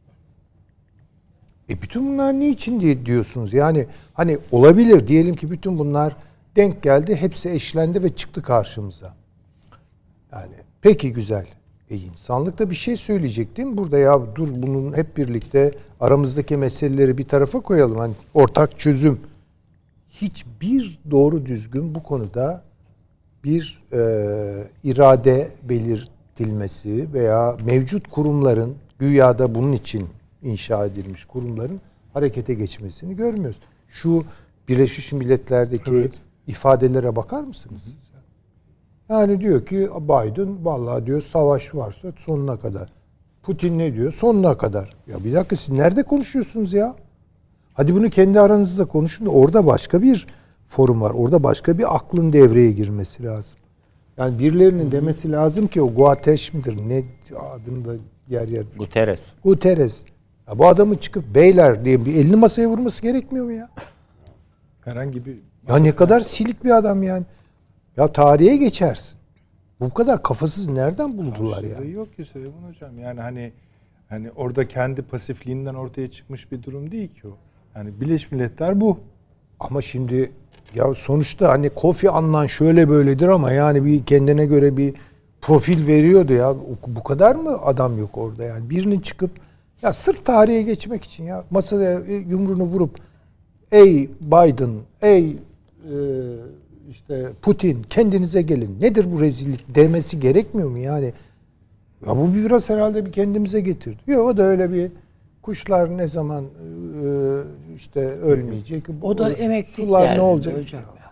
E bütün bunlar niçin diye diyorsunuz? Yani hani olabilir diyelim ki bütün bunlar denk geldi, hepsi eşlendi ve çıktı karşımıza. Yani peki güzel. E insanlık da bir şey söyleyecek değil mi burada? Ya dur bunun hep birlikte aramızdaki meseleleri bir tarafa koyalım. Hani ortak çözüm. Hiçbir doğru düzgün bu konuda bir e, irade belirtilmesi veya mevcut kurumların güya da bunun için inşa edilmiş kurumların harekete geçmesini görmüyoruz. Şu Birleşmiş Milletler'deki evet. ifadelere bakar mısınız? Yani diyor ki Biden vallahi diyor savaş varsa sonuna kadar. Putin ne diyor? Sonuna kadar. Ya bir dakika siz nerede konuşuyorsunuz ya? Hadi bunu kendi aranızda konuşun da orada başka bir forum var. Orada başka bir aklın devreye girmesi lazım. Yani birilerinin demesi lazım ki o Guterres midir? Ne adını da yer yer. Guterres. Guterres. Ya bu adamın çıkıp beyler diye bir elini masaya vurması gerekmiyor mu ya? Herhangi bir... Ya ne kadar silik bir adam yani. Ya tarihe geçersin. Bu kadar kafasız nereden buldular ya? Yani? Yok ki Süleyman Hocam. Yani hani hani orada kendi pasifliğinden ortaya çıkmış bir durum değil ki o. Yani Birleşmiş Milletler bu. Ama şimdi ya sonuçta hani Kofi Annan şöyle böyledir ama yani bir kendine göre bir profil veriyordu ya. Bu kadar mı adam yok orada yani? Birinin çıkıp ya sırf tarihe geçmek için ya masaya yumruğunu vurup ey Biden, ey e, işte Putin kendinize gelin. Nedir bu rezillik demesi gerekmiyor mu yani? Ya bu biraz herhalde bir kendimize getirdi. Yok o da öyle bir kuşlar ne zaman e, işte ölmeyecek. O da emeklilik sular ne olacak? Hocam.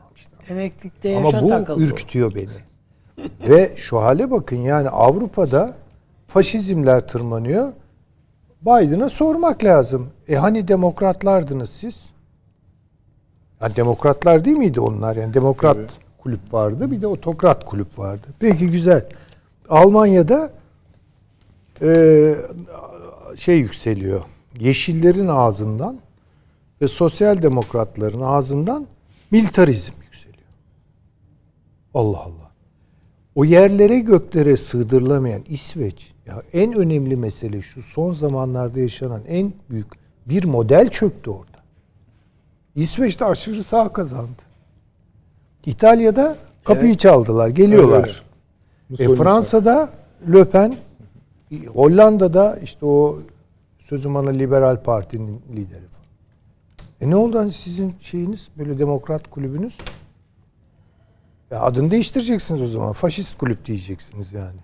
Emeklilikte yaşa Ama bu takıldı. ürkütüyor beni. Ve şu hale bakın, yani Avrupa'da faşizmler tırmanıyor. Biden'a sormak lazım. E hani demokratlardınız siz? Yani demokratlar değil miydi onlar? Yani demokrat evet. kulüp vardı, bir de otokrat kulüp vardı. Peki, güzel. Almanya'da e, şey yükseliyor. Yeşillerin ağzından ve sosyal demokratların ağzından militarizm yükseliyor. Allah Allah. O yerlere göklere sığdırılamayan İsveç, ya en önemli mesele şu, son zamanlarda yaşanan en büyük bir model çöktü orada. İsveç'te aşırı sağ kazandı. İtalya'da kapıyı evet. çaldılar, geliyorlar. Evet, evet. E, Fransa'da Le Pen, Hollanda'da işte o sözüm bana Liberal Parti'nin lideri falan. E ne oldu hani sizin şeyiniz, böyle demokrat kulübünüz? Ya adını değiştireceksiniz o zaman. Faşist kulüp diyeceksiniz yani.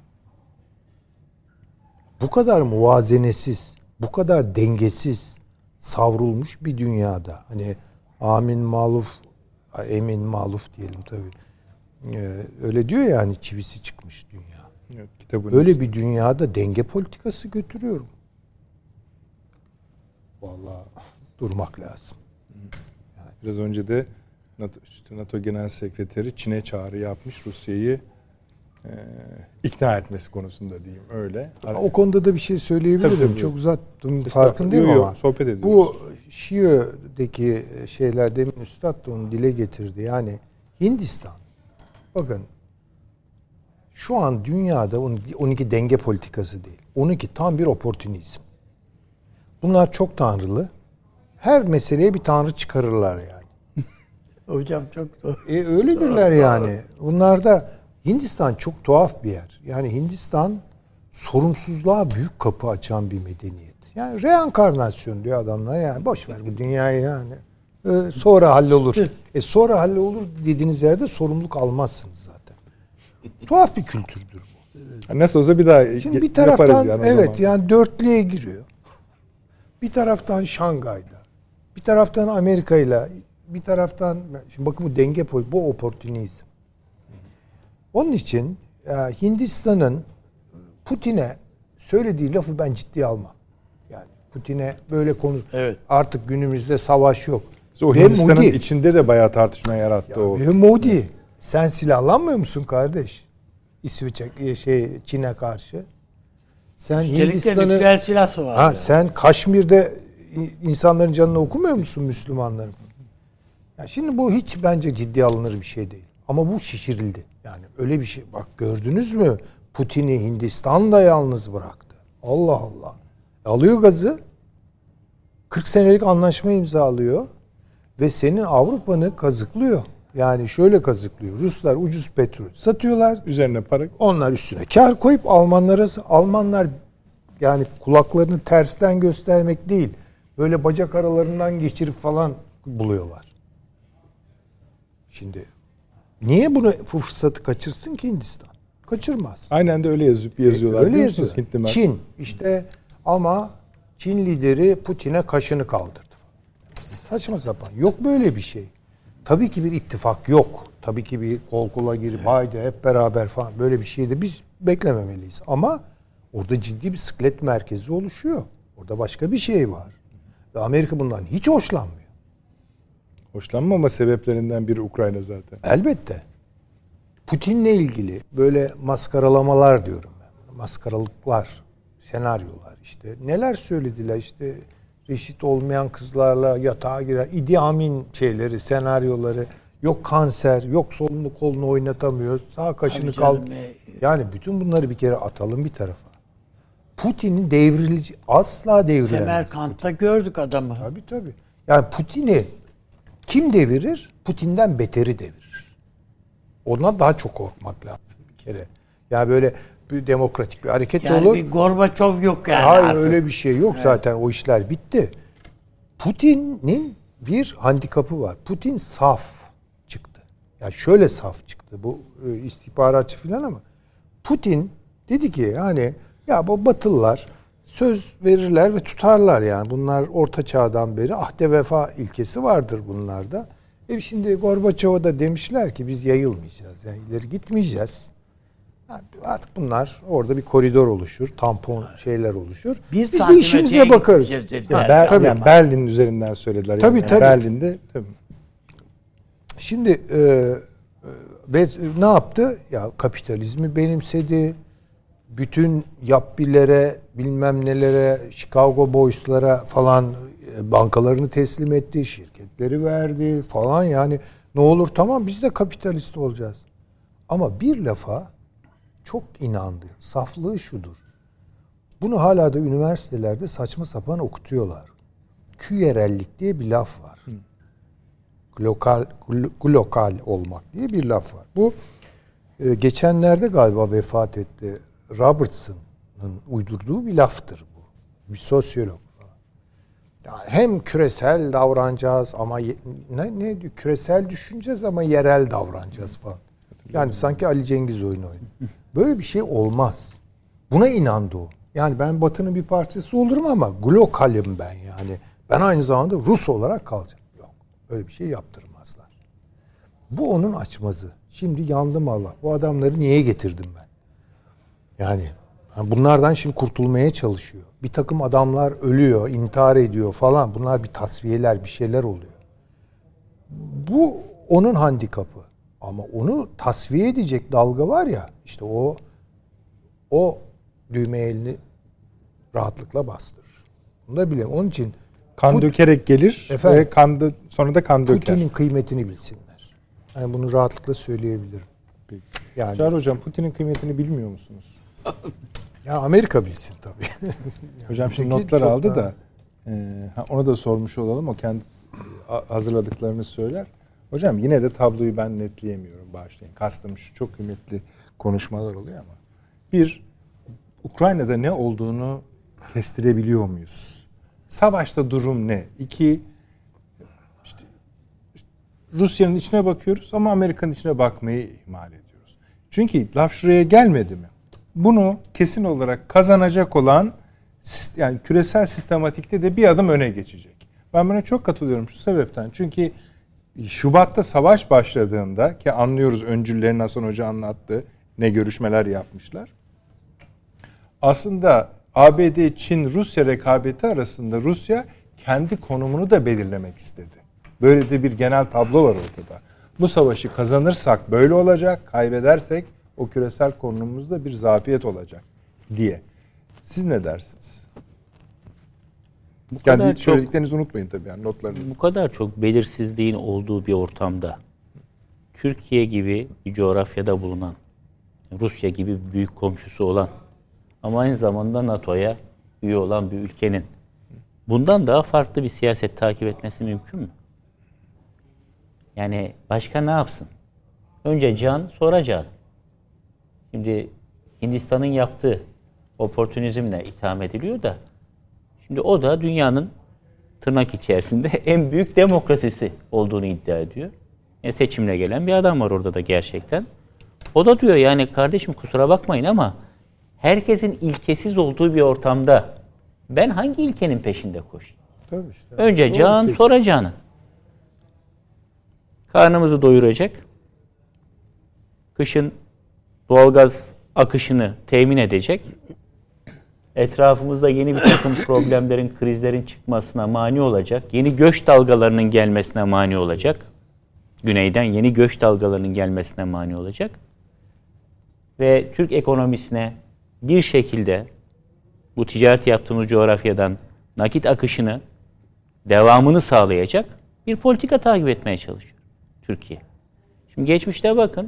Bu kadar muvazenesiz, bu kadar dengesiz savrulmuş bir dünyada. Hani amin maluf, emin maluf diyelim tabii. Ee, öyle diyor ya, hani çivisi çıkmış dünya. Evet, öyle bir dünyada denge politikası götürüyorum. Vallahi durmak lazım. Yani. Biraz önce de NATO, işte NATO Genel Sekreteri Çin'e çağrı yapmış, Rusya'yı e, ikna etmesi konusunda diyeyim öyle. O konuda da bir şey söyleyebilirim. Tabii, tabii. Çok uzattım, farkındayım yok, ama. Yok, sohbet ediyoruz. Bu Şii'deki şeyler, demin Üstad da onu dile getirdi. Yani Hindistan, bakın şu an dünyada onunki denge politikası değil. Onunki tam bir oportunizm. Bunlar çok tanrılı. Her meseleye bir tanrı çıkarırlar yani. Hocam çok doğru. E, öyledirler yani. Bunlar da, Hindistan çok tuhaf bir yer. Yani Hindistan sorumsuzluğa büyük kapı açan bir medeniyet. Yani reenkarnasyon diyor adamlar, yani boş ver bu dünyayı yani. Ee, sonra hallolur. E sonra hallolur dediğiniz yerde sorumluluk almazsınız zaten. Tuhaf bir kültürdür bu. Evet. Nasıl olsa bir daha Şimdi bir taraftan yani evet yani dörtlüye giriyor. Bir taraftan Şangay'da, bir taraftan Amerika'yla, bir taraftan, şimdi bakın bu denge politikası, bu oportunizm. Onun için Hindistan'ın Putin'e söylediği lafı ben ciddiye almam. Yani Putin'e böyle konu, evet. Artık günümüzde savaş yok. O Hindistan'ın Modi, içinde de bayağı tartışma yarattı ya o. Ve Modi, sen silahlanmıyor musun kardeş? İsviçre şey Çin'e karşı. Sen Hindistan'ı nükleer silahı var. Ha, yani. Sen Kaşmir'de insanların canını okumuyor musun, Müslümanların? Ya şimdi bu hiç bence ciddiye alınır bir şey değil. Ama bu şişirildi. Yani öyle bir şey. Bak gördünüz mü? Putin'i Hindistan da yalnız bıraktı. Allah Allah. Alıyor gazı. kırk senelik anlaşma imzalıyor. Ve senin Avrupa'nı kazıklıyor. Yani şöyle kazıklıyor. Ruslar ucuz petrol satıyorlar. Üzerine para. Onlar üstüne kar koyup Almanlara, Almanlar yani kulaklarını tersten göstermek değil, böyle bacak aralarından geçirip falan buluyorlar. Şimdi niye bunu fırsatı kaçırsın ki Hindistan? Kaçırmaz. Aynen de öyle yazıp yazıyorlar. Öyle yazıyor. Çin işte, ama Çin lideri Putin'e kaşını kaldırdı. Saçma sapan. Yok böyle bir şey. Tabii ki bir ittifak yok. Tabii ki bir kol kola girip haydi hep beraber falan, böyle bir şey de biz beklememeliyiz. Ama orada ciddi bir sıklet merkezi oluşuyor. Orada başka bir şey var. Ve Amerika bundan hiç hoşlanmıyor. Hoşlanmama sebeplerinden biri Ukrayna zaten. Elbette. Putin'le ilgili böyle maskaralamalar diyorum ben. Maskaralıklar, senaryolar işte. Neler söylediler işte, reşit olmayan kızlarla yatağa girer. İdi Amin şeyleri, senaryoları. Yok kanser, yok solunu kolunu oynatamıyor. Sağ kaşını kal. Yani bütün bunları bir kere atalım bir tarafa. Putin'in devrilici, asla devrilemez. Semerkant'ta gördük adamı. Tabii tabii. Yani Putin'i kim devirir? Putin'den beteri devirir. Ona daha çok korkmak lazım bir kere. Yani böyle bir demokratik bir hareket yani olur. Yani bir Gorbaçov yok yani. Hayır artık. Öyle bir şey yok evet. Zaten o işler bitti. Putin'in bir handikapı var. Putin saf çıktı. Yani şöyle saf çıktı. Bu istihbaratçı falan ama Putin dedi ki yani ya bu Batılılar söz verirler ve tutarlar yani. Bunlar Orta Çağ'dan beri ahde vefa ilkesi vardır bunlarda. E şimdi Gorbaçov'a da demişler ki biz yayılmayacağız. Yani ileri gitmeyeceğiz. Yani artık bunlar orada bir koridor oluşur. Tampon şeyler oluşur. Bir biz de işimize bakarız. Ha, Ber, tabii. Yani Berlin üzerinden söylediler. Tabii yani. tabii. Berlin'de tabii. Şimdi e, ve ne yaptı? Ya kapitalizmi benimsedi. Bütün yapbilere, bilmem nelere, Chicago Boys'lara falan bankalarını teslim etti, şirketleri verdi falan. Yani ne olur tamam biz de kapitalist olacağız. Ama bir lafa çok inandı. Saflığı şudur. Bunu hala da üniversitelerde saçma sapan okutuyorlar. Küyerellik diye bir laf var. Glokal, glokal olmak diye bir laf var. Bu e, geçenlerde galiba vefat etti. Robertson'ın uydurduğu bir laftır bu. Bir sosyolog falan. Yani hem küresel davranacağız ama ye, ne, ne diyor? Küresel düşüneceğiz ama yerel davranacağız falan. Yani sanki Ali Cengiz oyunu oynuyor. Böyle bir şey olmaz. Buna inandı o. Yani ben Batı'nın bir parçası olurum ama glokalim ben yani. Ben aynı zamanda Rus olarak kalacağım. Yok. Öyle bir şey yaptırmazlar. Bu onun açmazı. Şimdi yandım Allah. Bu adamları niye getirdim ben? Yani bunlardan şimdi kurtulmaya çalışıyor. Bir takım adamlar ölüyor, intihar ediyor falan. Bunlar bir tasfiyeler, bir şeyler oluyor. Bu onun handikapı. Ama onu tasfiye edecek dalga var ya, işte o o düğme elini rahatlıkla bastırır. Bunu da biliyorum. Onun için kan Put- dökerek gelir efendim, ve kan dö- sonra da kan döker. Putin'in kıymetini bilsinler. Yani bunu rahatlıkla söyleyebilirim. Peki. Yani Çağrı Hocam, Putin'in kıymetini bilmiyor musunuz? Yani Amerika bilsin tabii. Yani hocam şimdi notlar aldı daha... da e, ona da sormuş olalım. O kendi hazırladıklarını söyler. Hocam yine de tabloyu ben netleyemiyorum, bağışlayın. Kastım şu, çok kıymetli konuşmalar oluyor ama. Bir, Ukrayna'da ne olduğunu kestirebiliyor muyuz? Savaşta durum ne? İki, işte, işte Rusya'nın içine bakıyoruz ama Amerika'nın içine bakmayı ihmal ediyoruz. Çünkü laf şuraya gelmedi mi? Bunu kesin olarak kazanacak olan, yani küresel sistematikte de bir adım öne geçecek. Ben buna çok katılıyorum şu sebepten. Çünkü Şubat'ta savaş başladığında, ki anlıyoruz öncüllerin Hasan Hoca anlattı, ne görüşmeler yapmışlar. Aslında A B D, Çin, Rusya rekabeti arasında Rusya kendi konumunu da belirlemek istedi. Böyle de bir genel tablo var ortada. Bu savaşı kazanırsak böyle olacak, kaybedersek o küresel konumumuzda bir zafiyet olacak diye. Siz ne dersiniz? Bu Kendi kadar söylediklerinizi çok, unutmayın tabii yani notlarınızı. Bu kadar çok belirsizliğin olduğu bir ortamda Türkiye gibi bir coğrafyada bulunan, Rusya gibi bir büyük komşusu olan ama aynı zamanda NATO'ya üye olan bir ülkenin bundan daha farklı bir siyaset takip etmesi mümkün mü? Yani başka ne yapsın? Önce can, sonra can. Şimdi Hindistan'ın yaptığı oportunizmle itham ediliyor da şimdi o da dünyanın tırnak içerisinde en büyük demokrasisi olduğunu iddia ediyor. Yani seçimle gelen bir adam var orada da gerçekten. O da diyor yani kardeşim kusura bakmayın ama herkesin ilkesiz olduğu bir ortamda ben hangi ilkenin peşinde koşayım? Tabii işte. Önce can, sonra canı. Karnımızı doyuracak. Kışın doğalgaz akışını temin edecek. Etrafımızda yeni bir takım problemlerin, krizlerin çıkmasına mani olacak. Yeni göç dalgalarının gelmesine mani olacak. Güneyden yeni göç dalgalarının gelmesine mani olacak. Ve Türk ekonomisine bir şekilde bu ticaret yaptığımız coğrafyadan nakit akışını, devamını sağlayacak bir politika takip etmeye çalışıyor Türkiye. Şimdi geçmişte bakın.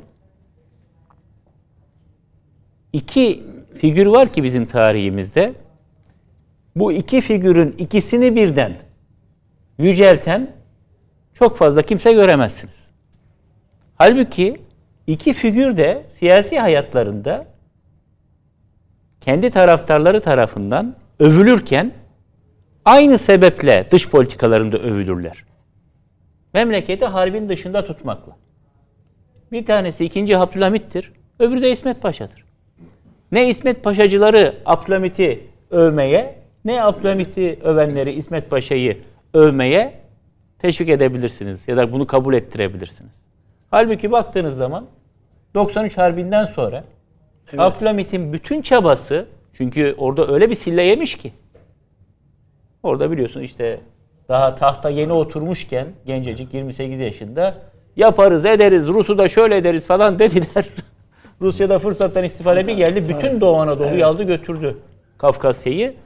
İki figür var ki bizim tarihimizde. Bu iki figürün ikisini birden yücelten çok fazla kimse göremezsiniz. Halbuki iki figür de siyasi hayatlarında kendi taraftarları tarafından övülürken aynı sebeple dış politikalarında övülürler. Memleketi harbin dışında tutmakla. Bir tanesi ikinci Abdülhamit'tir, öbürü de İsmet Paşa'dır. Ne İsmet Paşacıları Abdülhamit'i övmeye, ne Abdülhamit'i övenleri İsmet Paşa'yı övmeye teşvik edebilirsiniz ya da bunu kabul ettirebilirsiniz. Halbuki baktığınız zaman doksan üç Harbi'nden sonra evet. Abdülhamit'in bütün çabası, çünkü orada öyle bir sille yemiş ki. Orada biliyorsun işte daha tahta yeni oturmuşken gencecik yirmi sekiz yaşında yaparız ederiz Rus'u da şöyle ederiz falan dediler. Rusya'da fırsattan istifade bir geldi. Bütün Doğu Anadolu'yu evet. aldı götürdü. Kafkasya'yı.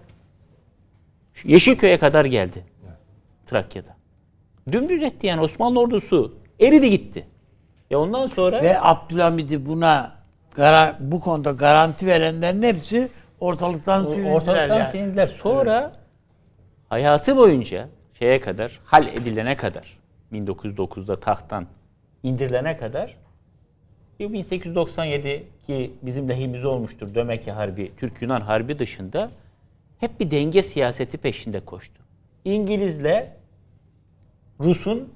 Yeşilköy'e kadar geldi. Trakya'da. Dümdüz etti yani Osmanlı ordusu. Eridi gitti. Ya ondan sonra... Ve Abdülhamid'i buna gara, bu konuda garanti verenlerin hepsi ortalıktan silindiler. Ortalıktan yani. silindiler. Sonra evet. hayatı boyunca şeye kadar, hal edilene kadar, bin dokuz yüz dokuzda tahttan indirilene kadar bin sekiz yüz doksan yedi ki bizim lehimize olmuştur Dömeki Harbi, Türk-Yunan Harbi dışında hep bir denge siyaseti peşinde koştu. İngiliz'le Rus'un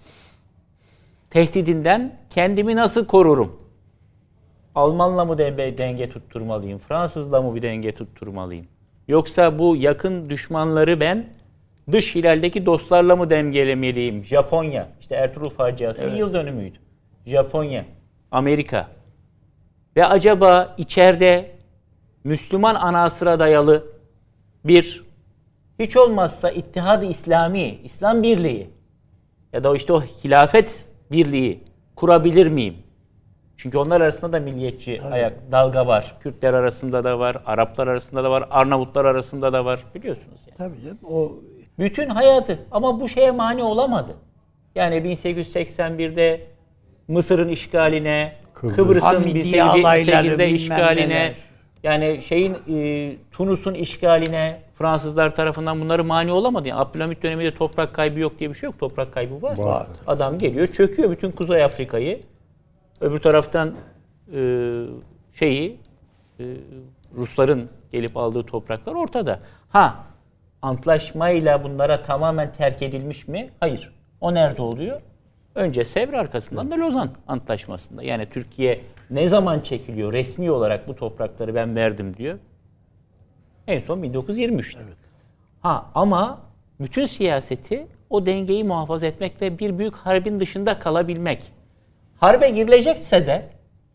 tehdidinden kendimi nasıl korurum? Almanla mı denge tutturmalıyım? Fransızla mı bir denge tutturmalıyım? Yoksa bu yakın düşmanları ben dış hilaldeki dostlarla mı dengelemeliyim? Japonya, işte Ertuğrul faciasının evet. yıl dönümüydü. Japonya, Amerika ve acaba içeride Müslüman anasıra dayalı bir hiç olmazsa İttihad-ı İslami, İslam Birliği ya da işte o hilafet birliği kurabilir miyim? Çünkü onlar arasında da milliyetçi Tabii. ayak dalga var. Kürtler arasında da var, Araplar arasında da var, Arnavutlar arasında da var. Biliyorsunuz yani. Tabii canım. O bütün hayatı ama bu şeye mani olamadı. Yani bin sekiz yüz seksen birde Mısır'ın işgaline, Kıbrıs. Kıbrıs'ın bin sekiz yüz sekizde işgaline, neler. yani şeyin e, Tunus'un işgaline Fransızlar tarafından bunları mani olamadı. Yani Abdülhamit döneminde toprak kaybı yok diye bir şey yok. Toprak kaybı var. var. Adam geliyor, çöküyor bütün Kuzey Afrika'yı. Öbür taraftan e, şeyi e, Rusların gelip aldığı topraklar ortada. Ha, antlaşmayla bunlara tamamen terk edilmiş mi? Hayır. O nerede oluyor? Önce Sevr, arkasından da Lozan Antlaşması'nda. Yani Türkiye ne zaman çekiliyor resmi olarak bu toprakları ben verdim diyor. En son bin dokuz yüz yirmi üçte. Evet. Ha ama bütün siyaseti o dengeyi muhafaza etmek ve bir büyük harbin dışında kalabilmek. Harbe girilecekse de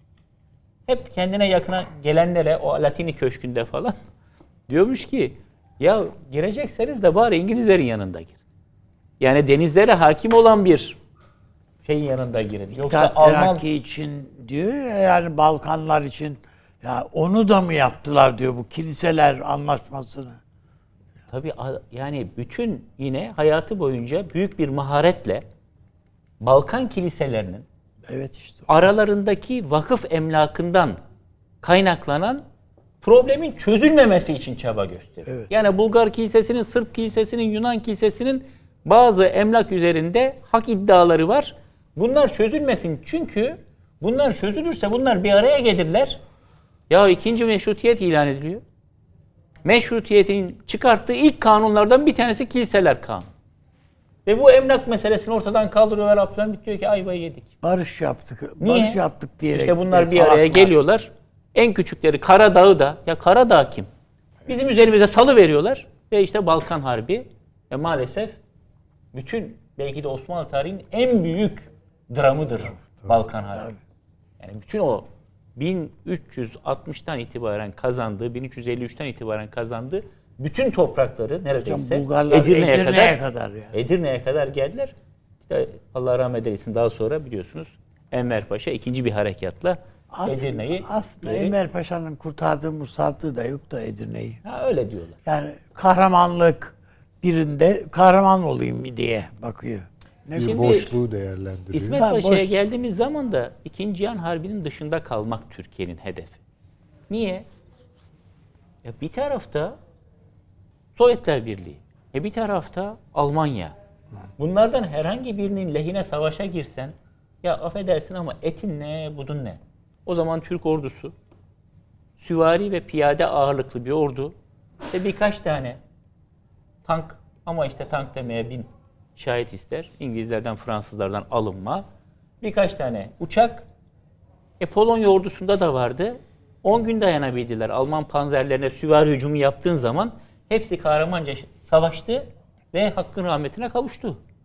hep kendine yakına gelenlere o Latini Köşkü'nde falan diyormuş ki ya girecekseniz de bari İngilizlerin yanında gir. Yani denizlere hakim olan bir şeyin yanında girin. Yoksa Alman için diyor ya, yani Balkanlar için ya onu da mı yaptılar diyor bu kiliseler anlaşmasını. Tabii yani bütün yine hayatı boyunca büyük bir maharetle Balkan kiliselerinin evet işte aralarındaki vakıf emlakından kaynaklanan problemin çözülmemesi için çaba gösteriyor. Evet. Yani Bulgar kilisesinin, Sırp kilisesinin, Yunan kilisesinin bazı emlak üzerinde hak iddiaları var. Bunlar çözülmesin çünkü bunlar çözülürse bunlar bir araya gelirler. Ya ikinci meşrutiyet ilan ediliyor. Meşrutiyetin çıkarttığı ilk kanunlardan bir tanesi kiliseler kanunu. Ve bu emlak meselesini ortadan kaldırıyorlar. Abdülhamit diyor ki ayvayı yedik. Barış yaptık. Niye? Barış yaptık diyerek. İşte bunlar bir araya geliyorlar. En küçükleri Karadağ'ı da, ya Karadağ kim? Bizim üzerimize salı veriyorlar ve işte Balkan Harbi. Ya maalesef bütün belki de Osmanlı tarihinin en büyük dramıdır tabii, Balkan Harbi. Tabii. Yani bütün o bin üç yüz altmıştan itibaren kazandığı, bin üç yüz elli üçten itibaren kazandığı bütün toprakları neredeyse Edirne'ye, Edirne'ye kadar, kadar yani. Edirne'ye kadar geldiler. İşte Allah rahmet eylesin, daha sonra biliyorsunuz Enver Paşa ikinci bir harekatla Edirne'yi... Aslında geri... Enver Paşa'nın kurtardığı, musardığı da yok da Edirne'yi. Ha öyle diyorlar. Yani kahramanlık birinde kahraman olayım diye bakıyor. Ne bir boşluğu değerlendiriyor. İsmet Paşa'ya boş... geldiğimiz zaman da İkinci Cihan Harbi'nin dışında kalmak Türkiye'nin hedefi. Niye? Ya bir tarafta Sovyetler Birliği, e bir tarafta Almanya. Bunlardan herhangi birinin lehine savaşa girsen, ya affedersin ama etin ne, budun ne? O zaman Türk ordusu, süvari ve piyade ağırlıklı bir ordu ve birkaç tane tank, ama işte tank demeye bin şahit ister. İngilizlerden, Fransızlardan alınma. Birkaç tane uçak. E Polonya ordusunda da vardı. on gün dayanabildiler. Alman panzerlerine süvari hücumu yaptığın zaman hepsi kahramanca savaştı ve hakkın rahmetine kavuştu.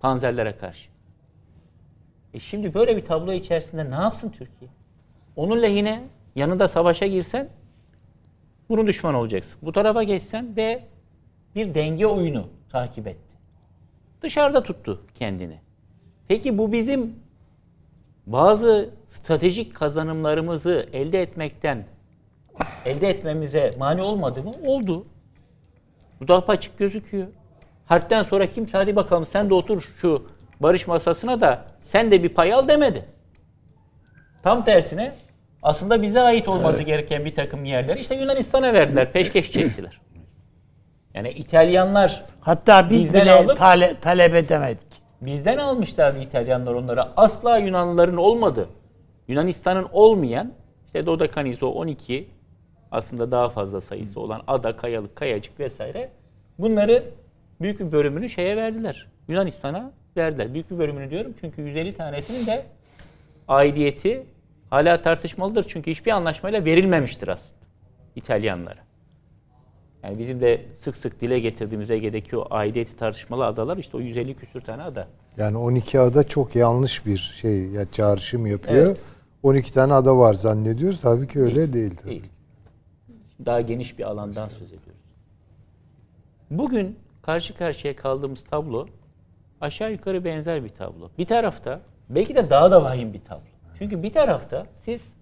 panzerlere karşı. E şimdi böyle bir tablo içerisinde ne yapsın Türkiye? Onun lehine yanında savaşa girsen bunun düşman olacaksın. Bu tarafa geçsen ve bir denge oyunu takip etti. Dışarıda tuttu kendini. Peki bu bizim bazı stratejik kazanımlarımızı elde etmekten elde etmemize mani olmadı mı? Oldu. Bu da apaçık gözüküyor. Harpten sonra kimse hadi bakalım sen de otur şu barış masasına da sen de bir pay al demedi. Tam tersine aslında bize ait olması evet. gereken bir takım yerler işte Yunanistan'a verdiler, peşkeş çektiler. Yani İtalyanlar hatta biz bizden bile alıp, tale, talep edemedik. Bizden almışlardı İtalyanlar onlara. Asla Yunanlıların olmadı. Yunanistan'ın olmayan işte Dodekanizo on iki aslında daha fazla sayısı olan ada, kayalık, kayacık vesaire bunları büyük bir bölümünü şeye verdiler. Yunanistan'a verdiler. Büyük bir bölümünü diyorum çünkü yüz elli tanesinin de aidiyeti hala tartışmalıdır. Çünkü hiçbir anlaşmayla verilmemiştir aslında İtalyanlara. Yani bizim de sık sık dile getirdiğimiz Ege'deki o aidiyeti tartışmalı adalar işte o yüz elli küsür tane ada. Yani on iki ada çok yanlış bir şey ya çağrışım yapıyor. Evet. on iki tane ada var zannediyoruz. Halbuki öyle değil. değil, tabii. değil. Daha geniş bir alandan söz ediyoruz. Bugün karşı karşıya kaldığımız tablo aşağı yukarı benzer bir tablo. Bir tarafta belki de daha da vahim bir tablo. Çünkü bir tarafta siz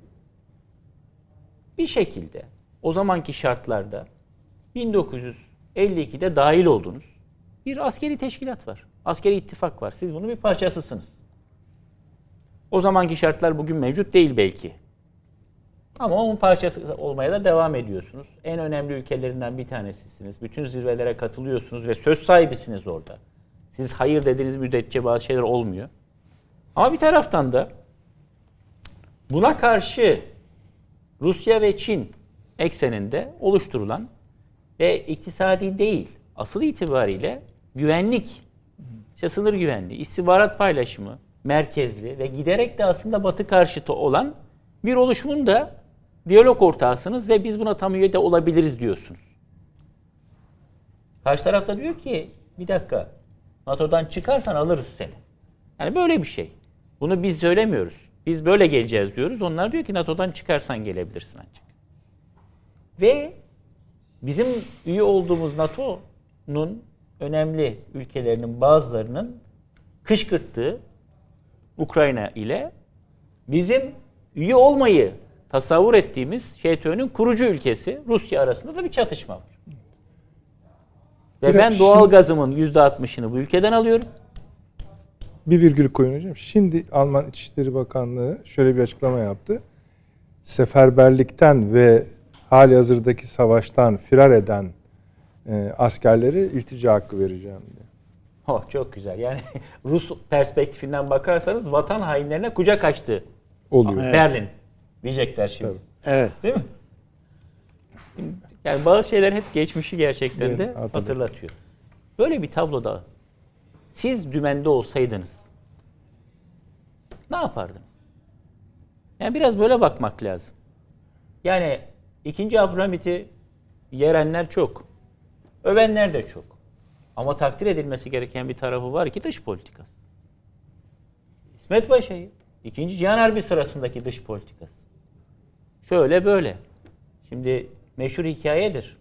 bir şekilde o zamanki şartlarda bin dokuz yüz elli ikide dahil olduğunuz bir askeri teşkilat var. Askeri ittifak var. Siz bunun bir parçasısınız. O zamanki şartlar bugün mevcut değil belki. Ama onun parçası olmaya da devam ediyorsunuz. En önemli ülkelerinden bir tanesisiniz. Bütün zirvelere katılıyorsunuz ve söz sahibisiniz orada. Siz hayır dediğiniz müddetçe bazı şeyler olmuyor. Ama bir taraftan da buna karşı Rusya ve Çin ekseninde oluşturulan ve iktisadi değil, asıl itibariyle güvenlik, işte sınır güvenliği, istihbarat paylaşımı, merkezli ve giderek de aslında Batı karşıtı olan bir oluşumun da diyalog ortağısınız ve biz buna tam üye de olabiliriz diyorsunuz. Karşı tarafta diyor ki bir dakika NATO'dan çıkarsan alırız seni. Yani böyle bir şey. Bunu biz söylemiyoruz. Biz böyle geleceğiz diyoruz. Onlar diyor ki NATO'dan çıkarsan gelebilirsin ancak. Ve bizim üye olduğumuz NATO'nun önemli ülkelerinin bazılarının kışkırttığı Ukrayna ile bizim üye olmayı tasavvur ettiğimiz Ş T O'nun kurucu ülkesi Rusya arasında da bir çatışma var. Ve ben doğal gazımın yüzde altmışını bu ülkeden alıyorum. Bir virgül koyun hocam. Şimdi Alman İçişleri Bakanlığı şöyle bir açıklama yaptı. Seferberlikten ve hali hazırdaki savaştan firar eden e, askerlere iltica hakkı vereceğim diye. Oh, çok güzel. Yani Rus perspektifinden bakarsanız vatan hainlerine kucak açtı. Oluyor. Evet. Berlin diyecekler şimdi. Tabii. Evet. Değil mi? Yani bazı şeyler hep geçmişi gerçekten de evet, hatırlatıyor. Böyle bir tabloda siz dümende olsaydınız ne yapardınız? Yani biraz böyle bakmak lazım. Yani ikinci Abdülhamit'i yerenler çok. Övenler de çok. Ama takdir edilmesi gereken bir tarafı var ki dış politikası. İsmet Paşa'yı ikinci Cihan Harbi sırasındaki dış politikası. Şöyle böyle. Şimdi meşhur hikayedir.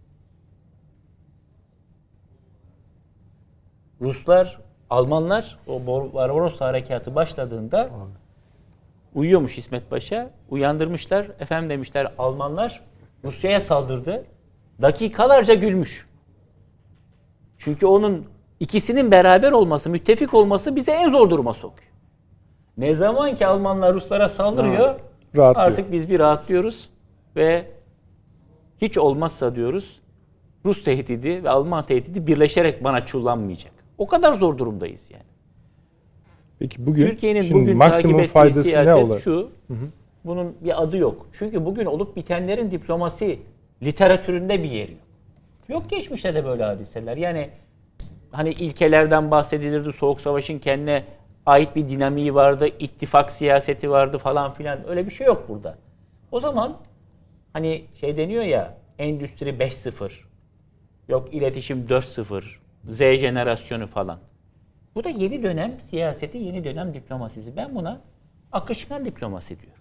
Ruslar, Almanlar o Barbaros harekatı başladığında uyuyormuş İsmet Paşa. Uyandırmışlar. Efendim demişler Almanlar Rusya'ya saldırdı. Dakikalarca gülmüş. Çünkü onun ikisinin beraber olması, müttefik olması bize en zor duruma sokuyor. Ne zaman ki Almanlar Ruslara saldırıyor, Rahatlıyor. Artık biz bir rahatlıyoruz ve hiç olmazsa diyoruz Rus tehdidi ve Alman tehdidi birleşerek bana çullanmayacak. O kadar zor durumdayız yani. Peki bugün Türkiye'nin bugün maksimum faydası ne olur? Şu, hı hı. Bunun bir adı yok. Çünkü bugün olup bitenlerin diplomasi literatüründe bir yeri yok. Yok geçmişte de böyle hadiseler. Yani hani ilkelerden bahsedilirdi. Soğuk Savaş'ın kendine ait bir dinamiği vardı. İttifak siyaseti vardı falan filan. Öyle bir şey yok burada. O zaman hani şey deniyor ya endüstri beş sıfır. Yok iletişim dört sıfır. Z jenerasyonu falan. Bu da yeni dönem siyaseti, yeni dönem diplomasisi. Ben buna akışkan diplomasi diyorum.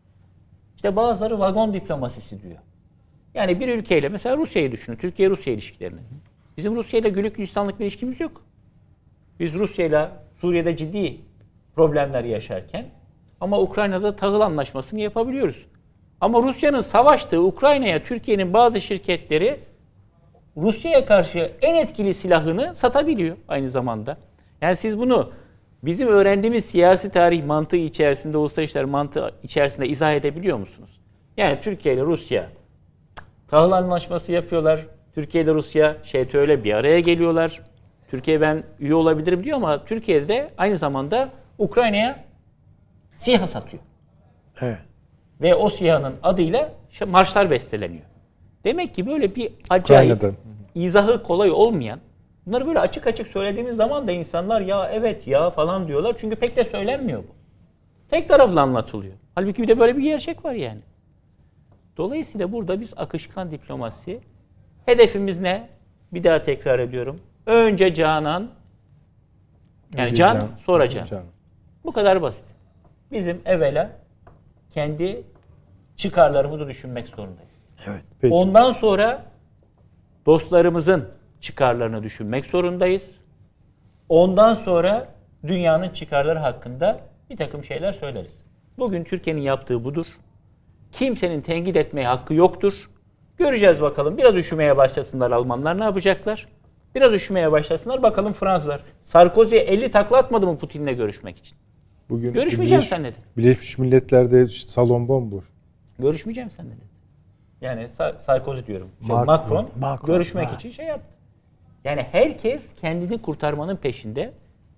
İşte bazıları vagon diplomasisi diyor. Yani bir ülkeyle, mesela Rusya'yı düşünün, Türkiye-Rusya ilişkilerini. Bizim Rusya'yla güllük gülistanlık bir ilişkimiz yok. Biz Rusya'yla Suriye'de ciddi problemler yaşarken ama Ukrayna'da tahıl anlaşmasını yapabiliyoruz. Ama Rusya'nın savaştığı Ukrayna'ya Türkiye'nin bazı şirketleri Rusya'ya karşı en etkili silahını satabiliyor aynı zamanda. Yani siz bunu bizim öğrendiğimiz siyasi tarih mantığı içerisinde, uluslararası ilişkiler mantığı içerisinde izah edebiliyor musunuz? Yani Türkiye ile Rusya tahıl anlaşması yapıyorlar. Türkiye ile Rusya Ş T Ö'yle bir araya geliyorlar. Türkiye ben üye olabilirim diyor ama Türkiye'de de aynı zamanda Ukrayna'ya SİHA satıyor. Evet. Ve o SİHA'nın adıyla marşlar besteleniyor. Demek ki böyle bir acayip Ukrayna'da. izahı kolay olmayan, bunları böyle açık açık söylediğimiz zaman da insanlar ya evet ya falan diyorlar. Çünkü pek de söylenmiyor bu. Tek taraflı anlatılıyor. Halbuki bir de böyle bir gerçek var yani. Dolayısıyla burada biz akışkan diplomasi, hedefimiz ne? Bir daha tekrar ediyorum. Önce Canan, yani Önce can, can, sonra can. can. Bu kadar basit. Bizim evvela kendi çıkarlarımızı düşünmek zorundayız. Evet. Peki. Ondan sonra dostlarımızın çıkarlarını düşünmek zorundayız. Ondan sonra dünyanın çıkarları hakkında bir takım şeyler söyleriz. Bugün Türkiye'nin yaptığı budur. Kimsenin tenkit etmeye hakkı yoktur. Göreceğiz bakalım. Biraz üşümeye başlasınlar Almanlar, ne yapacaklar? Biraz üşümeye başlasınlar bakalım Fransızlar. Sarkozy elli takla atmadı mı Putin'le görüşmek için? Bugün Görüşmeyeceğim Birleş- seninle dedi. Birleşmiş Milletler'de salon bomboş. Görüşmeyeceğim seninle dedi. Yani Sa- Sarkozy diyorum. Şey, Macron. Macron, Macron, görüşmek ha. için şey yaptı. Yani herkes kendini kurtarmanın peşinde.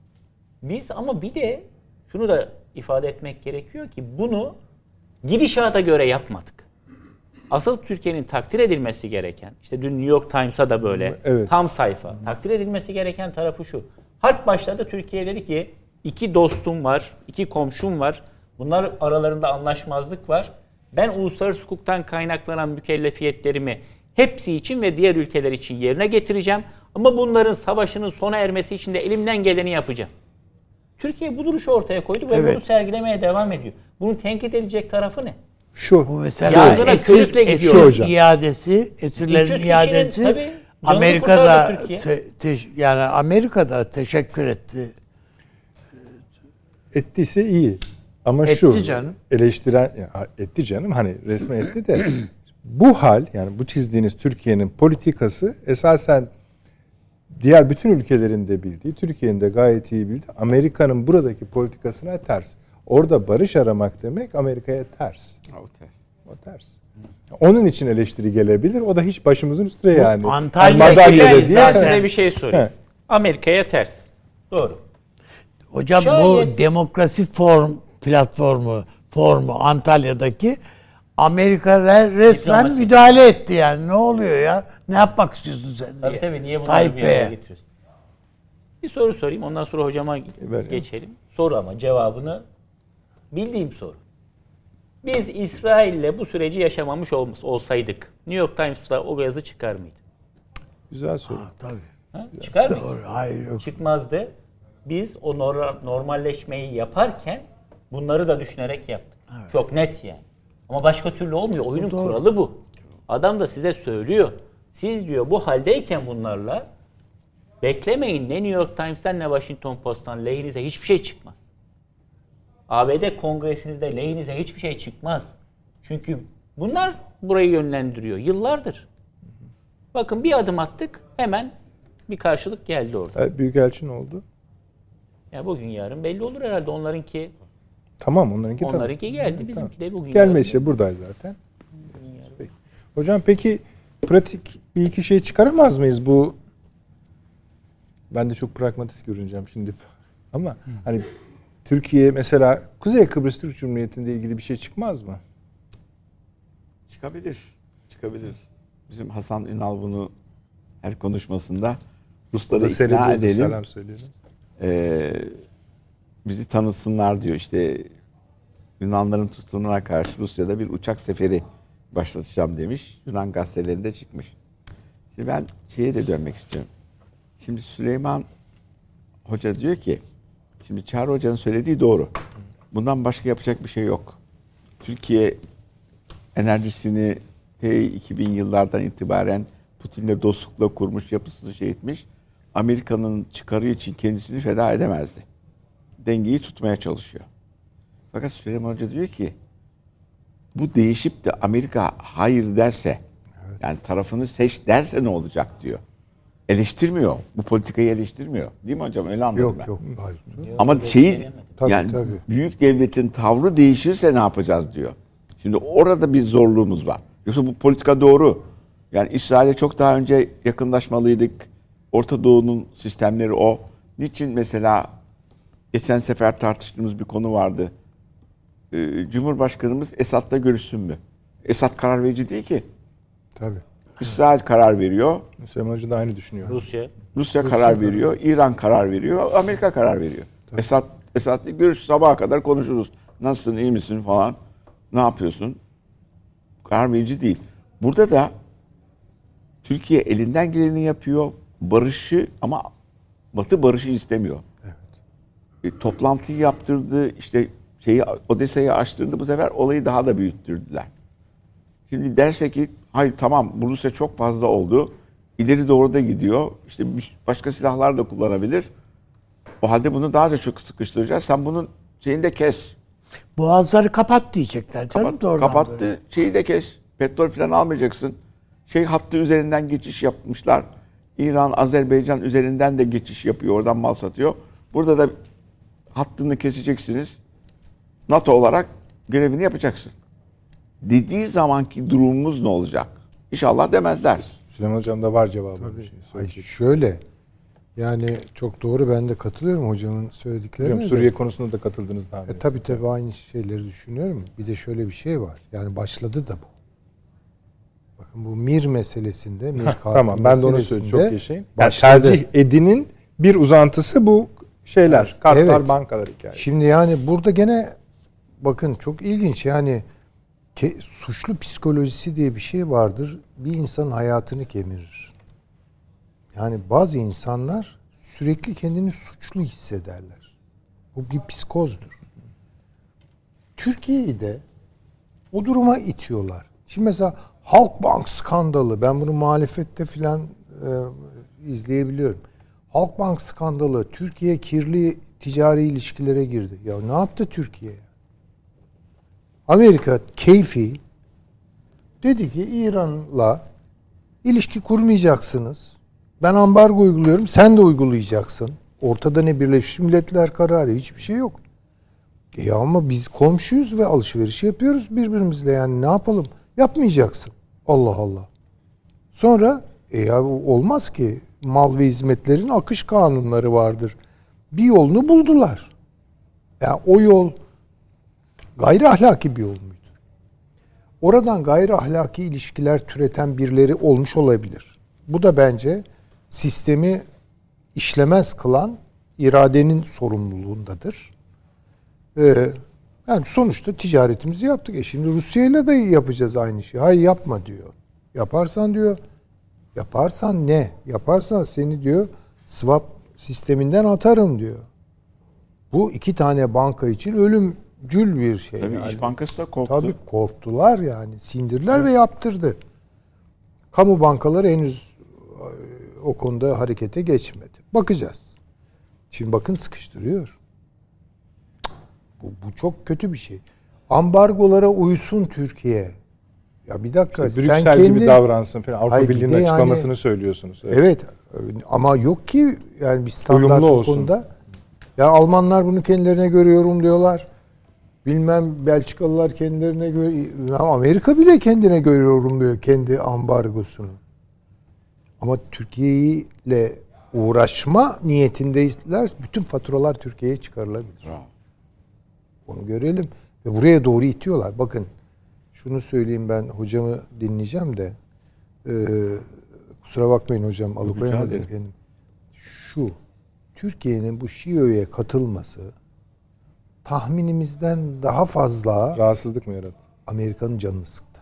Biz ama bir de şunu da ifade etmek gerekiyor ki bunu gidişata göre yapmadık. Asıl Türkiye'nin takdir edilmesi gereken, işte dün New York Times'a da böyle Evet. tam sayfa, takdir edilmesi gereken tarafı şu. Harp başladı, Türkiye dedi ki iki dostum var, iki komşum var. Bunlar aralarında anlaşmazlık var. Ben uluslararası hukuktan kaynaklanan mükellefiyetlerimi hepsi için ve diğer ülkeler için yerine getireceğim. Ama bunların savaşının sona ermesi için de elimden geleni yapacağım. Türkiye bu duruşu ortaya koydu ve Evet. bunu sergilemeye devam ediyor. Bunun tenkit edilecek tarafı ne? Şu. Bu mesela Yangına esir, körükle esir gidiyor hocam. iadesi, esirlerin üç yüz kişinin, iadesi tabii, canını Amerika'da kurtardı Türkiye. te- te- yani Amerika'da teşekkür etti. Ettiyse iyi. Ama Etti şu canım. eleştiren ya, etti canım hani resmen etti de bu hal, yani bu çizdiğiniz Türkiye'nin politikası esasen diğer bütün ülkelerin de bildiği, Türkiye'nin de gayet iyi bildiği Amerika'nın buradaki politikasına ters. Orada barış aramak demek Amerika'ya ters. O ters. Onun için eleştiri gelebilir. O da hiç başımızın üstüne yani. Antalya'daki- Madalya'da Ben değil. ben mi? size bir şey sorayım. He. Amerika'ya ters. Doğru. Hocam Şayet- bu demokrasi form platformu formu Antalya'daki Amerika re- resmen Diplomasi. müdahale etti yani. Ne oluyor ya? Ne yapmak istiyorsun sen diye. Tabii tabii, niye bunları Tayyip bir araya Bey'e. getiriyorsun? Bir soru sorayım, ondan sonra hocama Ver. geçelim. Soru ama cevabını bildiğim soru. Biz İsrail'le bu süreci yaşamamış olmas- olsaydık New York Times'ta o yazı çıkar mıydı? Güzel soru. Tabii. Ha? Çıkar mıydı? Doğru. Hayır yok. Çıkmazdı. Biz o nor- normalleşmeyi yaparken bunları da düşünerek yaptık. Çok net yani. Ama başka türlü olmuyor. Oyunun kuralı bu. Adam da size söylüyor. Siz diyor bu haldeyken bunlarla beklemeyin, ne New York Times'ten ne Washington Post'tan lehinize hiçbir şey çıkmaz. A B D Kongresi'nizde lehinize hiçbir şey çıkmaz. Çünkü bunlar burayı yönlendiriyor. Yıllardır. Bakın bir adım attık, hemen bir karşılık geldi orada. E, Büyükelçi ne oldu? Ya bugün yarın belli olur herhalde. Onlarınki Tamam, onlarınki tamam. onlarınki geldi. Bizimki de bugün Gelme yarın. işte buradayız zaten. Peki. Hocam peki pratik bir iki şey çıkaramaz mıyız bu? Ben de çok pragmatist görüneceğim şimdi. Ama hani Türkiye mesela Kuzey Kıbrıs Türk Cumhuriyeti'nde ilgili bir şey çıkmaz mı? Çıkabilir. Çıkabilir. Bizim Hasan Ünal bunu her konuşmasında Rusları ikna Seyrediyordu, edelim. selam söyleyelim. Ee, bizi tanısınlar diyor. İşte Yunanların tutumuna karşı Rusya'da bir uçak seferi başlatacağım demiş. Yunan gazetelerinde çıkmış. Şimdi ben şeye de dönmek istiyorum. Şimdi Süleyman hoca diyor ki, şimdi Çağrı Hoca'nın söylediği doğru. Bundan başka yapacak bir şey yok. Türkiye enerjisini T iki bin yıllardan itibaren Putin'le dostlukla kurmuş, yapısını şey etmiş. Amerika'nın çıkarı için kendisini feda edemezdi. Dengeyi tutmaya çalışıyor. Fakat Süleyman Hoca diyor ki, bu değişip de Amerika hayır derse, evet, yani tarafını seç derse ne olacak diyor. Eleştirmiyor. Bu politikayı eleştirmiyor. Değil mi hocam? Öyle anladım yok, ben. Yok yok. Hayır. Ama şeyi tabii, yani tabii. büyük devletin tavrı değişirse ne yapacağız diyor. Şimdi orada bir zorluğumuz var. Yoksa bu politika doğru. Yani İsrail'e çok daha önce yakınlaşmalıydık. Orta Doğu'nun sistemleri o. Niçin mesela geçen sefer tartıştığımız bir konu vardı. Ee, Cumhurbaşkanımız Esad'la görüşsün mü? Esad karar verici değil ki. Tabii. İsrail karar veriyor. Süleyman Hoca da aynı düşünüyor. Rusya. Rusya, Rusya karar karar veriyor. İran karar veriyor. Amerika karar veriyor. Tabii. Esad, Esad'la görüş, sabaha kadar konuşuruz. Nasılsın, iyi misin falan. Ne yapıyorsun? Karar verici değil. Burada da Türkiye elinden geleni yapıyor. Barışı, ama Batı barışı istemiyor. Evet. E, toplantıyı yaptırdı. İşte şeyi Odessa'yı açtırdı. Bu sefer olayı daha da büyüttürdüler. Şimdi derse ki hayır tamam, bu Rusya çok fazla oldu. İleri doğru da gidiyor. İşte başka silahlar da kullanabilir. O halde bunu daha da çok sıkıştıracağız. Sen bunun şeyini de kes. Boğazları kapat diyecekler. Canım, Kapat, doğrudan kapattı. böyle. Şeyi de kes. Petrol falan almayacaksın. Şey hattı üzerinden geçiş yapmışlar. İran, Azerbaycan üzerinden de geçiş yapıyor. Oradan mal satıyor. Burada da hattını keseceksiniz. NATO olarak görevini yapacaksın. Dediği zamanki durumumuz ne olacak? İnşallah demezler. Süleyman Hocam da var cevabı. Tabii. Şey, Ay şöyle, yani çok doğru, ben de katılıyorum hocamın söylediklerine. Hocam, Suriye konusunda da katıldınız daha önce. E, tabii tabii aynı şeyleri düşünüyorum. Bir de şöyle bir şey var. Yani başladı da bu. Bakın bu Mir meselesinde, Mir kartı tamam, ben de onu söyleyeyim. Çok yaşayın. Yani tercih edinin bir uzantısı bu şeyler. Kartlar, evet, bankalar hikayesi. Şimdi yani burada gene bakın çok ilginç, yani ke, suçlu psikolojisi diye bir şey vardır. Bir insanın hayatını kemirir. Yani bazı insanlar sürekli kendini suçlu hissederler. Bu bir psikozdur. Türkiye'yi de o duruma itiyorlar. Şimdi mesela Halkbank skandalı, ben bunu muhalefette filan e, izleyebiliyorum. Halkbank skandalı, Türkiye kirli ticari ilişkilere girdi. Ya ne yaptı Türkiye? Amerika keyfi dedi ki İran'la ilişki kurmayacaksınız. Ben ambargo uyguluyorum, sen de uygulayacaksın. Ortada ne Birleşmiş Milletler kararı, hiçbir şey yok. E ama biz komşuyuz ve alışveriş yapıyoruz birbirimizle, yani ne yapalım? Yapmayacaksın. Allah Allah. Sonra e ya olmaz ki, mal ve hizmetlerin akış kanunları vardır. Bir yolunu buldular. Yani o yol gayri ahlaki bir yol muydu? Oradan gayri ahlaki ilişkiler türeten birileri olmuş olabilir. Bu da bence sistemi işlemez kılan iradenin sorumluluğundadır. Ee, yani sonuçta ticaretimizi yaptık. E şimdi Rusya'yla da yapacağız aynı şeyi. Hayır yapma diyor. Yaparsan diyor, yaparsan ne? Yaparsan seni diyor swap sisteminden atarım diyor. Bu iki tane banka için ölümcül bir şey. Tabii yani. İş Bankası da korktu. Tabii korktular yani. Sindirdiler, evet, ve yaptırdı. Kamu bankaları henüz o konuda harekete geçmedi. Bakacağız. Şimdi bakın sıkıştırıyor. Bu, bu çok kötü bir şey. Ambargolara uysun Türkiye. Ya bir dakika. İşte Brüksel sen kendi gibi davransın falan. Avrupa Hayır, Birliği'nin açıklamasını yani, söylüyorsunuz. Evet. evet. Ama yok ki yani bir standart bu konuda. Ya Almanlar bunu kendilerine göre yorumluyorlar. Bilmem Belçikalılar kendilerine göre, Amerika bile kendine göre yorumluyor kendi ambargosunu. Ama Türkiye ile uğraşma niyetindeyizler. Bütün faturalar Türkiye'ye çıkarılabilir. Bravo. Onu görelim. Ve buraya doğru itiyorlar. Bakın şunu söyleyeyim, ben hocamı dinleyeceğim de e, kusura bakmayın hocam, alıkoyamadım kendim. Şu, Türkiye'nin bu Şiyo'ya katılması tahminimizden daha fazla rahatsızlık mı yarattı? Amerika'nın canını sıktı.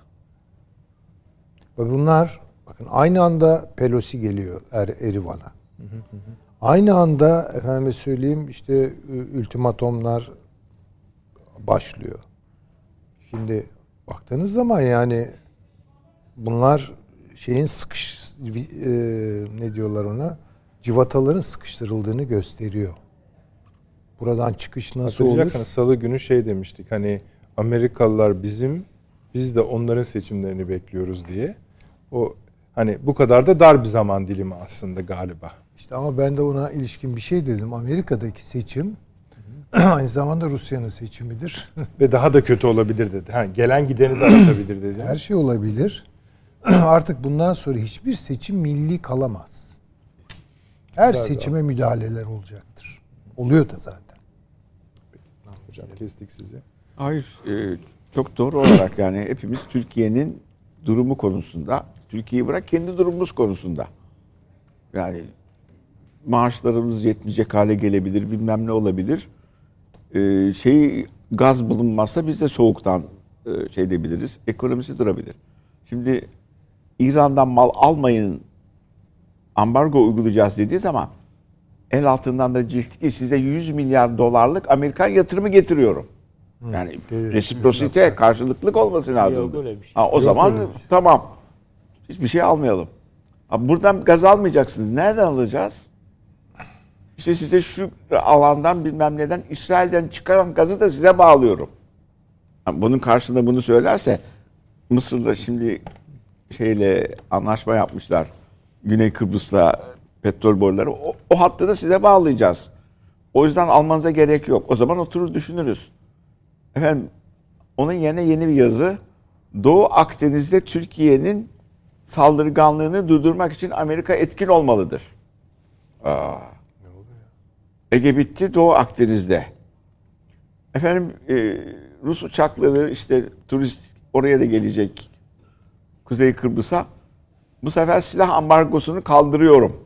Ve bunlar bakın aynı anda Pelosi geliyor Er Erivan'a. Hı hı hı. Aynı anda efendim söyleyeyim işte ultimatomlar başlıyor. Şimdi baktığınız zaman yani bunlar şeyin sıkış e, ne diyorlar ona, civataların sıkıştırıldığını gösteriyor. Buradan çıkış nasıl olur? Hani Salı günü şey demiştik, hani Amerikalılar bizim, biz de onların seçimlerini bekliyoruz diye. O hani bu kadar da dar bir zaman dilimi aslında galiba. İşte ama ben de ona ilişkin bir şey dedim. Amerika'daki seçim aynı zamanda Rusya'nın seçimidir. Ve daha da kötü olabilir dedi. Ha, gelen gideni de aratabilir dedi. Her şey olabilir. Artık bundan sonra hiçbir seçim milli kalamaz. Her Güzel seçime müdahaleler olacaktır. Oluyor da zaten. Hocam kestik sizi. Hayır, e, çok doğru olarak yani hepimiz Türkiye'nin durumu konusunda, Türkiye'yi bırak kendi durumumuz konusunda. Yani maaşlarımız yetmeyecek hale gelebilir, bilmem ne olabilir. E, şey gaz bulunmazsa biz de soğuktan e, şey edebiliriz, ekonomisi durabilir. Şimdi İran'dan mal almayın, ambargo uygulayacağız dediği zaman el altından da ciltli ki size yüz milyar dolarlık Amerikan yatırımı getiriyorum. Yani evet, resiprosite, mesela. karşılıklık olması lazım. Yok, öyle bir şey. Ha, o Yok, zaman öyle bir şey. tamam. Hiçbir şey almayalım. Ha, buradan gaz almayacaksınız. Nereden alacağız? İşte size şu alandan bilmem neden İsrail'den çıkaran gazı da size bağlıyorum. Ha, bunun karşılığında bunu söylerse Mısır'da şimdi şeyle anlaşma yapmışlar. Güney Kıbrıs'la petrol boruları. O, o hattı da size bağlayacağız. O yüzden almanıza gerek yok. O zaman oturur düşünürüz. Efendim onun yerine yeni bir yazı. Doğu Akdeniz'de Türkiye'nin saldırganlığını durdurmak için Amerika etkin olmalıdır. Aa. Ege bitti, Doğu Akdeniz'de. Efendim e, Rus uçakları işte turist oraya da gelecek. Kuzey Kıbrıs'a. Bu sefer silah ambargosunu kaldırıyorum.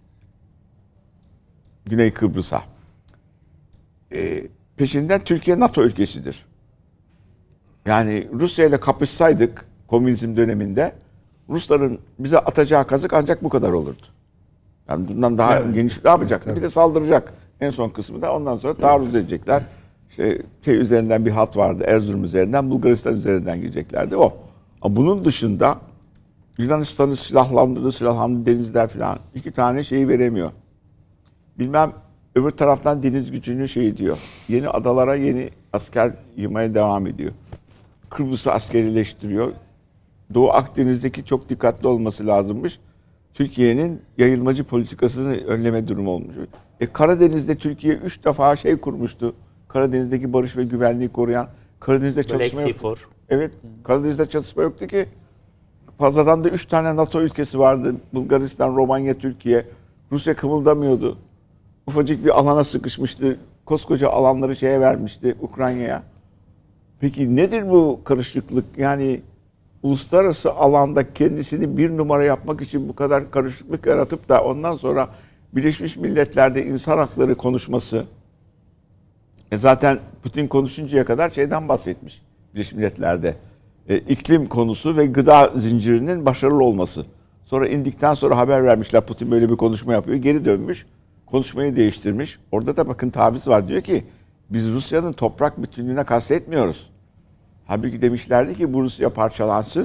Güney Kıbrıs'a. E, peşinden Türkiye NATO ülkesidir. Yani Rusya ile kapışsaydık komünizm döneminde Rusların bize atacağı kazık ancak bu kadar olurdu. Yani bundan daha evet. geniş ne yapacak? Evet. Bir de saldıracak. En son kısmı da ondan sonra taarruz edecekler. İşte şey üzerinden bir hat vardı. Erzurum üzerinden, Bulgaristan üzerinden gideceklerdi. O. Ama bunun dışında Yunanistan'ı silahlandırdı, silahlandı denizler falan. İki tane şeyi veremiyor. Bilmem öbür taraftan deniz gücünü şey diyor. Yeni adalara yeni asker yığmaya devam ediyor. Kıbrıs'ı askerileştiriyor. Doğu Akdeniz'deki çok dikkatli olması lazımmış. Türkiye'nin yayılmacı politikasını önleme durumu olmuş. E Karadeniz'de Türkiye üç defa şey kurmuştu. Karadeniz'deki barış ve güvenliği koruyan. Karadeniz'de çatışma yoktu. Evet, Karadeniz'de çatışma yoktu ki. Fazladan da üç tane NATO ülkesi vardı. Bulgaristan, Romanya, Türkiye. Rusya kımıldamıyordu. Ufacık bir alana sıkışmıştı. Koskoca alanları şeye vermişti, Ukrayna'ya. Peki nedir bu karışıklık? Yani uluslararası alanda kendisini bir numara yapmak için bu kadar karışıklık yaratıp da ondan sonra Birleşmiş Milletler'de insan hakları konuşması. E zaten Putin konuşuncaya kadar şeyden bahsetmiş Birleşmiş Milletler'de. E, iklim konusu ve gıda zincirinin başarılı olması. Sonra indikten sonra haber vermişler Putin böyle bir konuşma yapıyor. Geri dönmüş. Konuşmayı değiştirmiş. Orada da bakın taviz var. Diyor ki biz Rusya'nın toprak bütünlüğüne kastetmiyoruz. Halbuki demişlerdi ki bu Rusya parçalansın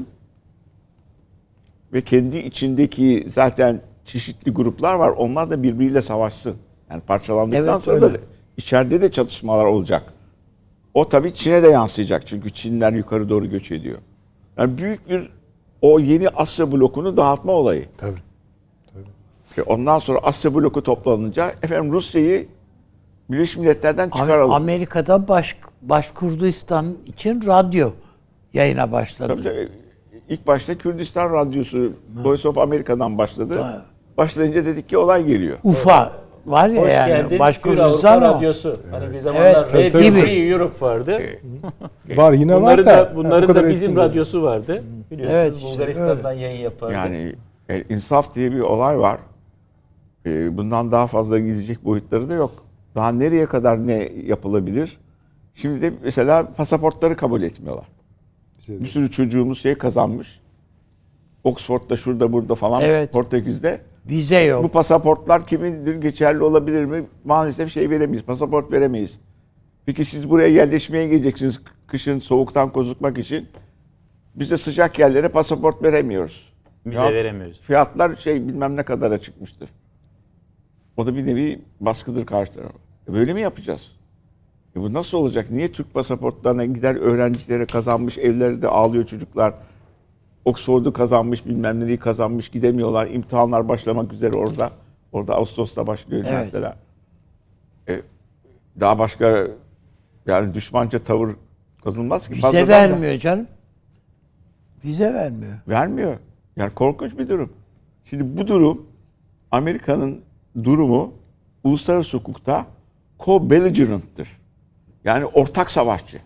ve kendi içindeki zaten çeşitli gruplar var. Onlar da birbiriyle savaşsın. Yani parçalandıktan Evet, sonra öyle. da içeride de çatışmalar olacak. O tabii Çin'e de yansıyacak. Çünkü Çinler yukarı doğru göç ediyor. Yani büyük bir o yeni Asya blokunu dağıtma olayı. Tabii. Ve ondan sonra Asya bloku toplanınca efendim Rusya'yı Birleşmiş Milletler'den çıkaralım. Amerika'da baş, Başkurdistan için radyo yayına başladı. Tabii, tabii. İlk başta Kürdistan Radyosu Voice of America'dan başladı. Ha. Başlayınca dedik ki olay geliyor. Ufa var ya Hoş yani geldin. Başkurdistan Avrupa mı? Radyosu. Hani bir zamanlar Evet, Radio tabii, tabii. Free Europe vardı. Var yine Bunların var da. da bunların bu kadar da bizim eski değil. radyosu vardı. Biliyorsunuz Evet, işte Bulgaristan'dan yayın yapardı. Yani El İnsaf diye bir olay var. Ee, Bundan daha fazla gidecek boyutları da yok. Daha nereye kadar ne yapılabilir? Şimdi de mesela pasaportları kabul etmiyorlar. Bize de. Bir sürü çocuğumuz şey kazanmış. Oxford'da şurada burada falan Evet. Portekiz'de Vize yok. Bu pasaportlar kimindir, geçerli olabilir mi? Maalesef şey veremeyiz, pasaport veremeyiz. Peki siz buraya yerleşmeye geleceksiniz kışın soğuktan korunmak için. Biz de sıcak yerlere pasaport veremiyoruz. Vize Ya, veremiyoruz. Fiyatlar şey bilmem ne kadara çıkmıştır. O da bir nevi baskıdır karşı tarafa. E böyle mi yapacağız? E bu nasıl olacak? Niye Türk pasaportlarına gider öğrencilere kazanmış, evlerde ağlıyor çocuklar. Oxford'u kazanmış, bilmem neyi kazanmış, gidemiyorlar. İmtihanlar başlamak üzere orada. Orada Ağustos'ta başlıyor Evet. üniversiteler. E, daha başka yani düşmanca tavır kazanılmaz ki. Vize Fazladan vermiyor canım. Vize vermiyor. da vermiyor. Yani korkunç bir durum. Şimdi bu durum, Amerika'nın durumu uluslararası hukukta co-belligerent'tır. Yani ortak savaşçı.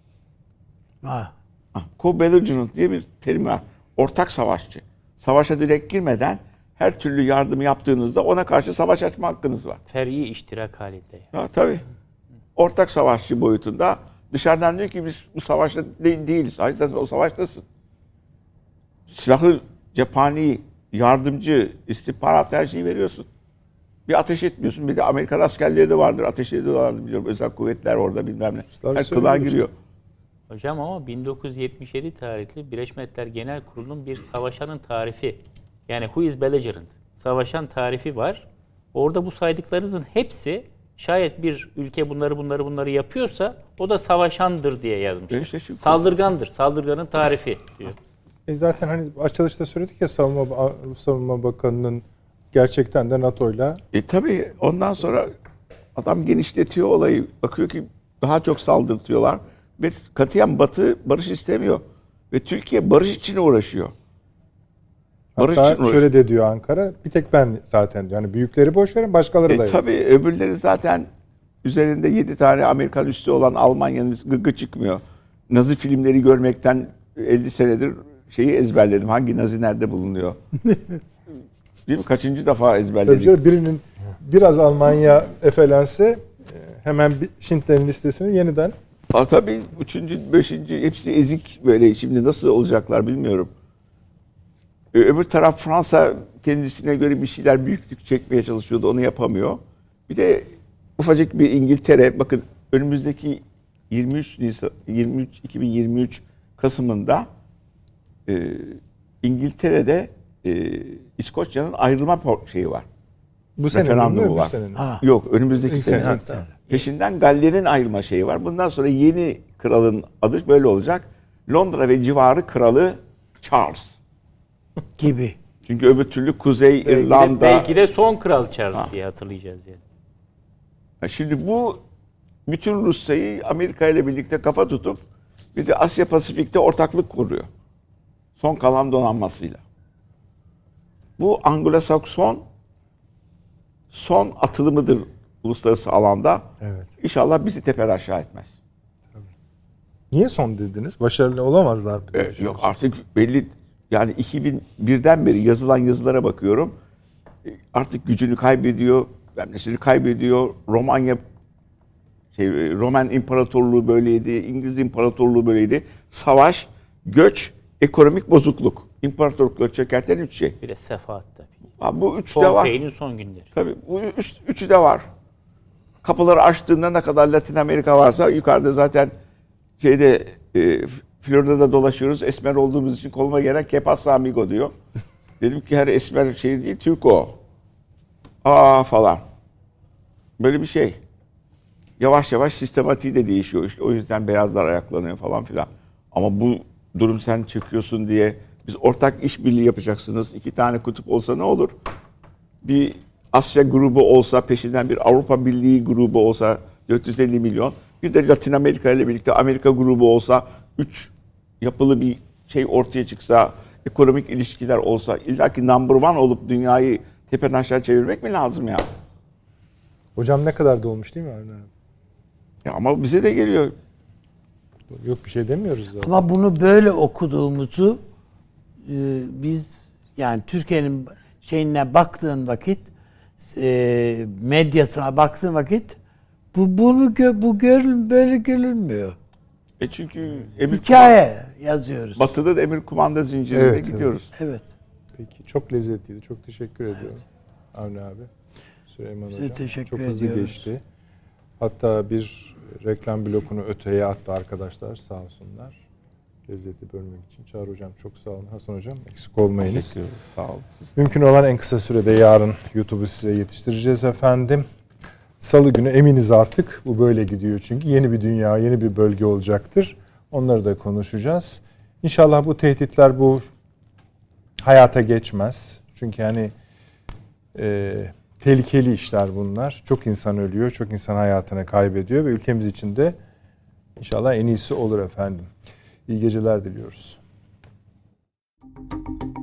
Ha. Co-belligerent diye bir terim var. Ortak savaşçı. Savaşa direkt girmeden her türlü yardım yaptığınızda ona karşı savaş açma hakkınız var. Fer'i iştirak halinde. Ya, tabii. Ortak savaşçı boyutunda dışarıdan diyor ki biz bu savaşta de- değiliz. Hayır sen o savaştasın. Silahı, cephaneyi, yardımcı, istihbarat her şeyi veriyorsun. Bir ateş etmiyorsun. Bir de Amerikan askerleri de vardır. Ateş ediyorlardı biliyorum. Özel kuvvetler orada bilmem ne. Ruslar Her kılığa söylüyor giriyor. Hocam ama bin dokuz yüz yetmiş yedi tarihli Birleşmiş Milletler Genel Kurulu'nun bir savaşanın tarifi. Yani who is belligerent? Savaşan tarifi var. Orada bu saydıklarınızın hepsi şayet bir ülke bunları bunları bunları yapıyorsa o da savaşandır diye yazmışlar. İşte şu- Saldırgandır. Saldırganın tarifi diyor. E zaten hani açılışta söyledik ya Savunma, Savunma Bakanı'nın gerçekten de NATO'yla E tabii ondan sonra adam genişletiyor olayı. Bakıyor ki daha çok saldırtıyorlar. Ve katiyen Batı barış istemiyor. Ve Türkiye barış için uğraşıyor. Barış hatta için uğraşıyor. şöyle de diyor Ankara, bir tek ben zaten yani büyükleri boş verin başkaları E da. tabii öbürleri zaten üzerinde yedi tane Amerikan üssü olan Almanya'nın gıgı çıkmıyor. Nazi filmleri görmekten elli senedir şeyi ezberledim. Hangi Nazi nerede bulunuyor? Değil mi? Kaçıncı defa Tabii ezberledik? canım, birinin biraz Almanya efelense e, hemen bir Schindler'in listesini yeniden. Ha, tabii üçüncü, beşinci hepsi ezik böyle. Şimdi nasıl olacaklar bilmiyorum. Ee, öbür taraf Fransa kendisine göre bir şeyler büyüklük çekmeye çalışıyordu. Onu yapamıyor. Bir de ufacık bir İngiltere. Bakın önümüzdeki yirmi üç Nisan yirmi üç iki bin yirmi üç Kasım'ında e, İngiltere'de e, İskoçya'nın ayrılma por- şeyi var. Bu sene Referandumu mi, öbür var. senenin? Ha. Yok önümüzdeki İlk sene. sene, ha, tamam. Peşinden Galler'in ayrılma şeyi var. Bundan sonra yeni kralın adı böyle olacak. Londra ve civarı kralı Charles. Gibi. Çünkü öbür türlü Kuzey Belki de, İrlanda. belki de son Kral Charles diye hatırlayacağız yani. Şimdi bu bütün Rusya'yı Amerika ile birlikte kafa tutup bir de Asya Pasifik'te ortaklık kuruyor. Son kalan donanmasıyla. Bu Anglo-Sakson son atılımıdır uluslararası alanda. Evet. İnşallah bizi teper aşağı etmez. Niye son dediniz? Başarılı olamazlar mı? Evet, yok artık belli yani iki bin birden beri yazılan yazılara bakıyorum. E, Artık gücünü kaybediyor, bennesini kaybediyor. Romanya şey Roman İmparatorluğu böyleydi, İngiliz İmparatorluğu böyleydi. Savaş, göç, ekonomik bozukluk. İmparatorlukları çökerten üç şey. Bir de sefaat tabii. Ha, bu üç de var. Pompei'nin son günleri. Tabii bu üç, üçü de var. Kapıları açtığında ne kadar Latin Amerika varsa yukarıda zaten şeyde e, Florida'da dolaşıyoruz. Esmer olduğumuz için koluma gelen "Que pasa amigo" diyor. Dedim ki her esmer şey değil, Türk o. Aa falan. Böyle bir şey. Yavaş yavaş sistematiği de değişiyor. İşte o yüzden beyazlar ayaklanıyor falan filan. Ama bu durum sen çekiyorsun diye biz ortak işbirliği yapacaksınız. İki tane kutup olsa ne olur? Bir Asya grubu olsa, peşinden bir Avrupa Birliği grubu olsa dört yüz elli milyon. Bir de Latin Amerika ile birlikte Amerika grubu olsa, üç yapılı bir şey ortaya çıksa, ekonomik ilişkiler olsa, illaki number one olup dünyayı tepeden aşağı çevirmek mi lazım ya? Hocam ne kadar da olmuş değil mi Avni abi? Ya ama bize de geliyor. Yok bir şey demiyoruz zaten. Ama bunu böyle okuduğumuzu e, biz yani Türkiye'nin şeyine baktığın vakit e, medyasına baktığın vakit bu bunu gö, bu görün böyle görülmüyor. E çünkü emir Hikaye yazıyoruz. Batı'da da emir kumanda zincirinde Evet, gidiyoruz. Evet. Peki. Çok lezzetliydi. Çok teşekkür evet. ediyorum. Avni abi. Süleyman Bize Hocam. teşekkür Çok hızlı ediyoruz. geçti. Hatta bir reklam blokunu öteye attı arkadaşlar. Sağ olsunlar. Lezzeti bölmek için. Çağrı Hocam çok sağ olun. Hasan Hocam eksik olmayınız. Teşekkür ederim. Sağ olun. Mümkün olan en kısa sürede yarın YouTube'u size yetiştireceğiz efendim. Salı günü eminiz artık. Bu böyle gidiyor çünkü. Yeni bir dünya, yeni bir bölge olacaktır. Onları da konuşacağız. İnşallah bu tehditler bu hayata geçmez. Çünkü hani e, tehlikeli işler bunlar. Çok insan ölüyor, çok insan hayatını kaybediyor ve ülkemiz için de inşallah en iyisi olur efendim. İyi geceler diliyoruz.